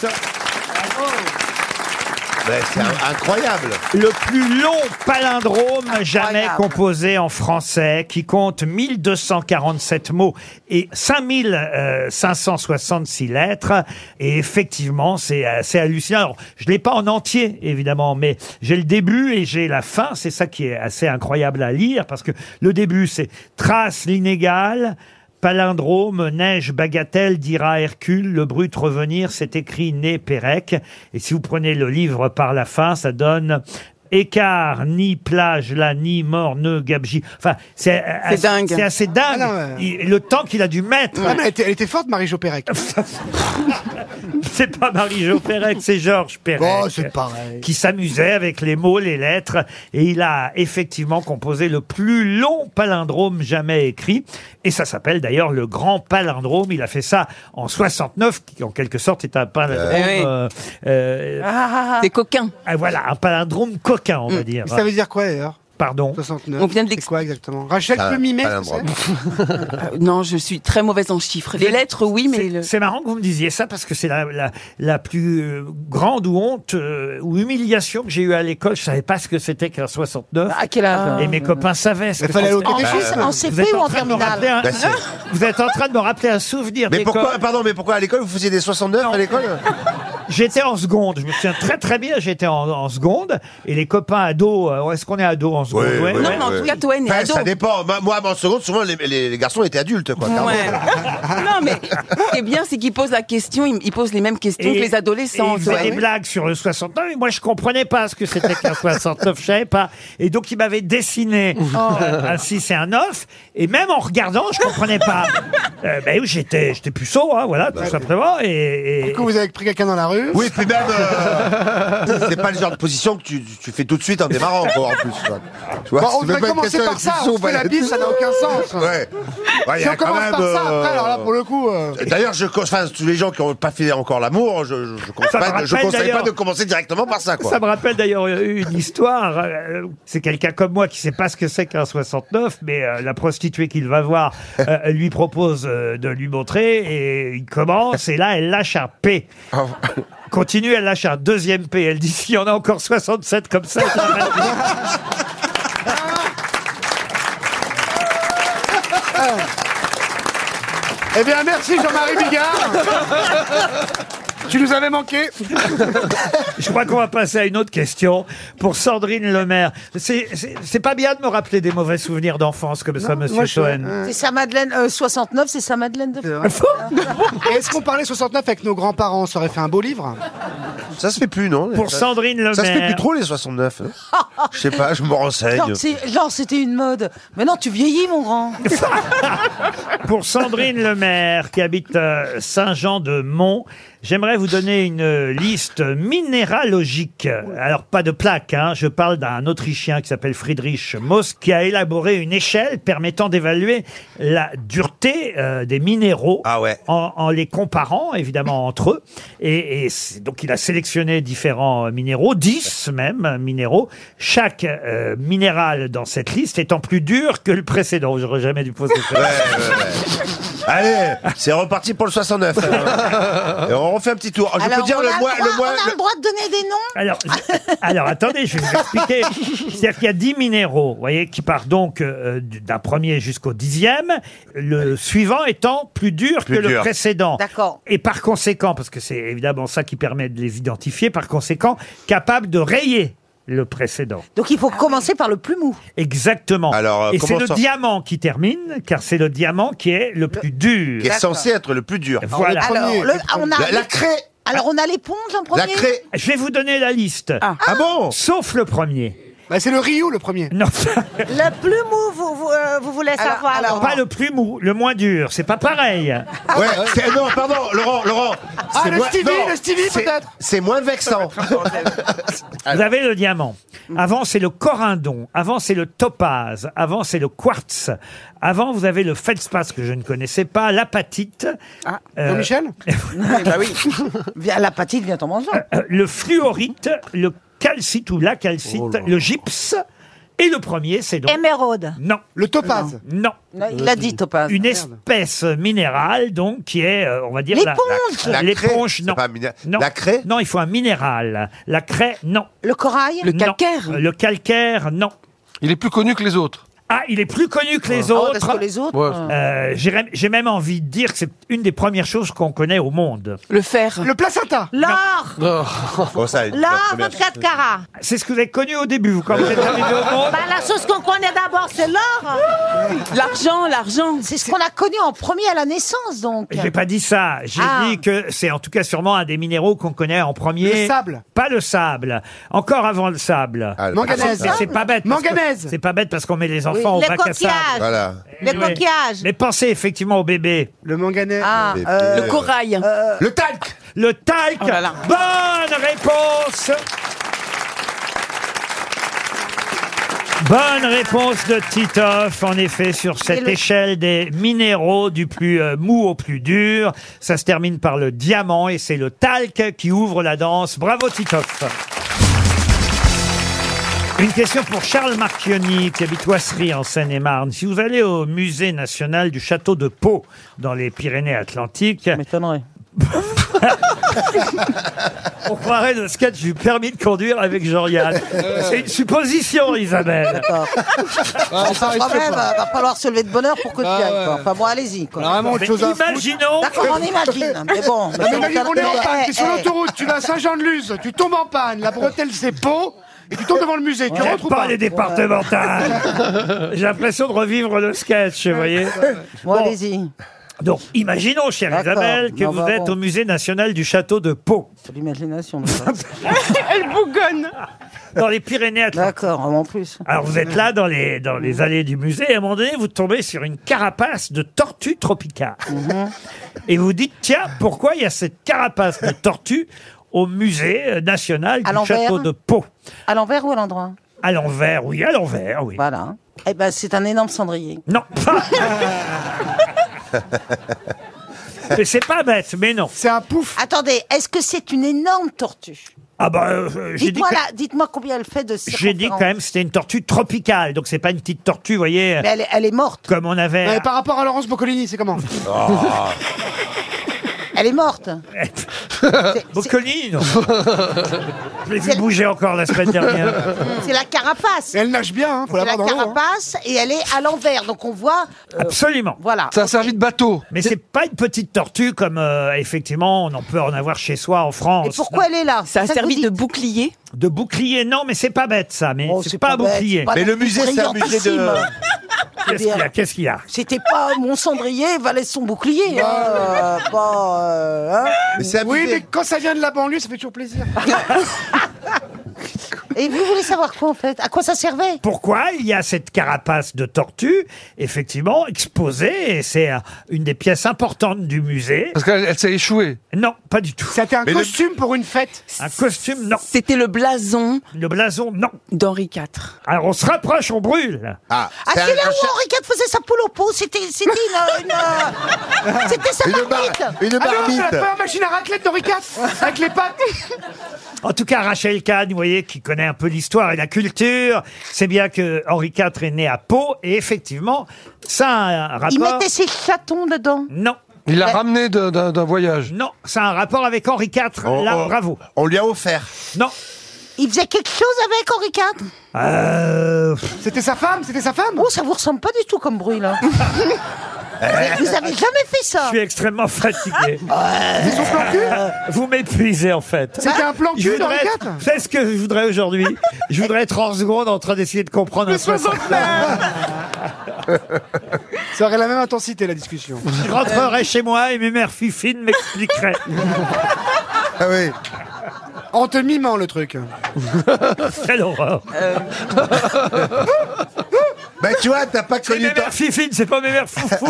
Mais c'est incroyable. Le plus long palindrome jamais Incroyable. composé en français, qui compte 1247 mots et 5566 lettres. Et effectivement, c'est assez hallucinant. Alors, je l'ai pas en entier, évidemment, mais j'ai le début et j'ai la fin. C'est ça qui est assez incroyable à lire, parce que le début, c'est trace l'inégal. Palindrome, neige, bagatelle, dira Hercule, le brut revenir, c'est écrit né Pérec. Et si vous prenez le livre par la fin, ça donne écart, ni plage, là, ni mort, ne gabji. Enfin, c'est dingue. C'est assez dingue. Ah non, ouais. Le temps qu'il a dû mettre. Ah, mais elle était forte, Marie-Jo Pérec. C'est pas Marie-Jo Pérec, c'est Georges Pérec. Oh, c'est pareil. Qui s'amusait avec les mots, les lettres, et il a effectivement composé le plus long palindrome jamais écrit, et ça s'appelle d'ailleurs le grand palindrome. Il a fait ça en 69, qui en quelque sorte est un palindrome. C'est coquin. Voilà, un palindrome coquin, on va dire. Ça veut dire quoi d'ailleurs? Pardon. 69. On vient de C'est quoi exactement? Rachel peut mimer, tu sais? Non, je suis très mauvaise en chiffres. Les lettres, oui, mais... C'est marrant que vous me disiez ça, parce que c'est la plus grande honte ou humiliation que j'ai eue à l'école. Je savais pas ce que c'était qu'un 69. À quel âge? Et mes copains savaient. Il fallait aller au catéchisme. En Vous CP êtes ou en en train de me terminale? rappeler un- Bah, c'est- Vous êtes en train de me rappeler un souvenir Mais d'école. pourquoi, pardon, mais pourquoi à l'école vous faisiez des 69 à l'école? J'étais en seconde, je me souviens très très bien, j'étais en seconde, et les copains ados, est-ce qu'on est ados en seconde? Oui, Ouais, oui, ouais. Non, mais en tout cas, Toen est Enfin, ado. ça dépend. Moi, en seconde, souvent, les garçons étaient adultes, quoi. clairement. Ouais. Non, mais ce qui est bien, c'est qu'il pose la question, il pose les mêmes questions que les adolescents. Et il faisait ouais. des blagues sur le 69, et moi je comprenais pas ce que c'était qu'un 69, je savais pas. Et donc il m'avait dessiné un 6 et un 9, et même en regardant, je comprenais pas. Ben oui, j'étais puceau, hein, voilà, tout simplement. Et Du coup, vous avez pris quelqu'un dans la rue. Oui, puis même, c'est pas le genre de position que tu fais tout de suite en démarrant, quoi, en plus. Tu vois, Bon, c'est on même devrait pas une commencer question par ça. de On fait la bise, ça n'a aucun sens. Ouais. Ouais, y Si a on quand commence même, par ça, après, alors là, pour le coup. D'ailleurs, tous les gens qui n'ont pas fait encore l'amour, je Ça me conseille rappelle pas d'ailleurs- de commencer directement par ça, quoi. ça me rappelle d'ailleurs une histoire. C'est quelqu'un comme moi qui sait pas ce que c'est qu'un 69, mais la prostituée qu'il va voir lui propose de lui montrer, et il commence, et là elle lâche un P. Continue, elle lâche un deuxième P. Elle dit s'il y en a encore 67 comme ça. Eh bien, merci Jean-Marie Bigard. Tu nous avais manqué. Je crois qu'on va passer à une autre question pour Sandrine Lemaire. C'est pas bien de me rappeler des mauvais souvenirs d'enfance comme ça, monsieur Toen. C'est sa Madeleine 69, c'est sa Madeleine de. Et est-ce qu'on parlait 69 avec nos grands-parents? Ça aurait fait un beau livre. Ça se fait plus, non? Pour Sandrine Lemaire. Ça se fait plus trop, les 69. hein. Je sais pas, je me renseigne. Genre, c'était une mode. Mais non, tu vieillis, mon grand. Pour Sandrine Lemaire, qui habite Saint-Jean-de-Mont, j'aimerais vous donner une liste minéralogique. Alors, pas de plaque, hein. Je parle d'un Autrichien qui s'appelle Friedrich Moos, qui a élaboré une échelle permettant d'évaluer la dureté des minéraux en les comparant, évidemment, entre eux. Et donc, il a sélectionné différents minéraux, 10 même minéraux, chaque minéral dans cette liste étant plus dur que le précédent. J'aurais jamais dû poser ça. Allez, c'est reparti pour le 69. Et on refait un petit tour. Je peux dire on le a mois. le droit de donner des noms. Alors, attendez, je vais vous expliquer. C'est-à-dire qu'il y a 10 minéraux, vous voyez, qui partent donc d'un premier jusqu'au 10e, le suivant étant plus dur que le précédent. D'accord. Et par conséquent, parce que c'est évidemment ça qui permet de les identifier, par conséquent, capable de rayer le précédent. Donc il faut commencer par le plus mou. Exactement. Alors, et c'est le comment ça diamant qui termine, car c'est le diamant qui est le plus dur. Qui est censé être le plus dur. Voilà. Alors, on a La craie. Alors on a l'éponge en premier. La craie. Je vais vous donner la liste. Ah bon? Sauf le premier. Bah, c'est le Ryu, le premier. Non. Le plus mou, vous voulez savoir. Alors, pas le plus mou, le moins dur. C'est pas pareil. Ouais, non, pardon, Laurent. Ah, c'est le moins- Stevie, non, le Stevie, c'est- peut-être. C'est moins vexant. Vous avez le diamant. Avant, c'est le corindon. Avant, c'est le topaz. Avant, c'est le quartz. Avant, vous avez le feldspath que je ne connaissais pas, l'apatite. Jean-Michel Bah oui. L'apatite vient en mangeant. Le fluorite, le calcite ou la calcite, le gypse. Et le premier, c'est donc... Émeraude. Non. Le topaz. Non. Non, il a dit topaz. Une espèce minérale, donc, qui est, on va dire... L'éponge. La L'éponge, craie, non. c'est pas minéral. Non. La craie. Non, il faut un minéral. La craie, non. Le corail. Le Non. calcaire. Le calcaire, non. Il est plus connu que les autres. Ah, il est plus connu que les Oh, autres. parce que les autres. Ouais. J'ai même envie de dire que c'est une des premières choses qu'on connaît au monde. Le fer. Le placenta. L'or. Bon, ça, L'or, première 24 carats. C'est ce que vous avez connu au début, vous, quand vous êtes arrivé au monde. Bah, la chose qu'on connaît d'abord, c'est l'or. L'argent. C'est ce qu'on a connu en premier à la naissance, donc. J'ai pas dit ça. J'ai dit que c'est en tout cas sûrement un des minéraux qu'on connaît en premier. Le sable. Pas le sable. Encore avant le sable. Ah, le Manganèse. Mais c'est pas bête. parce que- Manganèse. C'est pas bête parce qu'on met les enfants au Les bac à sable. coquillages. Voilà. Les Oui. coquillages. Mais pensez effectivement au bébé. Le manganèse. Ah, Le corail. Le talc. Le talc. Oh là là. Bonne réponse. Bonne réponse de Titoff, en effet, sur cette échelle des minéraux du plus mou au plus dur. Ça se termine par le diamant et c'est le talc qui ouvre la danse. Bravo Titoff. Une question pour Charles Marchioni, qui habite Oisserie en Seine-et-Marne. Si vous allez au musée national du château de Pau, dans les Pyrénées-Atlantiques... M'étonnerait. On croirait le sketch du permis de conduire avec Jean-Yann. C'est une supposition, Isabelle. D'accord. ça arrive Quand même, pas. va falloir se lever de bonne heure pour que tu y ailles. quoi. Enfin bon, allez-y. quoi. On a vraiment autre chose à foutre. Imaginons D'accord, on imagine. Mais bon. Non, mais imagine qu'on est en panne, t'es sur l'autoroute, tu vas à Saint-Jean-de-Luz, tu tombes en panne, la bretelle c'est Pau, et tu tombes devant le musée, tu j'aime rentres ou pas pas les départementales. J'ai l'impression de revivre le sketch, vous voyez. Bon, allez-y. Donc, imaginons, chère D'accord. Isabelle, que Non, vous bah, êtes bon. au musée national du château de Pau, C'est l'imagination. Elle bougonne. dans les Pyrénées-Atlantiques. D'accord, en plus. Alors, vous êtes là dans les allées du musée, et à un moment donné, vous tombez sur une carapace de tortue tropicale. Et vous dites, tiens, pourquoi il y a cette carapace de tortue au musée national À du l'envers château de Pau? À l'envers ou à l'endroit? À l'envers, oui, à l'envers, oui. Voilà. Eh ben, c'est un énorme cendrier. Non. Mais c'est pas bête, mais non. C'est un pouf. Attendez, est-ce que c'est une énorme tortue? Ah bah, j'ai dit, Dites-moi combien elle fait de j'ai dit quand même que c'était une tortue tropicale, donc c'est pas une petite tortue, vous voyez, Mais elle est morte. comme on avait... Non, mais par rapport à Laurence Boccolini, c'est comment Elle est morte. Boccolini, non. Je l'ai vu bouger encore la semaine dernière. C'est la carapace. Elle nage bien, faut C'est l'avoir la dans l'eau. hein. carapace et elle est à l'envers. Donc on voit. Absolument. Voilà. Ça a servi de bateau. Mais c'est pas une petite tortue comme, effectivement, on en peut en avoir chez soi en France. Et pourquoi elle est là? Ça a que servi vous de dites. bouclier. De bouclier, non, mais c'est pas bête, ça. Mais Oh, c'est pas un bête, bouclier. c'est pas Mais non le plus musée, c'est un musée de... brillantissime. Qu'est-ce qu'il y a? Qu'est-ce qu'il y a? C'était pas mon cendrier valait son bouclier. Hein, hein. Mais c'est un Oui, musée. mais quand ça vient de la banlieue, ça fait toujours plaisir. Et vous voulez savoir quoi en fait? À quoi ça servait? Pourquoi il y a cette carapace de tortue, effectivement, exposée, et c'est une des pièces importantes du musée. Parce qu'elle s'est échouée. Non, pas du tout. C'était un costume pour une fête. Un costume, non. C'était le blason Le blason, non. d'Henri IV. Alors on se rapproche, on brûle. Ah, Ah, c'est c'est là un- où Henri IV faisait sa poule au pot. C'était c'était sa marmite. Une Ah non, c'est la marmite. première machine à raclette d'Henri IV, avec les pattes. En tout cas, Rachel Kahn, vous voyez, qui connaît un peu l'histoire et la culture, c'est bien que Henri IV est né à Pau, et effectivement, ça a un rapport... Il mettait ses chatons dedans. Non. Il l'a ramené d'un voyage. Non, ça a un rapport avec Henri IV. Là, bravo. On lui a offert. Non. Il faisait quelque chose avec Henri IV. C'était sa femme, c'était sa femme. Oh, ça vous ressemble pas du tout comme bruit là. Vous avez jamais fait ça. Je suis extrêmement fatigué. C'est son plan cul. Vous m'épuisez, en fait. C'était un plan Je cul d'Henri voudrais IV. être... C'est ce que je voudrais aujourd'hui. Je voudrais être en seconde en train d'essayer de comprendre un 60. Ça aurait la même intensité, la discussion. Je rentrerai chez moi et mes mères fifines m'expliqueraient. Ah oui. En te mimant, le truc. Quelle horreur. Ben tu vois, t'as pas C'est connu mes mères fifines, c'est pas mes mères foufou.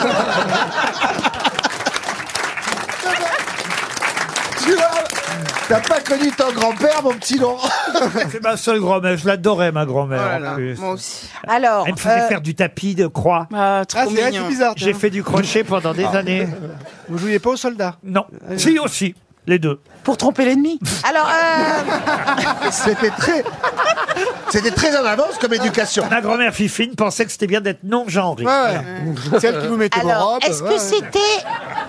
Tu vois, t'as pas connu ton grand-père, mon petit Laurent. C'est ma seule grand-mère. Je l'adorais, ma grand-mère. Voilà, en plus. Moi aussi. Alors, Elle me faisait faire du tapis de croix. Ah, trop Ah, c'est mignon. bizarre. J'ai fait du crochet pendant des années. Vous jouiez pas aux soldats. Non. Si, aussi. Les deux. pour tromper l'ennemi. Alors, C'était très en avance comme éducation. Ma grand-mère Fifine pensait que c'était bien d'être non-genré. Ouais. Celle qui vous mettait vos alors, robes. est-ce que ouais. c'était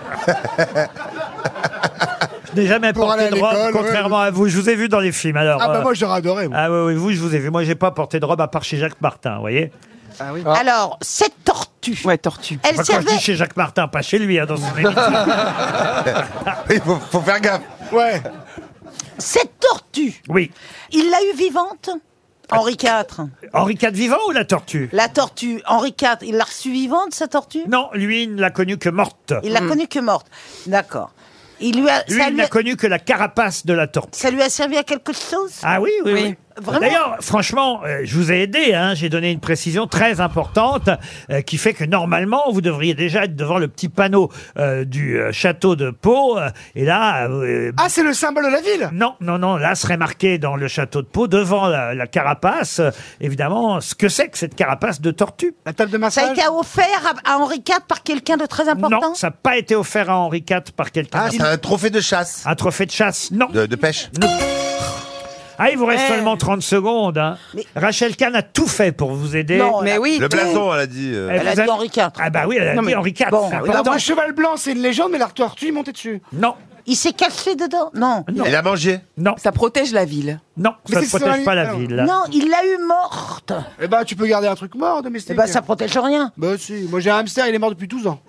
Je n'ai jamais Pour aller porté à de robe, l'école, contrairement à vous. Je vous ai vu dans les films, alors. Ah bah moi j'aurais adoré. Moi. Ah oui, oui, vous, je vous ai vu. Moi, j'ai pas porté de robe à part chez Jacques Martin, vous voyez. Ah oui. Alors, cette tortue. Ouais, tortue. Elle Enfin, quand je servait. dis chez Jacques Martin, pas chez lui, hein, dans son émission. Il faut faire gaffe. Ouais. Cette tortue. Oui. Il l'a eu vivante. Henri IV. Henri IV vivant ou la tortue? La tortue. Henri IV, il l'a reçue vivante, sa tortue? Non, lui, il ne l'a connue que morte. Il l'a connue que morte. D'accord. Il lui a, Lui, ça, il lui n'a a, connu que la carapace de la tortue. ça lui a servi à quelque chose? Ah oui, oui, Oui. oui. Vraiment? D'ailleurs, franchement, je vous ai aidé, hein, j'ai donné une précision très importante qui fait que normalement, vous devriez déjà être devant le petit panneau du château de Pau. Et là... Ah, c'est le symbole de la ville. non, non, non, là serait marqué dans le château de Pau, devant la carapace, évidemment, ce que c'est que cette carapace de tortue. La table de Ça a massage. été offert à Henri IV par quelqu'un de très important? Non, ça n'a pas été offert à Henri IV par quelqu'un. Ah, c'est un trophée de chasse. Un trophée de chasse, non. De pêche. Ah, il vous reste seulement 30 secondes. Hein. Rachel Kahn a tout fait pour vous aider. Non, mais oui. Le blason, elle a dit. Elle a dit Henri IV. Ah bah oui, elle a dit Henri IV. Bon, c'est Alors, important. moi, cheval blanc, c'est une légende, mais la tortue, il montait dessus. Non, Il s'est caché dedans. Non. Il a mangé. non, Ça protège la ville. non, Mais ça ne c'est protège sur pas la- la alors. ville. Non, il l'a eu morte. Eh ben, tu peux garder un truc mort, domestique. Eh ben, ça protège rien. Bah si, moi j'ai un hamster, il est mort depuis 12 ans.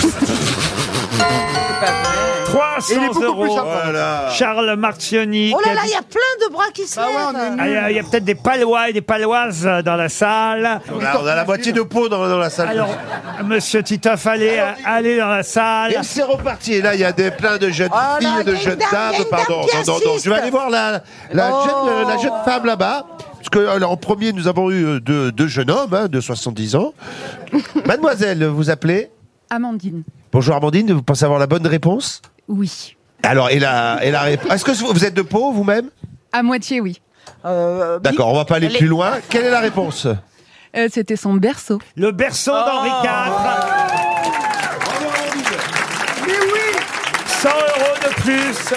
300 Il est beaucoup plus euros. sympa. Voilà. Charles Martioni. Oh qui là là, habite- il y a plein de bras qui se Ah ouais, lèvent. on est Ah, il y a peut-être des Palois et des Paloises dans la salle. On a la moitié de peau dans la salle. Alors, monsieur Titoff, allez dans la salle. Et c'est reparti. Et là, il y a plein de jeunes Oh là, filles, il y de a une jeunes dame, il y a dames. une dame Pardon, qui non. assiste. Je vais aller voir la jeune femme là-bas. Parce que, alors, en premier, nous avons eu deux jeunes hommes de 70 ans. Mademoiselle, vous appelez Amandine. Bonjour Amandine, vous pensez avoir la bonne réponse? Oui. Alors, et la réponse. Est-ce que vous êtes de Pau vous-même? À moitié, oui. D'accord, on va pas aller plus loin. Quelle est la réponse? C'était son berceau. Le berceau d'Henri IV. Mais oui 100 euros de plus.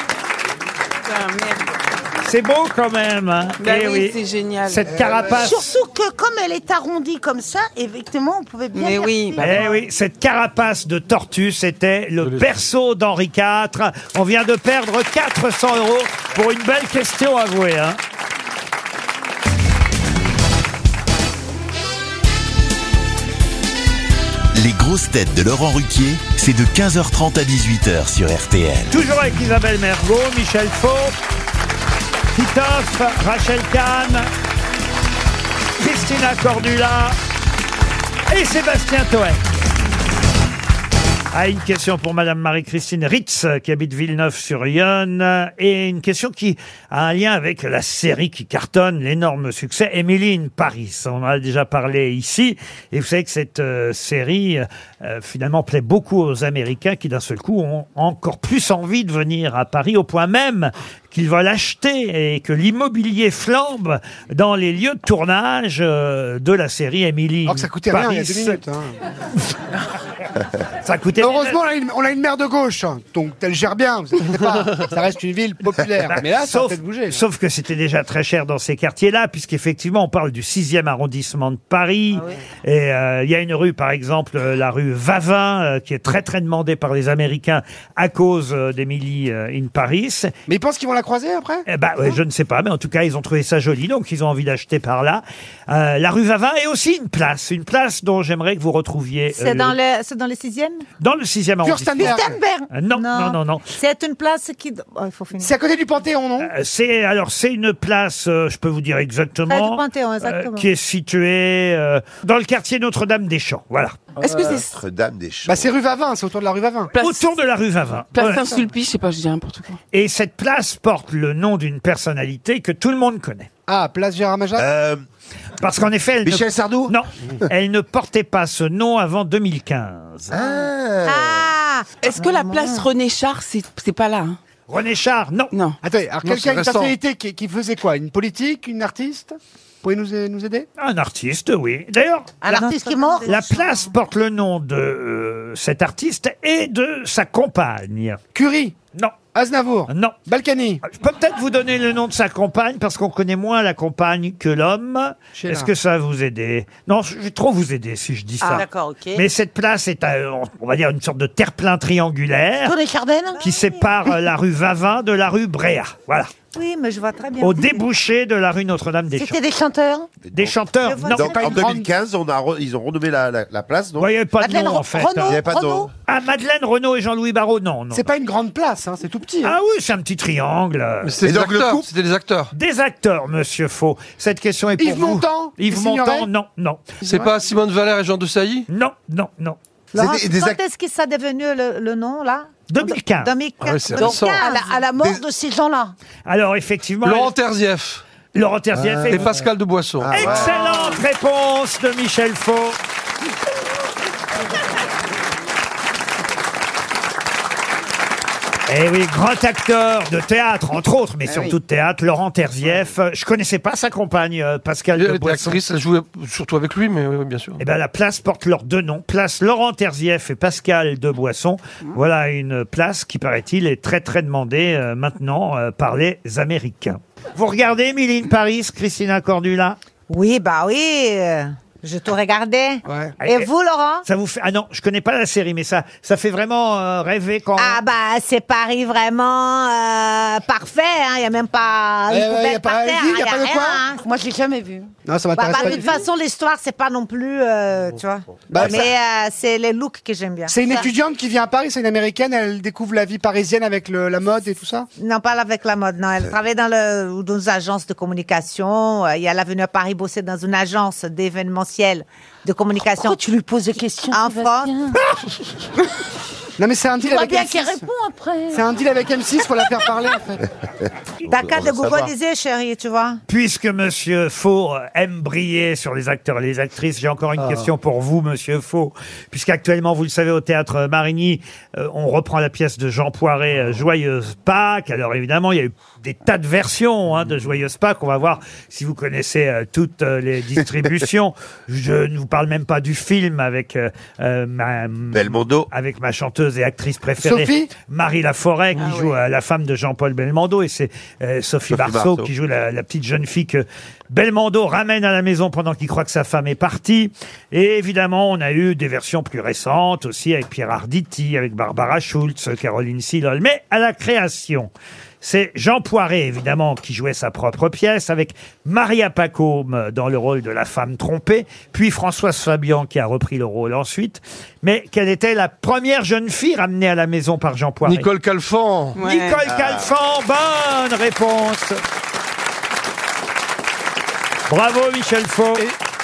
C'est beau quand même. Hein. Bah Eh oui, c'est génial. Cette carapace. Surtout que comme elle est arrondie comme ça, effectivement, on pouvait bien. Mais dire oui, que- bah Eh oui, cette carapace de tortue, c'était le berceau d'Henri IV. On vient de perdre 400 euros pour une belle question avouée. Hein. Les grosses têtes de Laurent Ruquier, c'est de 15h30 à 18h sur RTL. Toujours avec Isabelle Mergo, Michel Faux, Titoff, Rachel Kahn, Christina Cordula et Sébastien Toen. Ah, une question pour Madame Marie-Christine Ritz, qui habite Villeneuve-sur-Yonne, et une question qui a un lien avec la série qui cartonne, l'énorme succès, Emily in Paris. On en a déjà parlé ici, et vous savez que cette série, finalement, plaît beaucoup aux Américains qui, d'un seul coup, ont encore plus envie de venir à Paris, au point même qu'ils veulent acheter et que l'immobilier flambe dans les lieux de tournage de la série Emily Alors que ça coûtait rien il y a 2 minutes. Hein. Ça coûtait. Heureusement, on a une maire de gauche, hein, donc elle gère bien, vous inquiétez pas. Ça reste une ville populaire. Mais là, ça va peut-être bouger. Là. Sauf que c'était déjà très cher dans ces quartiers-là, puisqu'effectivement, on parle du 6e arrondissement de Paris. Ah oui. Et il y a une rue, par exemple, la rue Vavin, qui est très très demandée par les Américains à cause d'Emily in Paris. Mais ils pensent qu'ils vont la croiser après? Eh ben, ouais, je ne sais pas, mais en tout cas, ils ont trouvé ça joli, donc ils ont envie d'acheter par là. La rue Vavin est aussi une place dont j'aimerais que vous retrouviez. C'est dans le 6e? Dans le 6e arrondissement. Furstenberg. Non. C'est une place qui... Oh, il faut finir. C'est à côté du Panthéon, non? C'est une place, je peux vous dire exactement, Près du Panthéon, exactement. qui est située dans le quartier Notre-Dame-des-Champs. Voilà. Est-ce que c'est Notre-Dame des Champs. Bah c'est rue Vavin, c'est autour de la rue Vavin. Autour de la rue Vavin. Place Ouais. Saint-Sulpice, je sais pas, je dis n'importe quoi. Et cette place porte le nom d'une personnalité que tout le monde connaît. Ah, place Gérard Majac. Parce qu'en effet, elle Michel Sardou? Non, elle ne portait pas ce nom avant 2015. Ah Est-ce que la place René Char, c'est pas là hein? René Char, non. Non. Attendez, alors Non, quelqu'un, c'est une récent. personnalité qui faisait quoi? Une politique, une artiste? Vous pouvez nous aider? Un artiste, oui. D'ailleurs, Un artiste qui est mort. la place porte le nom de cet artiste et de sa compagne. Curie, Non, Aznavour, non. Balkany. Je peux peut-être vous donner le nom de sa compagne parce qu'on connaît moins la compagne que l'homme. Sheila. Est-ce que ça va vous aider? Non, je vais trop vous aider si je dis Ah, ça. d'accord, ok. Mais cette place est, on va dire, une sorte de terre-plein triangulaire René Chardin qui sépare la rue Vavin de la rue Bréa. Voilà. Oui, mais je vois très bien. Au débouché de la rue Notre-Dame-des-Champs. C'était des chanteurs. Des chanteurs, Je vois non. très Donc en 2015, ils ont renommé la place, Vous non? voyez pas de Madeleine nom en fait. Renaud. Il n'y avait pas de nom. Renaud. Ah, Madeleine Renaud et Jean-Louis Barrault, non, non. C'est pas une grande place, hein, c'est tout petit. Hein. Ah oui, c'est un petit triangle. Mais c'était Et des donc, le acteurs. couple C'était des acteurs. Des acteurs, monsieur Faux. Cette question est pour Yves vous. Montand Yves Les Montand, Signorets non, non. C'est pas Simone Valère et Jean de Sailly? Non, non, non. Laurent, C'est des quand act- est-ce que ça est devenu le nom, là? 2015. 2015. Ah oui, c'est Donc, récent. à la mort de ces gens-là. Alors, effectivement... Laurent Terzieff Laurent Terzieff et Pascal de Boisson. Ah, ouais. Excellente réponse de Michel Faux. Eh oui, grand acteur de théâtre, entre autres, mais surtout de théâtre, Laurent Terzieff. Je connaissais pas sa compagne, Pascal Elle de était Boisson. actrice, elle jouait surtout avec lui, mais oui, bien sûr. Eh ben, la place porte leurs deux noms. Place Laurent Terzieff et Pascal de Boisson. Voilà une place qui, paraît-il, est très très demandée maintenant par les Américains. Vous regardez Emily in Paris, Christina Cordula? Oui, bah oui. Je tout regardé. Ouais. Et vous, Laurent? Ça vous fait... Ah non, je connais pas la série, mais ça fait vraiment rêver quand... Ah bah, c'est Paris vraiment parfait. Il n'y a même pas une y a poubelle pas par un terre. vide, y a pas de rien, quoi hein. Moi, je l'ai jamais vu. Non, ça Bah, m'intéresse pas de du toute tout. façon, l'histoire, c'est pas non plus, tu vois. Bah, Mais c'est les looks que j'aime bien. C'est une Ça- étudiante qui vient à Paris, c'est une américaine, elle découvre la vie parisienne avec la mode et tout ça? Non, pas avec la mode, non. Elle travaille dans une agence de communication. Et elle est venue à Paris bosser dans une agence d'événementiel de communication. Pourquoi tu lui poses des questions, En Sébastien? Non, mais c'est un Tu deal vois avec bien M6. qu'elle répond après. C'est un deal avec M6 pour la faire parler, en fait. T'as qu'à de googliser, chérie, tu vois. Puisque Monsieur Faux aime briller sur les acteurs et les actrices, j'ai encore une question pour vous, Monsieur Faux. Puisqu'actuellement, vous le savez, au Théâtre Marigny, on reprend la pièce de Jean Poiret, Joyeuse Pâques. Alors évidemment, il y a eu des tas de versions de Joyeuse Pâques. On va voir si vous connaissez toutes les distributions. Je ne vous parle même pas du film avec Belmondo. avec ma chanteuse et actrice préférée, Sophie Marie Laforêt, qui joue la femme de Jean-Paul Belmondo, et c'est Sophie Marceau qui joue la petite jeune fille que Belmondo ramène à la maison pendant qu'il croit que sa femme est partie. Et évidemment, on a eu des versions plus récentes aussi, avec Pierre Arditi, avec Barbara Schultz, Caroline Silol. Mais à la création, c'est Jean Poiret, évidemment, qui jouait sa propre pièce, avec Maria Pacôme dans le rôle de la femme trompée, puis Françoise Fabian qui a repris le rôle ensuite. Mais quelle était la première jeune fille ramenée à la maison par Jean Poiret? Nicole Calfan. Ouais. Nicole Calfan, bonne réponse. Bravo Michel Faux.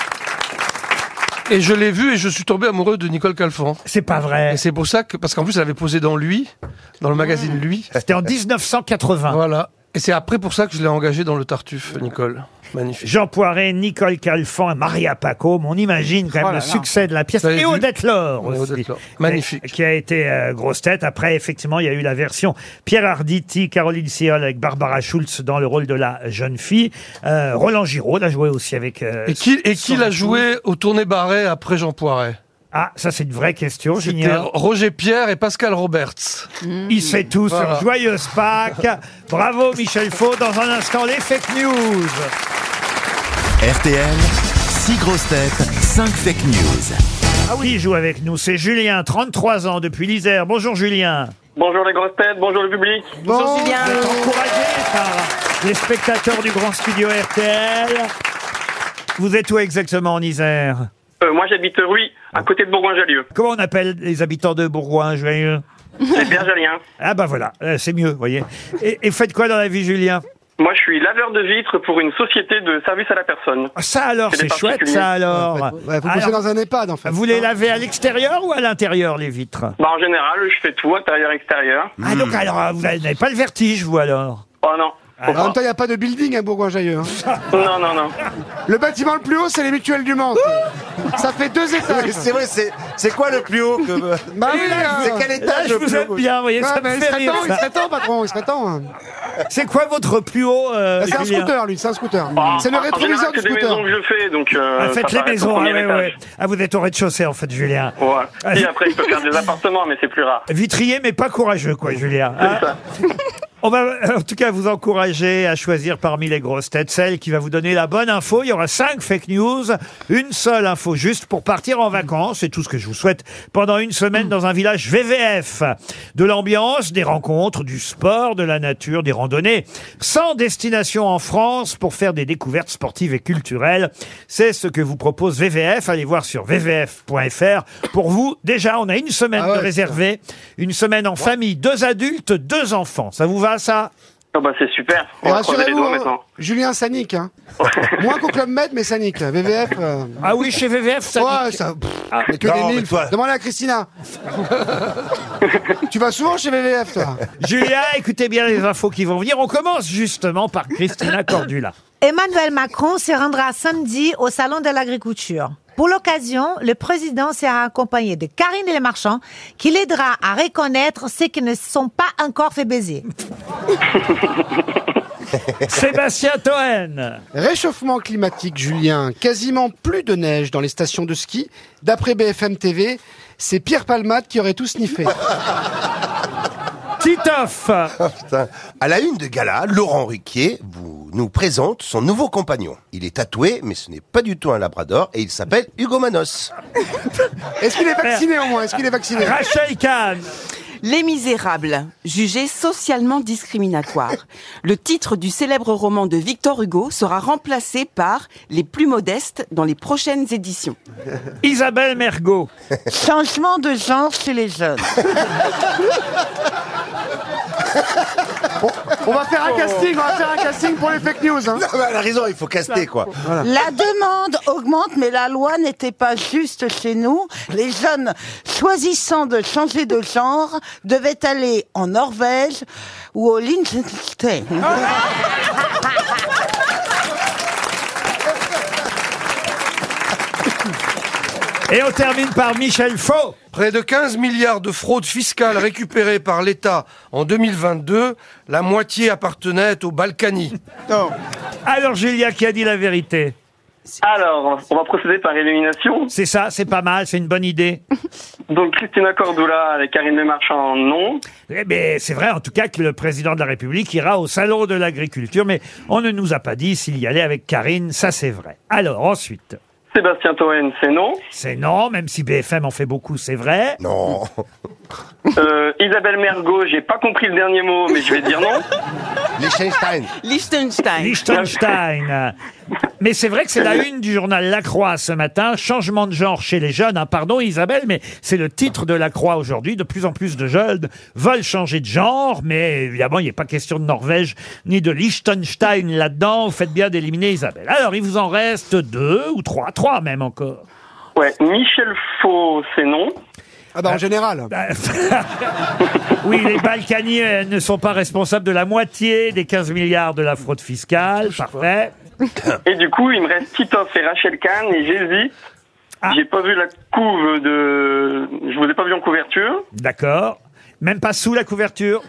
Et je l'ai vue et je suis tombé amoureux de Nicole Calfan. C'est pas vrai. Et c'est pour ça que, parce qu'en plus elle avait posé dans Lui, dans le magazine Lui. C'était en 1980. Voilà. Et c'est après pour ça que je l'ai engagée dans le Tartuffe, Nicole. Magnifique. Jean Poiret, Nicole Calfan et Maria Pacôme. On imagine quand même le succès de la pièce. Vous avez Et vu Odette Laure Oui, aussi. Odette Laure. Magnifique. Qui a été grosse tête. Après, effectivement, il y a eu la version Pierre Arditi, Caroline Siol avec Barbara Schultz dans le rôle de la jeune fille. Roland Giraud l'a joué aussi avec... Et qui l'a joué au Tourné Barret après Jean Poiret? Ah, ça c'est une vraie question, C'était j'ignore. Roger Pierre et Pascal Roberts. Il sait tout Voilà. sur Joyeuse Pâques. Bravo Michel Faux. Dans un instant, les fake news. RTL, 6 grosses têtes, 5 fake news. Qui joue avec nous? C'est Julien, 33 ans, depuis l'Isère. Bonjour Julien. Bonjour les grosses têtes, bonjour le public. Bonjour Julien. Vous êtes encouragé par les spectateurs du grand studio RTL. Vous êtes où exactement en Isère? Moi j'habite Ruy, à côté de Bourgoin-Jallieu. Comment on appelle les habitants de Bourgoin-Jallieu? C'est bien Jalien. Ah bah voilà, c'est mieux, vous voyez. Et faites quoi dans la vie, Julien? Moi je suis laveur de vitres pour une société de service à la personne. Ça alors, C'est c'est des chouette, particuliers. ça alors. Ouais, vous bossez dans un EHPAD, en fait. Vous les lavez à l'extérieur ou à l'intérieur, les vitres? Bah en général je fais tout, intérieur, extérieur. Ah donc alors, vous n'avez pas le vertige, vous alors? Oh non. En même temps, il n'y a pas de building à Bourgoin-Jallieu. Hein. Non, non, non. Le bâtiment le plus haut, c'est les mutuelles du Mans. Ça fait 2 étages. C'est vrai, c'est quoi le plus haut que... Bah oui, C'est quel Là, étage je le vous plus aime haut? bien, vous voyez, Ouais, ça mais me fait rire. il serait temps, patron, il serait temps. Hein. C'est quoi votre plus haut, C'est un Julien? scooter, lui, c'est un scooter. C'est le En rétroviseur général, du c'est des scooter. maisons que je fais, donc Ah, faites ça les paraît maisons, au ah, premier ouais, ouais. étage. Ah, vous êtes au rez-de-chaussée, en fait, Julien. Ouais. Ah, Et après, je peux faire des appartements, mais c'est plus rare. Vitrier, mais pas courageux, quoi, Julien. Hein? On va en tout cas vous encourager à choisir parmi les grosses têtes celle qui va vous donner la bonne info. Il y aura 5 fake news, une seule info juste pour partir en vacances. C'est tout ce que je vous souhaite pendant une semaine dans un village VVF. De l'ambiance, des rencontres, du sport, de la nature, des randonnées. 100 destinations en France pour faire des découvertes sportives et culturelles. C'est ce que vous propose VVF. Allez voir sur vvf.fr. Pour vous, déjà, on a une semaine de réservée. Une semaine en famille, 2 adultes, 2 enfants. Ça vous va, ça? Oh bah c'est super. Et On va croiser les rassurez-vous, doigts maintenant. Julien, ça nique. Hein. Moins qu'au Club Med, mais ça nique. VVF. Ah oui, chez VVF, ça Ouais, nique. ça. Ah, Mais que non, des mais mille. toi- Demande à Christina. Tu vas souvent chez VVF, toi? Julien, écoutez bien les infos qui vont venir. On commence justement par Christina Cordula. Emmanuel Macron se rendra samedi au Salon de l'Agriculture. Pour l'occasion, le président sera accompagné de Karine Le Marchand, qui l'aidera à reconnaître ceux qui ne sont pas encore fait baiser. Sébastien Toen. Réchauffement climatique, Julien. Quasiment plus de neige dans les stations de ski. D'après BFM TV, c'est Pierre Palmade qui aurait tout sniffé. Titoff. Oh, putain. À la une de gala, Laurent Ruquier, vous nous présente son nouveau compagnon. Il est tatoué, mais ce n'est pas du tout un labrador, et il s'appelle Hugo Manos. Est-ce qu'il est vacciné au moins? Est-ce qu'il est vacciné? Rachel Kahn. Les Misérables, jugés socialement discriminatoires. Le titre du célèbre roman de Victor Hugo sera remplacé par Les plus modestes dans les prochaines éditions. Isabelle Mergo. Changement de genre chez les jeunes. On va faire un casting, pour les fake news. Hein. Non, mais elle a raison, il faut caster, quoi. Voilà. La demande augmente, mais la loi n'était pas juste chez nous. Les jeunes choisissant de changer de genre devaient aller en Norvège ou au Liechtenstein. Et on termine par Michel Faux. Près de 15 milliards de fraudes fiscales récupérées par l'État en 2022, la moitié appartenait aux Balkany. Alors Julia, qui a dit la vérité? Alors, on va procéder par élimination. C'est ça, c'est pas mal, c'est une bonne idée. Donc Christina Cordula avec Karine Le Marchand, non. Eh bien, c'est vrai en tout cas que le président de la République ira au salon de l'agriculture, mais on ne nous a pas dit s'il y allait avec Karine, ça c'est vrai. Alors ensuite... Sébastien Toen, c'est non. C'est non, même si BFM en fait beaucoup, c'est vrai. Non. Isabelle Mergo, j'ai pas compris le dernier mot, mais je vais dire non. Liechtenstein. Mais c'est vrai que c'est la une du journal La Croix ce matin. Changement de genre chez les jeunes. Pardon Isabelle, mais c'est le titre de La Croix aujourd'hui. De plus en plus de jeunes veulent changer de genre. Mais évidemment, il n'est pas question de Norvège ni de Liechtenstein là-dedans. Vous faites bien d'éliminer Isabelle. Alors, il vous en reste 2 ou 3 même encore. Ouais, Michel Faux, c'est non. Ah bah en général. Oui, les Balkany ne sont pas responsables de la moitié des 15 milliards de la fraude fiscale. Parfait. Et du coup, il me reste Titoff et Rachel Kahn et j'hésite. J'ai pas vu la couve de... Je vous ai pas vu en couverture. D'accord. Même pas sous la couverture.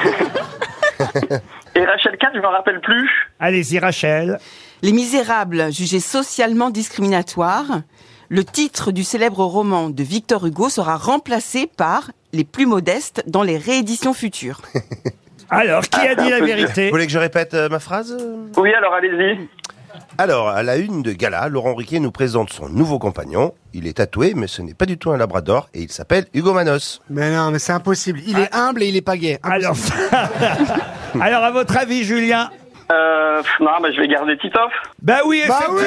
Et Rachel Kahn, je me rappelle plus. Allez-y, Rachel. Les Misérables, jugés socialement discriminatoires. Le titre du célèbre roman de Victor Hugo sera remplacé par Les plus modestes dans les rééditions futures. Alors, qui a dit la vérité? Vous voulez que je répète ma phrase? Oui, alors allez-y. Alors, à la une de Gala, Laurent Ruquier nous présente son nouveau compagnon. Il est tatoué, mais ce n'est pas du tout un labrador, et il s'appelle Hugo Manos. Mais non, mais c'est impossible. Il est humble et il est pas gay. Alors, alors, à votre avis, Julien? Non, je vais garder Titoff. Bah oui, effectivement.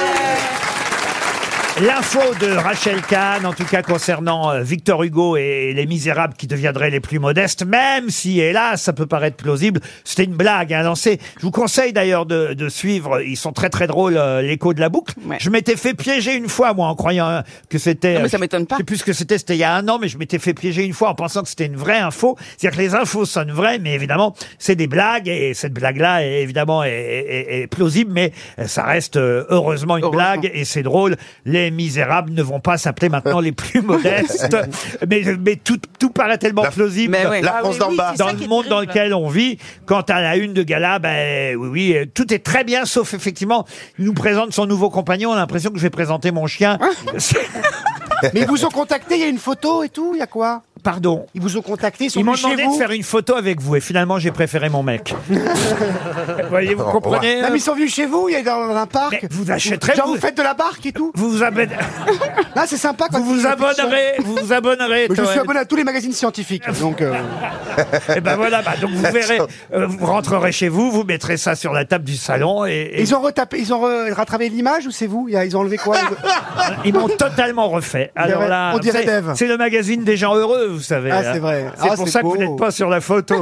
L'info de Rachel Kahn, en tout cas concernant Victor Hugo et Les Misérables qui deviendraient les plus modestes, même si, hélas, ça peut paraître plausible, c'était une blague lancée. Je vous conseille d'ailleurs de suivre, ils sont très très drôles, l'écho de la boucle. Ouais. Je m'étais fait piéger une fois, moi, en croyant que c'était... Non, mais ça m'étonne pas. Je sais plus ce que c'était il y a 1 an, mais je m'étais fait piéger une fois en pensant que c'était une vraie info. C'est-à-dire que les infos sonnent vraies, mais évidemment, c'est des blagues, et cette blague-là, évidemment, est plausible, mais ça reste heureusement une blague, et c'est drôle. Les Misérables ne vont pas s'appeler maintenant les plus modestes, mais tout paraît tellement plausible. Mais oui. La France d'en bas. Dans le monde dans lequel on vit, quant à la une de Gala, oui, tout est très bien, sauf effectivement, il nous présente son nouveau compagnon, on a l'impression que je vais présenter mon chien. Mais ils vous ont contacté, il y a une photo et tout, il y a quoi? Pardon. Ils vous ont contacté, ils m'ont demandé de faire une photo avec vous et finalement j'ai préféré mon mec. Vous voyez, vous comprenez? Non, mais ils sont venus chez vous, il y a dans un parc. Mais vous achèterez. Genre vous faites de la barque et tout. Vous vous abonnerez. Là c'est sympa quand vous vous abonnerez. Je suis abonné à tous les magazines scientifiques, donc. Et ben voilà, donc vous verrez, vous rentrerez chez vous, vous mettrez ça sur la table du salon et... Ils ont rattrapé l'image ou c'est vous? Ils ont enlevé quoi? Ils m'ont totalement refait. Alors là, on dirait Dave. C'est le magazine des gens heureux, vous savez. Ah, c'est vrai. C'est pour ça que vous n'êtes pas sur la photo.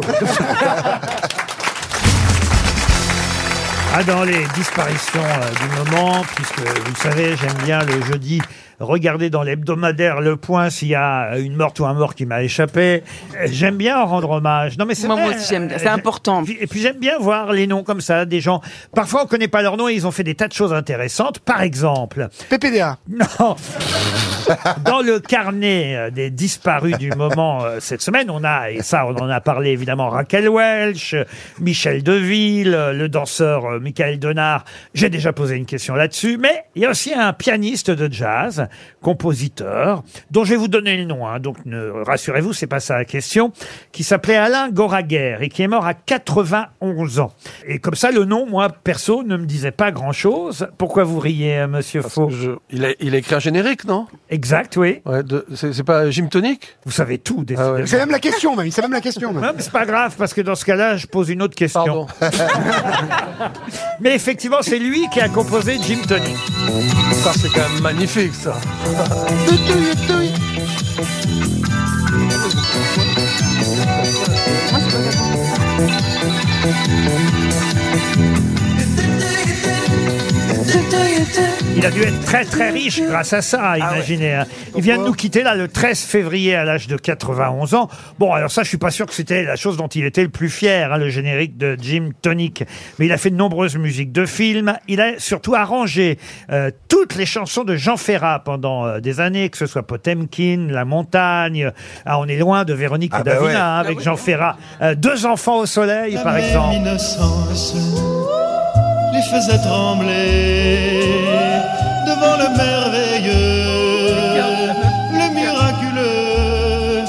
Dans les disparitions du moment, puisque vous le savez, j'aime bien le jeudi regarder dans l'hebdomadaire Le Point s'il y a une morte ou un mort qui m'a échappé. J'aime bien en rendre hommage. Non mais c'est moi aussi j'aime bien, c'est important. Et puis j'aime bien voir les noms comme ça, des gens. Parfois on connaît pas leur nom et ils ont fait des tas de choses intéressantes. Par exemple, PPDA. Non. Dans le carnet des disparus du moment cette semaine, on a, et ça on en a parlé évidemment, Raquel Welch, Michel Deville, le danseur Michael Denard. J'ai déjà posé une question là-dessus, mais il y a aussi un pianiste de jazz compositeur, dont je vais vous donner le nom, hein, donc rassurez-vous, c'est pas ça la question, qui s'appelait Alain Goraguer et qui est mort à 91 ans. Et comme ça, le nom, moi, perso, ne me disait pas grand-chose. Pourquoi vous riez, monsieur Faux? Il a écrit un générique, non? Exact, oui. Ouais, c'est pas Jim Tonic? Vous savez tout, décidément. C'est même la question, même. C'est même la question. Même. Non, mais c'est pas grave, parce que dans ce cas-là, je pose une autre question. Mais effectivement, c'est lui qui a composé Jim Tonic. Ça, c'est quand même magnifique, ça. Il a dû être très très riche grâce à ça, imaginez. Hein. Il vient de nous quitter là le 13 février à l'âge de 91 ans. Bon, alors ça, je suis pas sûr que c'était la chose dont il était le plus fier, hein, le générique de Jim Tonic. Mais il a fait de nombreuses musiques de films. Il a surtout arrangé toutes les chansons de Jean Ferrat pendant des années, que ce soit Potemkin, La Montagne. Ah, on est loin de Véronique et Davina, hein, avec Jean Ferrat. Deux enfants au soleil, par exemple. Innocence les faisait trembler devant le merveilleux, le miraculeux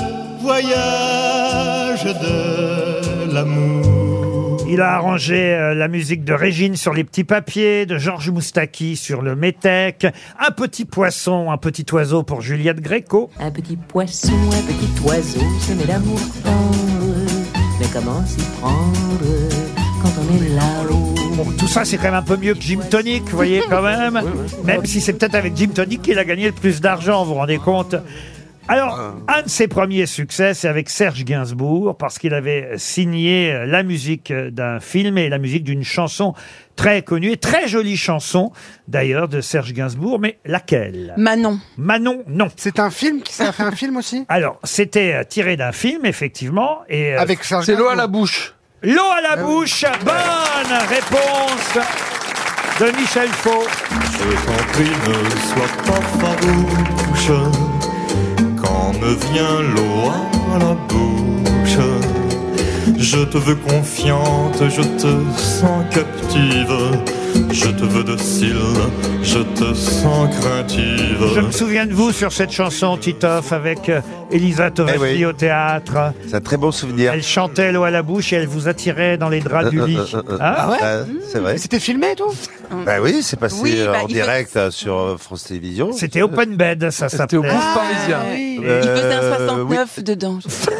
voyage de l'amour. Il a arrangé la musique de Régine sur Les Petits Papiers, de Georges Moustaki sur Le Métèque, Un petit poisson, un petit oiseau pour Juliette Gréco. Un petit poisson, un petit oiseau, se met d'amour tendre, mais comment s'y prendre quand on est là-haut? Bon, tout ça, c'est quand même un peu mieux que Jim Tonic, vous voyez, quand même. Même si c'est peut-être avec Jim Tonic qu'il a gagné le plus d'argent, vous vous rendez compte? Alors, un de ses premiers succès, c'est avec Serge Gainsbourg, parce qu'il avait signé la musique d'un film et la musique d'une chanson très connue, et très jolie chanson, d'ailleurs, de Serge Gainsbourg, mais laquelle? Manon. Manon, non. C'est un film ça a fait un film aussi? Alors, c'était tiré d'un film, effectivement, et... Avec Serge C'est L'eau à Gainsbourg. la bouche. L'eau à la bouche, bonne réponse de Michel Faux. Je t'en prie, ne sois pas farouche quand me vient l'eau à la bouche. Je te veux confiante, je te sens captive. Je te veux docile, je te sens craintive. Je me souviens de vous sur cette chanson, Titoff, avec Elisa Tovati au théâtre. C'est un très bon souvenir. Elle chantait l'eau à la bouche et elle vous attirait dans les draps du lit. Hein? Ah ouais? C'est vrai. C'était filmé et tout? Bah oui, c'est passé Oui, bah, en il direct sur France Télévisions. C'était Open Bed, ça s'appelait. C'était au Bouffe Parisien. Il faisait un 69 dedans.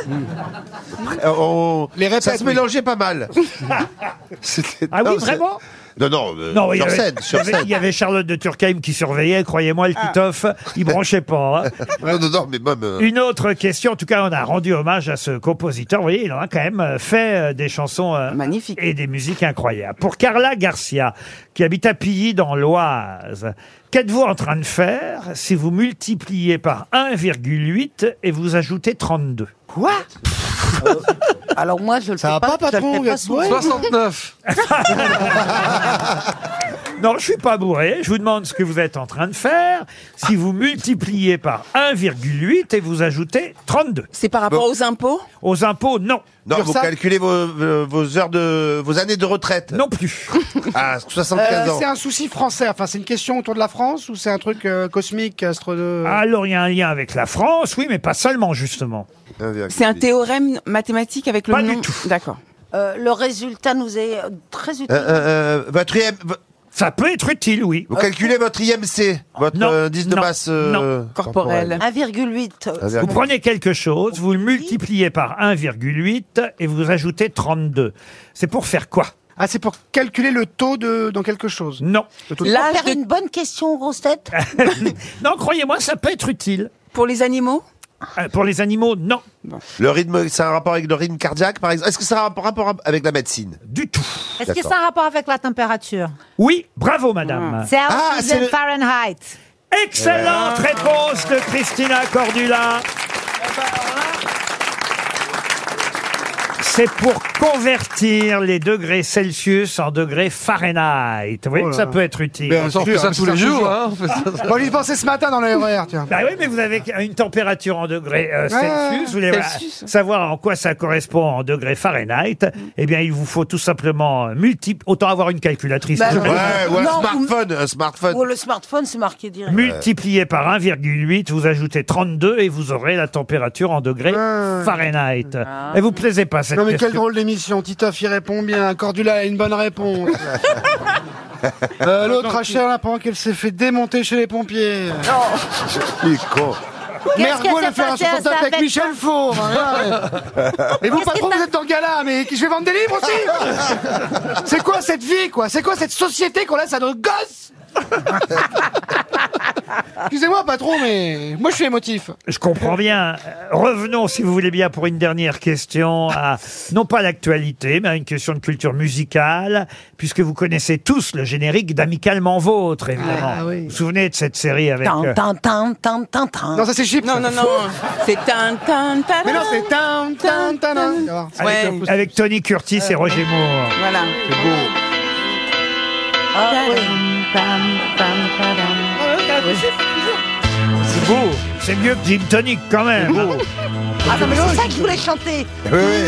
Les répètes, Ça se mélangeait pas mal. Ah oui, vraiment? Non, il y sur avait- scène, sur il y avait- scène. Il y avait Charlotte de Turckheim qui surveillait, croyez-moi, le Titoff, il branchait pas. Hein. Non, mais même... Une autre question, en tout cas, on a rendu hommage à ce compositeur. Vous voyez, il en a quand même fait des chansons magnifiques et des musiques incroyables. Pour Carla Garcia, qui habite à Pilly dans l'Oise, qu'êtes-vous en train de faire si vous multipliez par 1,8 et vous ajoutez 32? Quoi? Alors moi, je le Ça fais va pas, pas, je le patron, fais pas vous souvent. êtes 69. Non, je suis pas bourré. Je vous demande ce que vous êtes en train de faire si vous multipliez par 1,8 et vous ajoutez 32. C'est par rapport aux impôts? Aux impôts, non. Non, vous calculez vos heures vos années de retraite. Non plus. À 75 ans. C'est un souci français. Enfin, c'est une question autour de la France ou c'est un truc cosmique, Alors, il y a un lien avec la France, oui, mais pas seulement, justement. C'est un théorème mathématique avec le Pas nom? du tout. D'accord. Le résultat nous est très utile. Votre Ça peut être utile, oui. Vous calculez votre IMC, votre Non, indice de non, masse non. Corporel. 1,8. Vous prenez quelque chose, vous le multipliez par 1,8 et vous ajoutez 32. C'est pour faire quoi? Ah, c'est pour calculer le taux dans quelque chose. Non. Pour faire une bonne question, grosse tête. Non, croyez-moi, ça peut être utile. Pour les animaux? Pour les animaux, non. Le rythme, c'est un rapport avec le rythme cardiaque, par exemple. Est-ce que ça a un rapport avec la médecine? Du tout. Est-ce que ça a un rapport avec la température? Oui, bravo, madame. C'est Fahrenheit. Excellente réponse de Christina Cordula. C'est pour convertir les degrés Celsius en degrés Fahrenheit. Vous voyez que ça peut être utile. Bien sûr, On fait ça tous les jours. Hein. Moi, j'y pensais ce matin dans le RER, tiens. Bah oui, mais vous avez une température en degrés Celsius. Vous voulez savoir en quoi ça correspond en degrés Fahrenheit. Eh bien, il vous faut tout simplement autant avoir une calculatrice. Bah, Ouais, ou un Non, smartphone, un smartphone. Pour le smartphone, c'est marqué direct. Multiplié par 1,8, vous ajoutez 32 et vous aurez la température en degrés Fahrenheit. Et vous plaisez pas cette Non, mais question. quelle drôle d'émission. Titoff, il répond bien. Cordula a une bonne réponse. L'autre a cher là pendant qu'elle s'est fait démonter chez les pompiers. Il est con. Mergo que le faire un ça 69 avec fait Michel Faux. Et vous, patron, vous êtes dans le gala, mais je vais vendre des livres aussi. C'est quoi cette vie, quoi? C'est quoi cette société qu'on laisse à nos gosses? Excusez-moi, patron, mais moi je suis émotif. Je comprends bien. Revenons, si vous voulez bien, pour une dernière question à, non pas l'actualité, mais à une question de culture musicale, puisque vous connaissez tous le générique d'Amicalement Vôtre, évidemment. Ah, oui. Vous vous souvenez de cette série avec... Tan, tan, tan, tan, tan. Non, ça c'est Chips. Non, non, non. C'est tan, tan, tan. Mais non, c'est tan, tan, tan, tan. Ouais. avec Tony Curtis et Roger Moore. Voilà. C'est beau. Ah, oui. C'est beau. C'est mieux que Gin Tonic, quand même. Ah non, mais c'est ça que je voulais chanter. Oui, oui.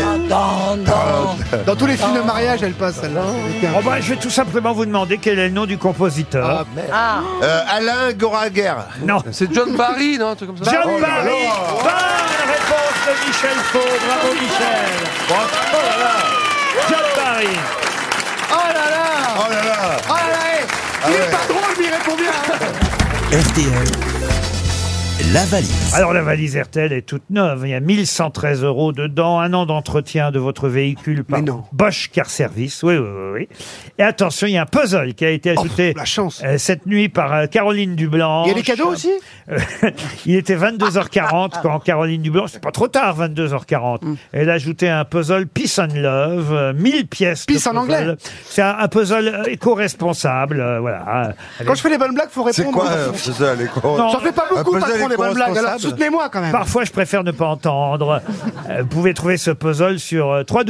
Dans tous les films de mariage, elle passe celle-là. Oh bah, je vais tout simplement vous demander quel est le nom du compositeur. Ah. Alain Goraguer. Non. C'est John Barry, non? Un truc comme ça. John Barry. Bonne réponse de Michel Faux. Bravo, Michel. Oh là là. John Barry. Oh là là. Oh là là. Oh là là. Il est pas drôle, mais il répond bien. RTL, la valise. Alors la valise RTL est toute neuve. Il y a 1113 € dedans, 1 an d'entretien de votre véhicule par Bosch Car Service. Oui, oui, oui, oui. Et attention, il y a un puzzle qui a été ajouté la chance. Cette nuit par Caroline Dublanc. Il y a des cadeaux aussi. Il était 22h40 quand Caroline Dublanc, c'est pas trop tard, 22h40. Elle a ajouté un puzzle Peace and Love, 1000 pièces. Peace de en puzzle. anglais. C'est un puzzle éco-responsable, voilà. Quand je fais les bonnes blagues, faut répondre. C'est quoi un puzzle éco? Non. J'en fais pas beaucoup, patron, les bonnes blagues. Alors soutenez-moi quand même. Parfois, je préfère ne pas entendre. Vous pouvez trouver ce puzzle sur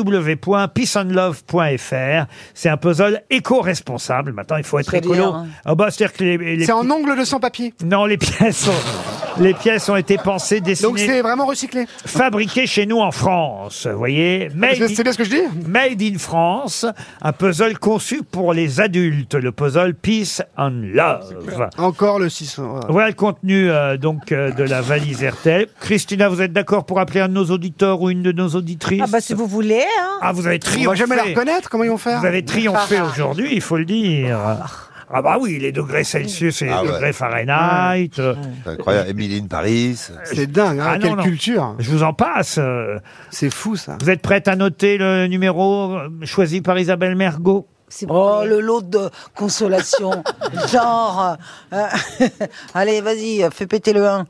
www.peaceandlove.fr. C'est un puzzle éco-responsable. Maintenant, il faut être C'est-à-dire, écolo. hein. Ah bah, c'est-à-dire que les C'est en ongle de sans-papier. non, les pièces ont été pensées, Donc dessinées, c'est vraiment recyclé. fabriquées chez nous en France. Vous voyez, C'est bien ce que je dis. Made in France, un puzzle conçu pour les adultes, le puzzle Peace and Love. Encore le 6. Voilà le contenu de la valise RTL. Christina, vous êtes d'accord pour appeler un de nos auditeurs ou une de nos auditrices? Ah bah si vous voulez, hein. Ah, vous avez On triomphé. va jamais la reconnaître. Comment ils vont faire? Vous avez triomphé aujourd'hui, il faut le dire. Ah bah oui, les degrés Celsius et les degrés Fahrenheit. C'est incroyable. Émilie de Paris. C'est dingue, hein, Ah, quelle non, non. culture. Je vous en passe. C'est fou ça. Vous êtes prête à noter le numéro choisi par Isabelle Mergot? Oh, le lot de consolation. Genre, allez, vas-y, fais péter le 1.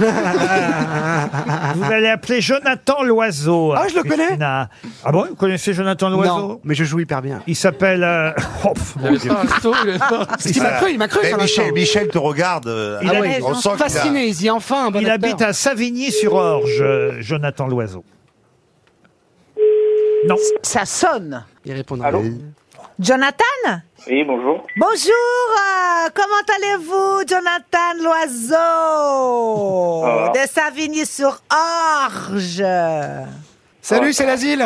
Vous allez appeler Jonathan Loiseau. Ah, je le connais. Christina. Ah bon, vous connaissez Jonathan Loiseau? Non, mais je joue hyper bien. Il s'appelle... oh, mon Dieu. Il m'a cru, Mais ça m'a Michel te regarde. Il a raison. on sent qu'il a- fasciné. Il dit enfin un bon Il acteur. habite à Savigny-sur-Orge, Jonathan Loiseau. Non. Ça sonne. Il répondra. Allô? Jonathan? Oui, bonjour. Bonjour, comment allez-vous, Jonathan Loiseau? Ah. De Savigny-sur-Orge. Salut, c'est l'asile.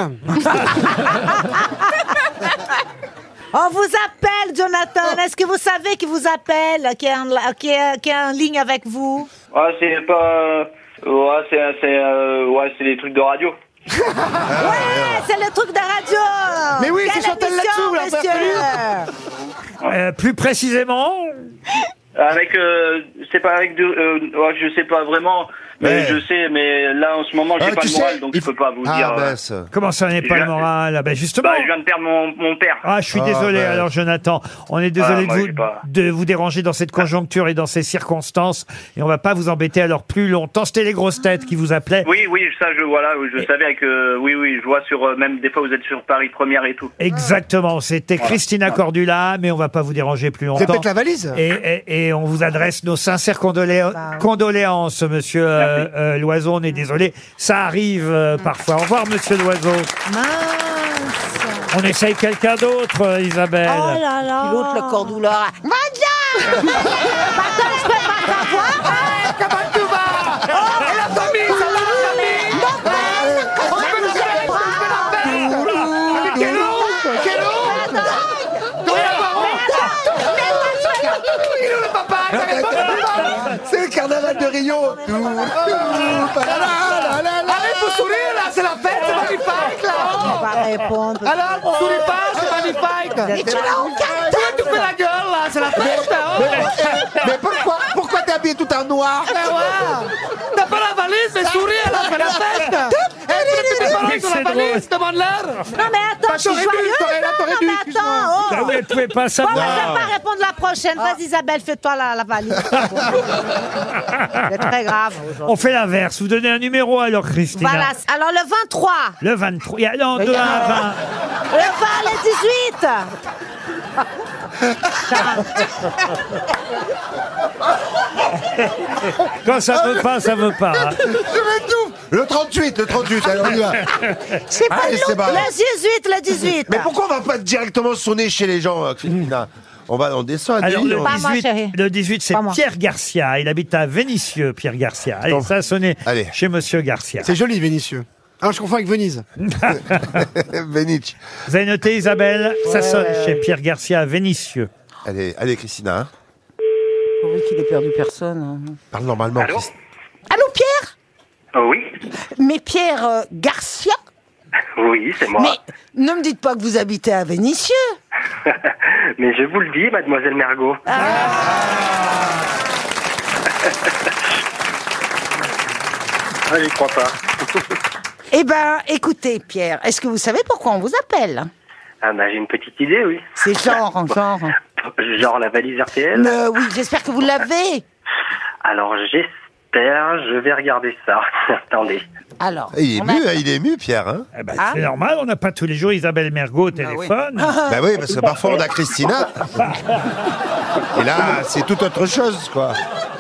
On vous appelle, Jonathan. Est-ce que vous savez qui vous appelle, qui est en ligne avec vous? Ah, c'est pas... Ouais, c'est des trucs de radio. Ouais, c'est le truc de radio. Mais oui, Quelle c'est Chantal émission, Latsou, la monsieur? Plus précisément, Avec... c'est pas avec... ouais, je sais pas vraiment, mais je sais, mais là, en ce moment, j'ai Ah, pas tu de sais, moral, donc je peux pas vous dire... comment ça n'est pas je le viens- moral? Ah ben justement. Bah, je viens de perdre mon père. Ah, je suis désolé, ben. alors Jonathan. On est désolé moi, j'ai pas- de vous déranger dans cette conjoncture et dans ces circonstances. Et on va pas vous embêter alors plus longtemps. C'était les grosses têtes qui vous appelaient. Oui, ça, je savais avec... oui, je vois sur... même des fois, vous êtes sur Paris Première et tout. Exactement. C'était Voilà. Christina Cordula, mais on va pas vous déranger plus longtemps. C'est peut-être la valise. Et on vous adresse nos sincères condoléances, monsieur Loiseau, on est désolé. Ça arrive parfois. Au revoir, monsieur Loiseau. On essaye quelqu'un d'autre, Isabelle. Oh là là. Puis l'autre, le cordouleur. Attends, je peux pas t'avoir. Comment tu vas? Oh, et la famille, ça va, la famille? On peut nous faire la fête. Quel eau? Il est où le papa? C'est le carnaval de Rio. Allez, faut sourire là, c'est la fête, c'est magnifique là. On va répondre. Alors, souris pas, c'est magnifique. Mais tu l'as en Pourquoi tu fais la gueule là? C'est la fête là. Mais pourquoi t'es habillé tout en noir? Mais ouais. T'as pas la valise, mais souris, elle a fait la fête. Tu t'es pas avec sur la valise, demande-leur. Non mais attends, je suis joyeuse. Non mais attends. Ah oui, elle pouvait pas Bon, savoir. moi, je vais pas répondre la prochaine. Vas-y, Isabelle, fais-toi la valise. C'est très grave. On fait l'inverse. Vous donnez un numéro alors, Christina. Voilà. Alors, le 23. Le 23. Non, de 1 à 20. Le 20, le 18. Quand ça veut pas, ça veut pas. Hein. Je m'étouffe. Le 38, allez, on y va. C'est pas Allez, c'est le 18, le 18. Mais pourquoi on va pas directement sonner chez les gens, Christina? On descend à Alors, Neuilly, le 18, c'est Pierre Garcia. Il habite à Vénissieux, Pierre Garcia. Allez, ça a sonné chez Monsieur Garcia. C'est joli, Vénissieux. Ah, je confonds avec Venise. Vénic. Vous avez noté, Isabelle? Ça sonne chez Pierre Garcia à Vénissieux. Allez, Christina. Hein. Pourvu qu'il ait perdu personne. Parle normalement. Allô, Pierre? Oui. Mais Pierre Garcia? Oui, c'est moi. Mais ne me dites pas que vous habitez à Vénissieux. Mais je vous le dis, mademoiselle Mergot. Ah, j'y crois pas. Eh ben, écoutez, Pierre, est-ce que vous savez pourquoi on vous appelle? Ah bah j'ai une petite idée, oui. C'est genre. Genre la valise RTL. Oui, j'espère que vous l'avez. Alors j'espère, je vais regarder ça. Attendez. Alors. Il est ému, Pierre. Hein C'est normal, on n'a pas tous les jours Isabelle Mergot au téléphone. Bah oui, parce que parfois on a Christina. Et là, c'est tout autre chose, quoi.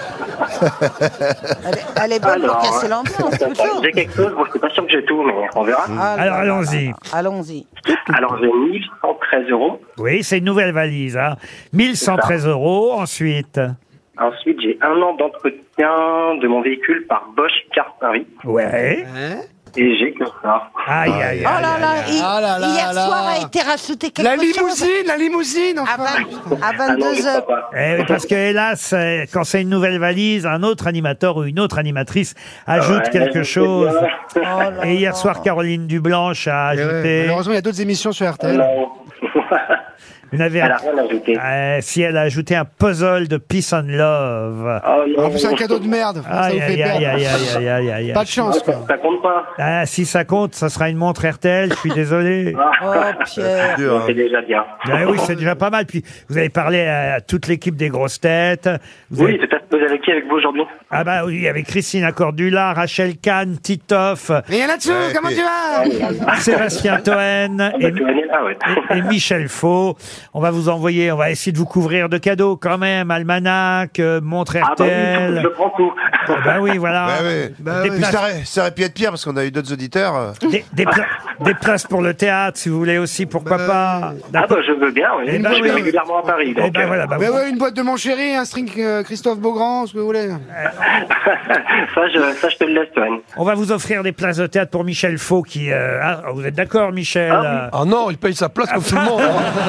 Elle est bonne pour casser l'ambiance, toujours. J'ai quelque chose, bon, je suis pas sûr que j'ai tout, mais on verra. Alors allons-y. Allons-y. Alors j'ai 1113 €. Oui, c'est une nouvelle valise. Hein. 1113 €. Ensuite. Ensuite, j'ai 1 an d'entretien de mon véhicule par Bosch Carpari. Ouais. Et j'ai que ça. Aïe, aïe, aïe. Oh là là, hier soir a été racheté quelque chose. La limousine, enfin. À 22h. Parce que hélas, quand c'est une nouvelle valise, un autre animateur ou une autre animatrice ajoute quelque chose. Et hier soir, Caroline Dublanche a ajouté... Malheureusement, il y a d'autres émissions sur RTL. Elle a rien ajouté. Si elle a ajouté un puzzle de Peace and Love. En plus, c'est un cadeau de merde. Ça vous fait perdre. Pas de chance, quoi. Ça compte pas. Si ça compte, ça sera une montre RTL. Je suis désolé. Oh, Pierre. C'est déjà bien. Oui, c'est déjà pas mal. Puis, vous avez parlé à toute l'équipe des grosses têtes. Oui, tout à fait. Vous avez qui avec vous aujourd'hui? Ah bah oui, avec Christina Cordula, Rachel Kahn, Titoff. Et il y en a dessous, comment tu vas? Sébastien Toen et Michel Faux. On va vous envoyer, on va essayer de vous couvrir de cadeaux quand même. Almanach, montre RTL. Je prends tout. Bah oui, voilà. Ça aurait pu être pire parce qu'on a eu d'autres auditeurs. Des places pour le théâtre, si vous voulez aussi, pourquoi pas. Ah bah je veux bien, oui. Je vais régulièrement à Paris. Donc, une boîte de mon chéri, un string Christophe Beaugrand, ce que vous voulez. ça, je te le laisse, Toen. On va vous offrir des places de théâtre pour Michel Faux qui... vous êtes d'accord, Michel? Ah non, il paye sa place comme tout le monde.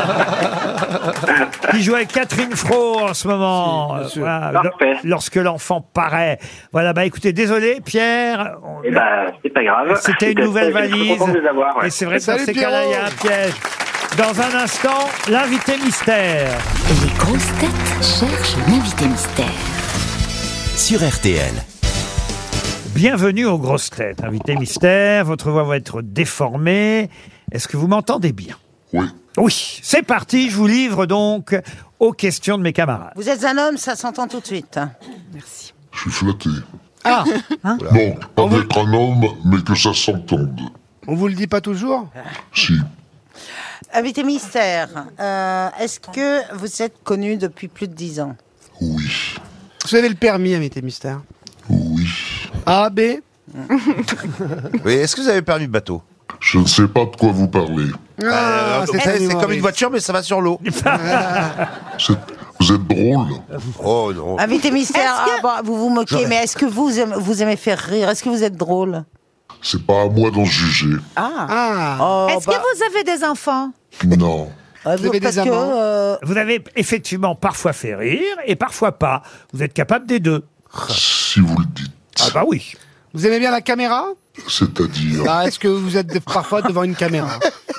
Qui joue avec Catherine Fro en ce moment. Lorsque l'enfant paraît. Voilà, bah écoutez, désolé, Pierre. C'est pas grave. C'était une nouvelle valise. De les avoir, ouais. Et c'est vrai que dans ces cas-là, il y a un piège. Dans un instant, l'invité mystère. Les grosses têtes cherchent l'invité mystère. Sur RTL. Bienvenue aux grosses têtes. Invité mystère, votre voix va être déformée. Est-ce que vous m'entendez bien? Oui. Oui, c'est parti. Je vous livre donc aux questions de mes camarades. Vous êtes un homme, ça s'entend tout de suite. Merci. Je suis flatté. Ah hein? Non, pas d'être un homme, mais que ça s'entende. On vous le dit pas toujours? Si. Invité mystère, est-ce que vous êtes connu depuis plus de 10 ans? Oui. Vous avez le permis, invité mystère? Oui. A, B. Oui, est-ce que vous avez permis bateau? Je ne sais pas de quoi vous parlez. C'est comme une voiture, mais ça va sur l'eau. Vous êtes drôle. Oh non. Invité mystère, vous vous moquez, mais est-ce que vous aimez faire rire? Est-ce que vous êtes drôle? C'est pas à moi d'en juger. Est-ce que vous avez des enfants? Non. Vous avez des amants? Vous avez effectivement parfois fait rire et parfois pas. Vous êtes capable des deux. Si vous le dites. Ah bah oui. Vous aimez bien la caméra? C'est-à-dire. Est-ce que vous êtes parfois devant une caméra?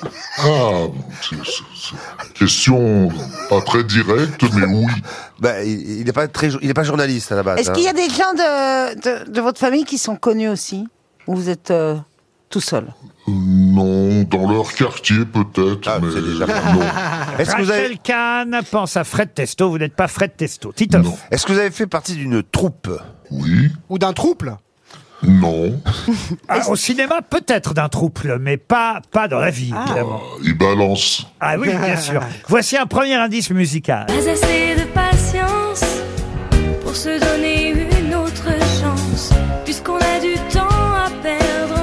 C'est une question pas très directe, mais oui. Il n'est pas journaliste à la base. Est-ce qu'il y a des gens de votre famille qui sont connus aussi? Ou vous êtes tout seul? Non, dans leur quartier peut-être, mais déjà non. Est-ce que vous avez... Rachel Kahn pense à Fred Testo. Vous n'êtes pas Fred Testo. Titoff. Est-ce que vous avez fait partie d'une troupe? Oui. Ou d'un trouble? Non. Au cinéma, peut-être d'un trouble, mais pas dans la vie, évidemment. Il balance. Ah oui, bien sûr. Voici un premier indice musical. Pas assez de patience pour se donner une autre chance, puisqu'on a du temps à perdre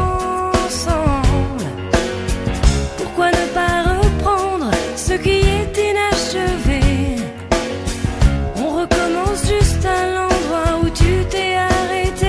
ensemble. Pourquoi ne pas reprendre ce qui est inachevé? On recommence juste à l'endroit où tu t'es arrêté.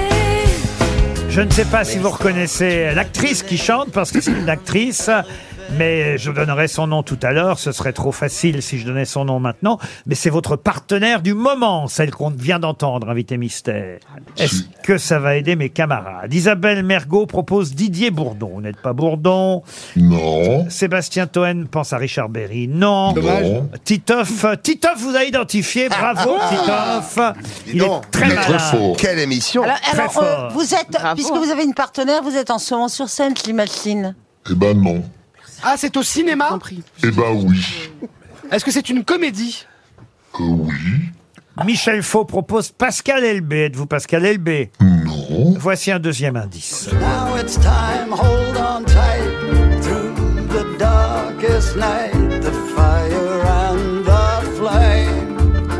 Je ne sais pas si vous reconnaissez l'actrice qui chante, parce que c'est une actrice, mais je donnerai son nom tout à l'heure. Ce serait trop facile si je donnais son nom maintenant. Mais c'est votre partenaire du moment, celle qu'on vient d'entendre, invité mystère. Est-ce que ça va aider mes camarades? Isabelle Mergot propose Didier Bourdon. Vous n'êtes pas Bourdon. Non. Sébastien Toen pense à Richard Berry. Non. Dommage. Titoff vous a identifié. Bravo, Titoff. Il est très malin. Quelle émission. Très fort. Vous êtes, puisque vous avez une partenaire, vous êtes en ce moment sur scène, je l'imagine. Eh ben non. C'est au cinéma? Eh ben oui. Est-ce que c'est une comédie? Oui. Michel Faux propose Pascal Elbé. Êtes-vous Pascal Elbé? Non. Voici un deuxième indice. Now it's time, hold on tight, through the darkest night, the fire and the flame.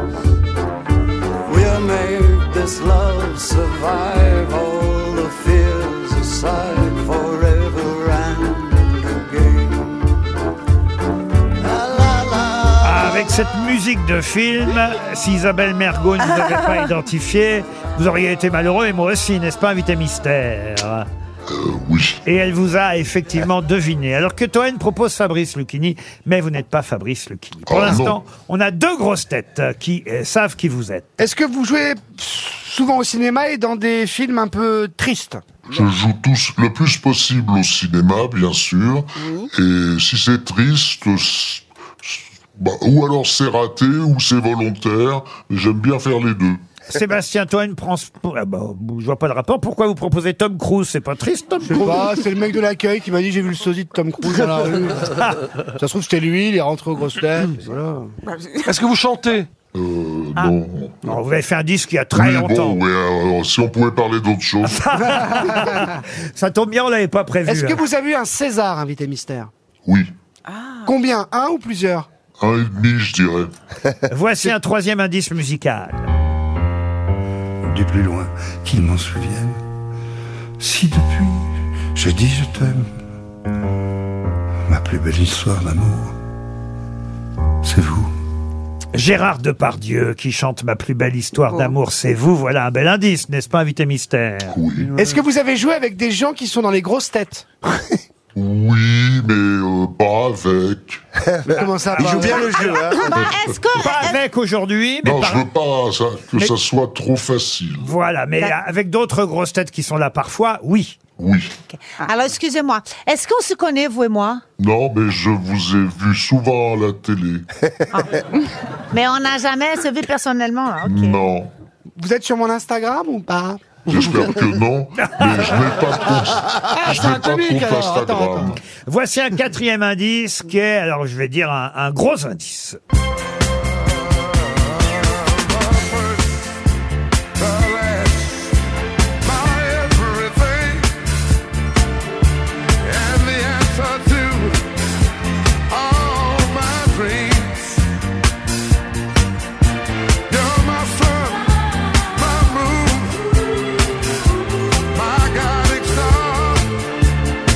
We'll make this love survive, all the fears aside, forever and again. Avec cette musique de film, si Isabelle Mergot ne vous avait pas identifié, vous auriez été malheureux, et moi aussi, n'est-ce pas, invité mystère? Oui. Et elle vous a effectivement deviné. Alors que Toen propose Fabrice Lucchini, mais vous n'êtes pas Fabrice Lucchini. Pour l'instant, on a deux grosses têtes qui savent qui vous êtes. Est-ce que vous jouez souvent au cinéma et dans des films un peu tristes? Je joue le plus possible au cinéma, bien sûr. Et si c'est triste, ou alors c'est raté, ou c'est volontaire. J'aime bien faire les deux. Sébastien Toen prend... je vois pas le rapport. Pourquoi vous proposez Tom Cruise? C'est pas triste, Tom Cruise? Je sais pas, c'est le mec de l'accueil qui m'a dit j'ai vu le sosie de Tom Cruise dans la rue. Ça se trouve c'était lui, il est rentré aux grosses têtes. Voilà. Est-ce que vous chantez? Non. Non, vous avez fait un disque il y a très longtemps. Bon, alors, si on pouvait parler d'autre chose. Ça tombe bien, on l'avait pas prévu. Est-ce que vous avez eu un César, invité mystère? Oui. Combien? Un ou plusieurs? 1,5, je dirais. Voici un troisième indice musical. Du plus loin qu'ils m'en souviennent. Si depuis j'ai dit je t'aime, ma plus belle histoire d'amour, c'est vous. Gérard Depardieu qui chante Ma plus belle histoire d'amour, c'est vous. Voilà un bel indice, n'est-ce pas, invité mystère? Oui. Est-ce que vous avez joué avec des gens qui sont dans les grosses têtes? Oui, mais pas avec. Comment ça? Il joue bien le jeu, hein? Pas avec aujourd'hui, mais Non, je veux pas ça soit trop facile. Voilà, mais avec d'autres grosses têtes qui sont là parfois, oui. Oui. Alors, excusez-moi. Est-ce qu'on se connaît, vous et moi? Non, mais je vous ai vu souvent à la télé. Mais on n'a jamais se vu personnellement. Là. Ok. Non. Vous êtes sur mon Instagram ou pas? J'espère que non, mais je n'ai pas de compte Instagram. Voici un quatrième indice qui est, alors je vais dire un gros indice.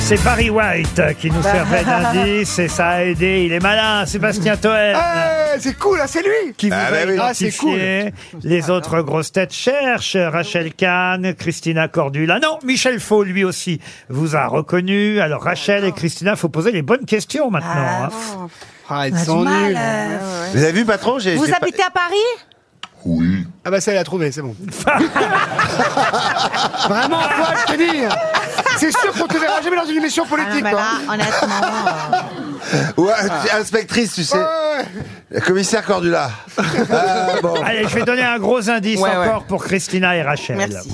C'est Barry White qui nous servait d'indice et ça a aidé. Il est malin, Sébastien Toen. C'est cool, là, c'est lui Qui vous a c'est cool. identifié. Les autres grosses têtes cherchent. Rachel Kahn, Christina Cordula. Non, Michel Faux, lui aussi, vous a reconnu. Alors, Rachel et Christina, faut poser les bonnes questions maintenant. Ils sont nuls. Vous avez vu, patron Vous habitez à Paris? Oui. Ah bah ça, elle a trouvé, c'est bon. Vraiment, quoi, je te dis. C'est sûr qu'on te verra jamais dans une émission politique. mais là, honnêtement... Ouais, inspectrice, tu sais. Le commissaire Cordula. Bon. Allez, je vais donner un gros indice encore pour Christina et Rachel. Merci.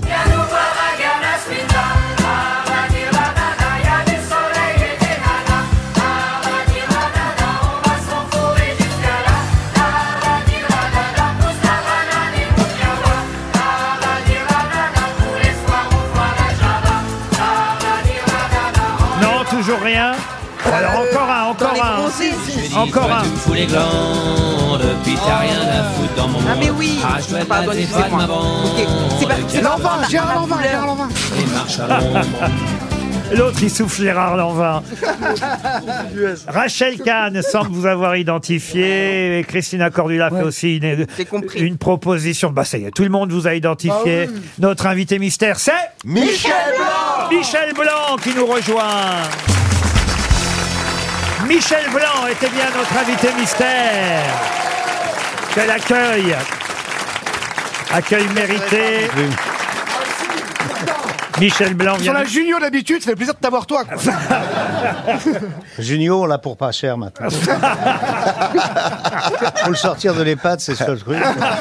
Non, toujours rien. Alors encore un. Encore un. Tu me fous les glandes, puis t'as rien à foutre dans mon monde. Ah mais oui, Arrache-toi de pardon, la excusez-moi. défaite, ma bande. Ok, c'est Lanvin, Gérard Lanvin. Et marche à l'ombre. L'autre, il souffle Gérard Lanvin. Rachel Kahn semble vous avoir identifié. Et Christina Cordula fait aussi une proposition. Bah, ça y est, tout le monde vous a identifié. Notre invité mystère, c'est Michel Blanc. Michel Blanc qui nous rejoint. Michel Blanc était bien notre invité mystère. Quel accueil. Accueil mérité. Michel Blanc Sur vient... la Junio d'habitude, ça fait plaisir de t'avoir toi. Quoi. Junio, on l'a pour pas cher maintenant. Faut le sortir de l'EHPAD, c'est ça le truc.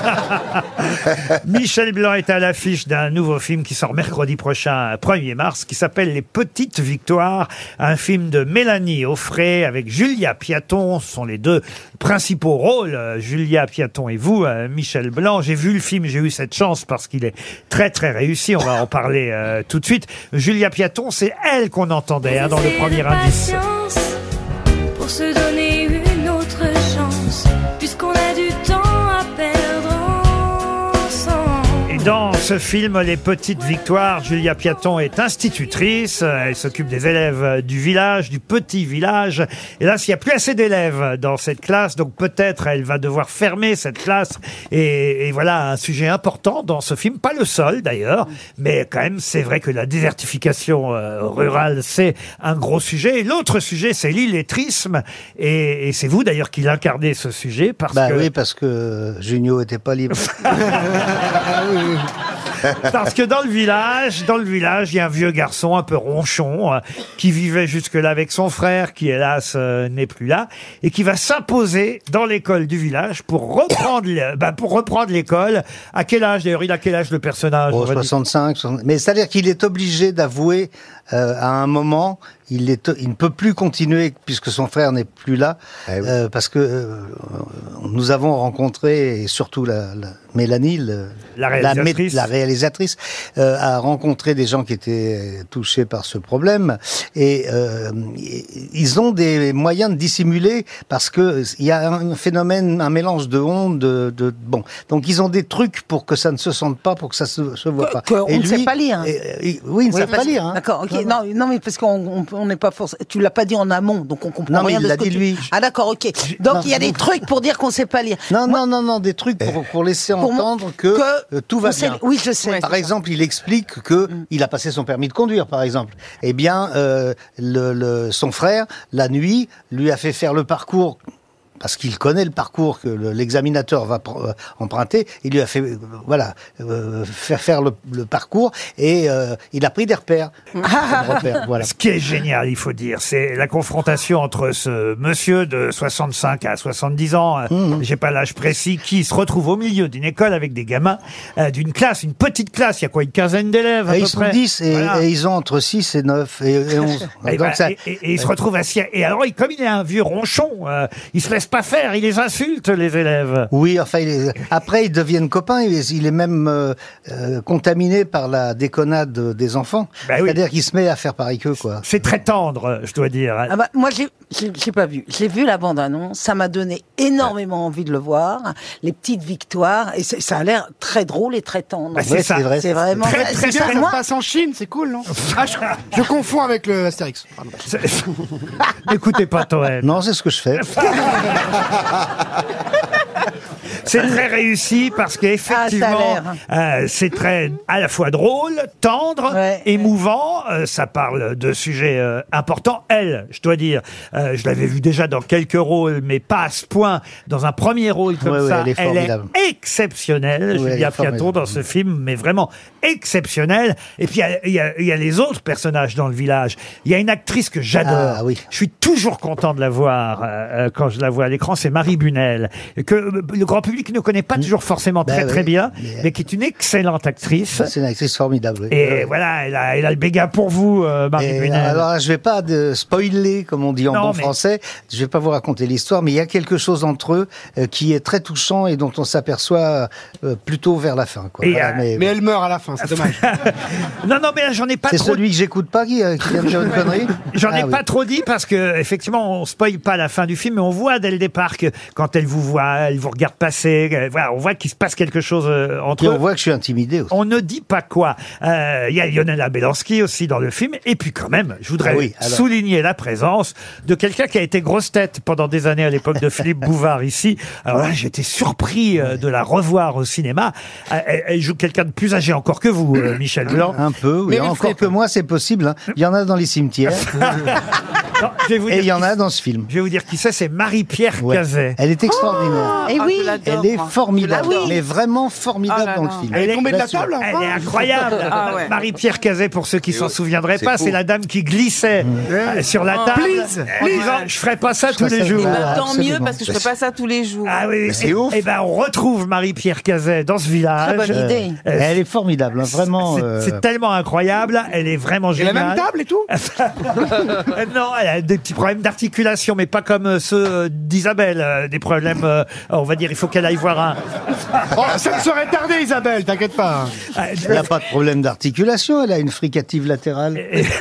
Michel Blanc est à l'affiche d'un nouveau film qui sort mercredi prochain, 1er mars, qui s'appelle Les Petites Victoires, un film de Mélanie Offray avec Julia Piaton. Ce sont les deux principaux rôles, Julia Piaton et vous, Michel Blanc. J'ai vu le film, j'ai eu cette chance parce qu'il est très très réussi. On va en parler tout de suite. Julia Piaton, c'est elle qu'on entendait dans le premier indice. Pour se donner une autre chance, puisqu'on a du temps à perdre ensemble. Et dans ce film, Les Petites Victoires, Julia Piaton est institutrice. Elle s'occupe des élèves du village, du petit village. Et là, s'il n'y a plus assez d'élèves dans cette classe, donc peut-être elle va devoir fermer cette classe. Et voilà un sujet important dans ce film. Pas le seul d'ailleurs, mais quand même, c'est vrai que la désertification rurale, c'est un gros sujet. Et l'autre sujet, c'est l'illettrisme. Et c'est vous d'ailleurs qui l'incarnez ce sujet. Oui, parce que Junio était pas libre. Parce que dans le village, il y a un vieux garçon un peu ronchon qui vivait jusque-là avec son frère, qui hélas n'est plus là, et qui va s'imposer dans l'école du village pour reprendre l'école. À quel âge d'ailleurs? Il a quel âge le personnage? 65. Mais c'est-à-dire qu'il est obligé d'avouer à un moment, il ne peut plus continuer puisque son frère n'est plus là, parce que nous avons rencontré, et surtout Mélanie, la réalisatrice, a rencontré des gens qui étaient touchés par ce problème, et ils ont des moyens de dissimuler parce que il y a un phénomène, un mélange de honte, bon, donc ils ont des trucs pour que ça ne se sente pas, pour que ça se voit pas. On ne sait pas lire. Oui, il ne sait pas lire. Hein. D'accord, ok. Non, mais parce qu'on n'est pas forcément. Tu l'as pas dit en amont, donc on comprend rien de ce que tu... lui. Ah d'accord, ok. Donc il y a des trucs pour dire qu'on sait pas lire. Non, des trucs pour laisser entendre que tout va bien. Oui, je sais. Par exemple, il explique que il a passé son permis de conduire, par exemple. Eh bien, son frère, la nuit, lui a fait faire le parcours. Parce qu'il connaît le parcours que l'examinateur va emprunter, il lui a fait faire le parcours et il a pris des repères. Voilà. Ce qui est génial, il faut dire, c'est la confrontation entre ce monsieur de 65 à 70 ans, j'ai pas l'âge précis, qui se retrouve au milieu d'une école avec des gamins, d'une classe, une petite classe, il y a quoi, une quinzaine d'élèves à peu ils sont près. 10 et ils ont entre 6 et 9 et 11. Et il se retrouve assis. Et alors, comme il est un vieux ronchon, il se laisse pas faire, il les insulte, les élèves. Oui, enfin, après, ils deviennent copains. Il est même contaminé par la déconnade des enfants. C'est-à-dire qu'il se met à faire pareil qu'eux, quoi. C'est très tendre, je dois dire. Ah bah, moi, j'ai pas vu. J'ai vu la bande-annonce. Ça m'a donné énormément envie de le voir. Les petites victoires. Et ça a l'air très drôle et très tendre. Bah, c'est ça. C'est vraiment... C'est bien, ça se passe en Chine, c'est cool, non? Ah, je confonds avec le Astérix. Pardon. N'écoutez pas Toen. Non, c'est ce que je fais. C'est très réussi parce qu'effectivement, c'est très à la fois drôle, tendre, émouvant. Ça parle de sujets importants. Elle, je dois dire, je l'avais vue déjà dans quelques rôles, mais pas à ce point. Dans un premier rôle comme ça, elle est exceptionnelle. Julia Piaton dans ce film, mais vraiment exceptionnelle. Et puis il y a les autres personnages dans le village. Il y a une actrice que j'adore. Ah, oui. Je suis toujours content de la voir quand je la vois à l'écran. C'est Marie Bunel, que le grand public ne connaît pas toujours forcément très bien, mais qui est une excellente actrice. C'est une actrice formidable. Oui. Et voilà, elle a le béga pour vous, Marie Bunel. Alors, je vais pas spoiler, comme on dit en bon français. Je vais pas vous raconter l'histoire, mais il y a quelque chose entre eux qui est très touchant et dont on s'aperçoit plutôt vers la fin. Quoi. Voilà, mais elle meurt à la fin, c'est dommage. non, mais là, j'en ai pas c'est trop... celui que j'écoute pas qui vient de dire une connerie. J'en ai pas trop dit parce que effectivement, on spoile pas la fin du film, mais on voit dès le départ que quand elle vous voit, elle vous regarde passer. Voilà, on voit qu'il se passe quelque chose entre eux. On voit que je suis intimidé aussi. On ne dit pas quoi. Il y a Yonela Belanski aussi dans le film. Et puis quand même, je voudrais souligner la présence de quelqu'un qui a été grosse tête pendant des années à l'époque de Philippe Bouvard ici. Alors là, j'étais surpris de la revoir au cinéma. Elle joue quelqu'un de plus âgé encore que vous, Michel Blanc. Un peu, oui. Encore que moi, c'est possible. Hein. Il y en a dans les cimetières. Non, je vais vous dire et il y en a dans ce film. Je vais vous dire qui c'est Marie-Pierre Cazet. Elle est extraordinaire. Et oui, elle est formidable, mais vraiment formidable dans le film. Elle est tombée de la table. Elle est incroyable. Marie-Pierre Cazet, pour ceux qui s'en souviendraient pas, c'est la dame qui glissait sur la table en disant je ferai pas ça tous les jours. Tant mieux parce que je ferai pas ça tous les jours. Ah oui, c'est ouf. Et ben on retrouve Marie-Pierre Cazet dans ce village. Très bonne idée. Elle est formidable, vraiment. C'est tellement incroyable. Elle est vraiment géniale. Et la même table et tout. Non, elle a des petits problèmes d'articulation, mais pas comme ceux d'Isabelle. Des problèmes, on va dire, il faut qu'elle aille voir un... Ça ne serait tardé, Isabelle, t'inquiète pas. Elle n'a pas de problème d'articulation, elle a une fricative latérale.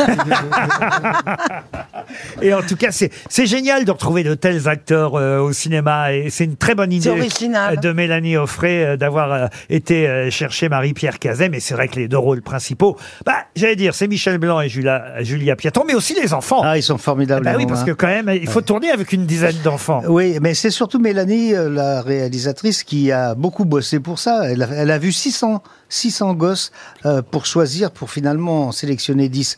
Et en tout cas, c'est génial de retrouver de tels acteurs au cinéma. Et c'est une très bonne idée de Mélanie Offray d'avoir été chercher Marie-Pierre Cazet. Mais c'est vrai que les deux rôles principaux, j'allais dire, c'est Michel Blanc et Julia Piaton, mais aussi les enfants. Ah, ils sont formidables. Oui, parce que quand même, il faut tourner avec une dizaine d'enfants. Oui, mais c'est surtout Mélanie, la réalisatrice, qui a beaucoup bossé pour ça. Elle a vu 600 gosses pour choisir, pour finalement en sélectionner 10.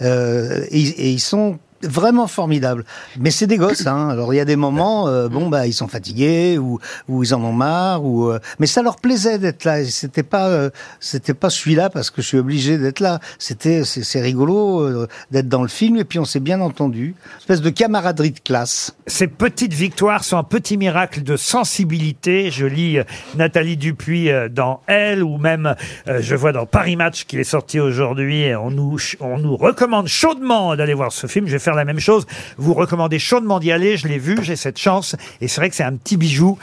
Et ils sont vraiment formidable. Mais c'est des gosses, hein. Alors il y a des moments, ils sont fatigués ou ils en ont marre, mais ça leur plaisait d'être là. C'était pas celui-là parce que je suis obligé d'être là. C'est rigolo d'être dans le film et puis on s'est bien entendu. Une espèce de camaraderie de classe. Ces petites victoires sont un petit miracle de sensibilité. Je lis Nathalie Dupuis dans Elle, ou même je vois dans Paris Match qui est sorti aujourd'hui. Et on nous recommande chaudement d'aller voir ce film. Je vais faire la même chose. Vous recommandez chaudement d'y aller. Je l'ai vu, j'ai cette chance. Et c'est vrai que c'est un petit bijou.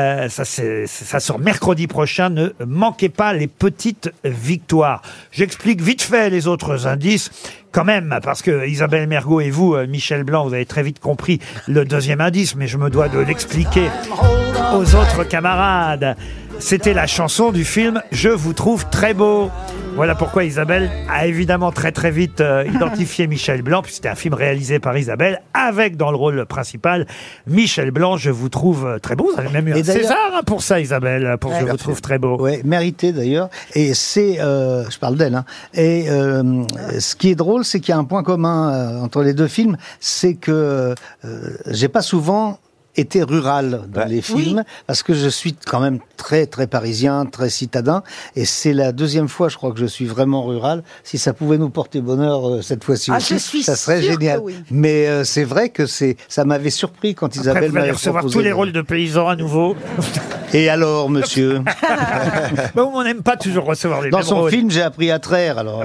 Ça sort mercredi prochain. Ne manquez pas les petites victoires. J'explique vite fait les autres indices. Quand même, parce que Isabelle Mergo et vous, Michel Blanc, vous avez très vite compris le deuxième indice, mais je me dois de l'expliquer aux autres camarades. C'était la chanson du film « Je vous trouve très beau ». Voilà pourquoi Isabelle a évidemment très très vite identifié Michel Blanc, puis c'était un film réalisé par Isabelle, avec dans le rôle principal Michel Blanc. Je vous trouve très beau. Vous avez même eu un César pour ça, Isabelle, pour Je vous trouve très beau. Oui, mérité d'ailleurs. Et c'est, je parle d'elle, hein. Et ce qui est drôle, c'est qu'il y a un point commun entre les deux films, c'est que j'ai pas souvent été rural dans les films, parce que je suis quand même très très parisien, très citadin, et c'est la deuxième fois, je crois, que je suis vraiment rural. Si ça pouvait nous porter bonheur cette fois-ci aussi, ça serait génial. Oui. Mais c'est vrai que ça m'avait surpris quand Isabelle m'avait proposé. Recevoir tous les rôles de paysans à nouveau. Et alors, monsieur? Bon, on n'aime pas toujours recevoir les Dans mêmes son rôles. film, j'ai appris à traire, alors.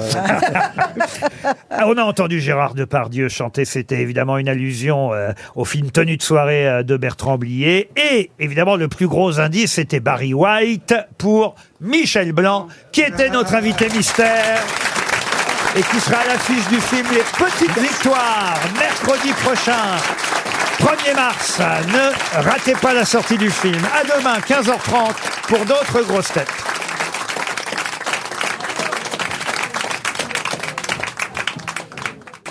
On a entendu Gérard Depardieu chanter, c'était évidemment une allusion au film Tenue de soirée de Bertrand Blier. Et évidemment, le plus gros indice, c'était Barry White pour Michel Blanc, qui était notre invité mystère et qui sera à l'affiche du film Les Petites Victoires, mercredi prochain. 1er mars, ne ratez pas la sortie du film. À demain, 15h30, pour d'autres grosses têtes.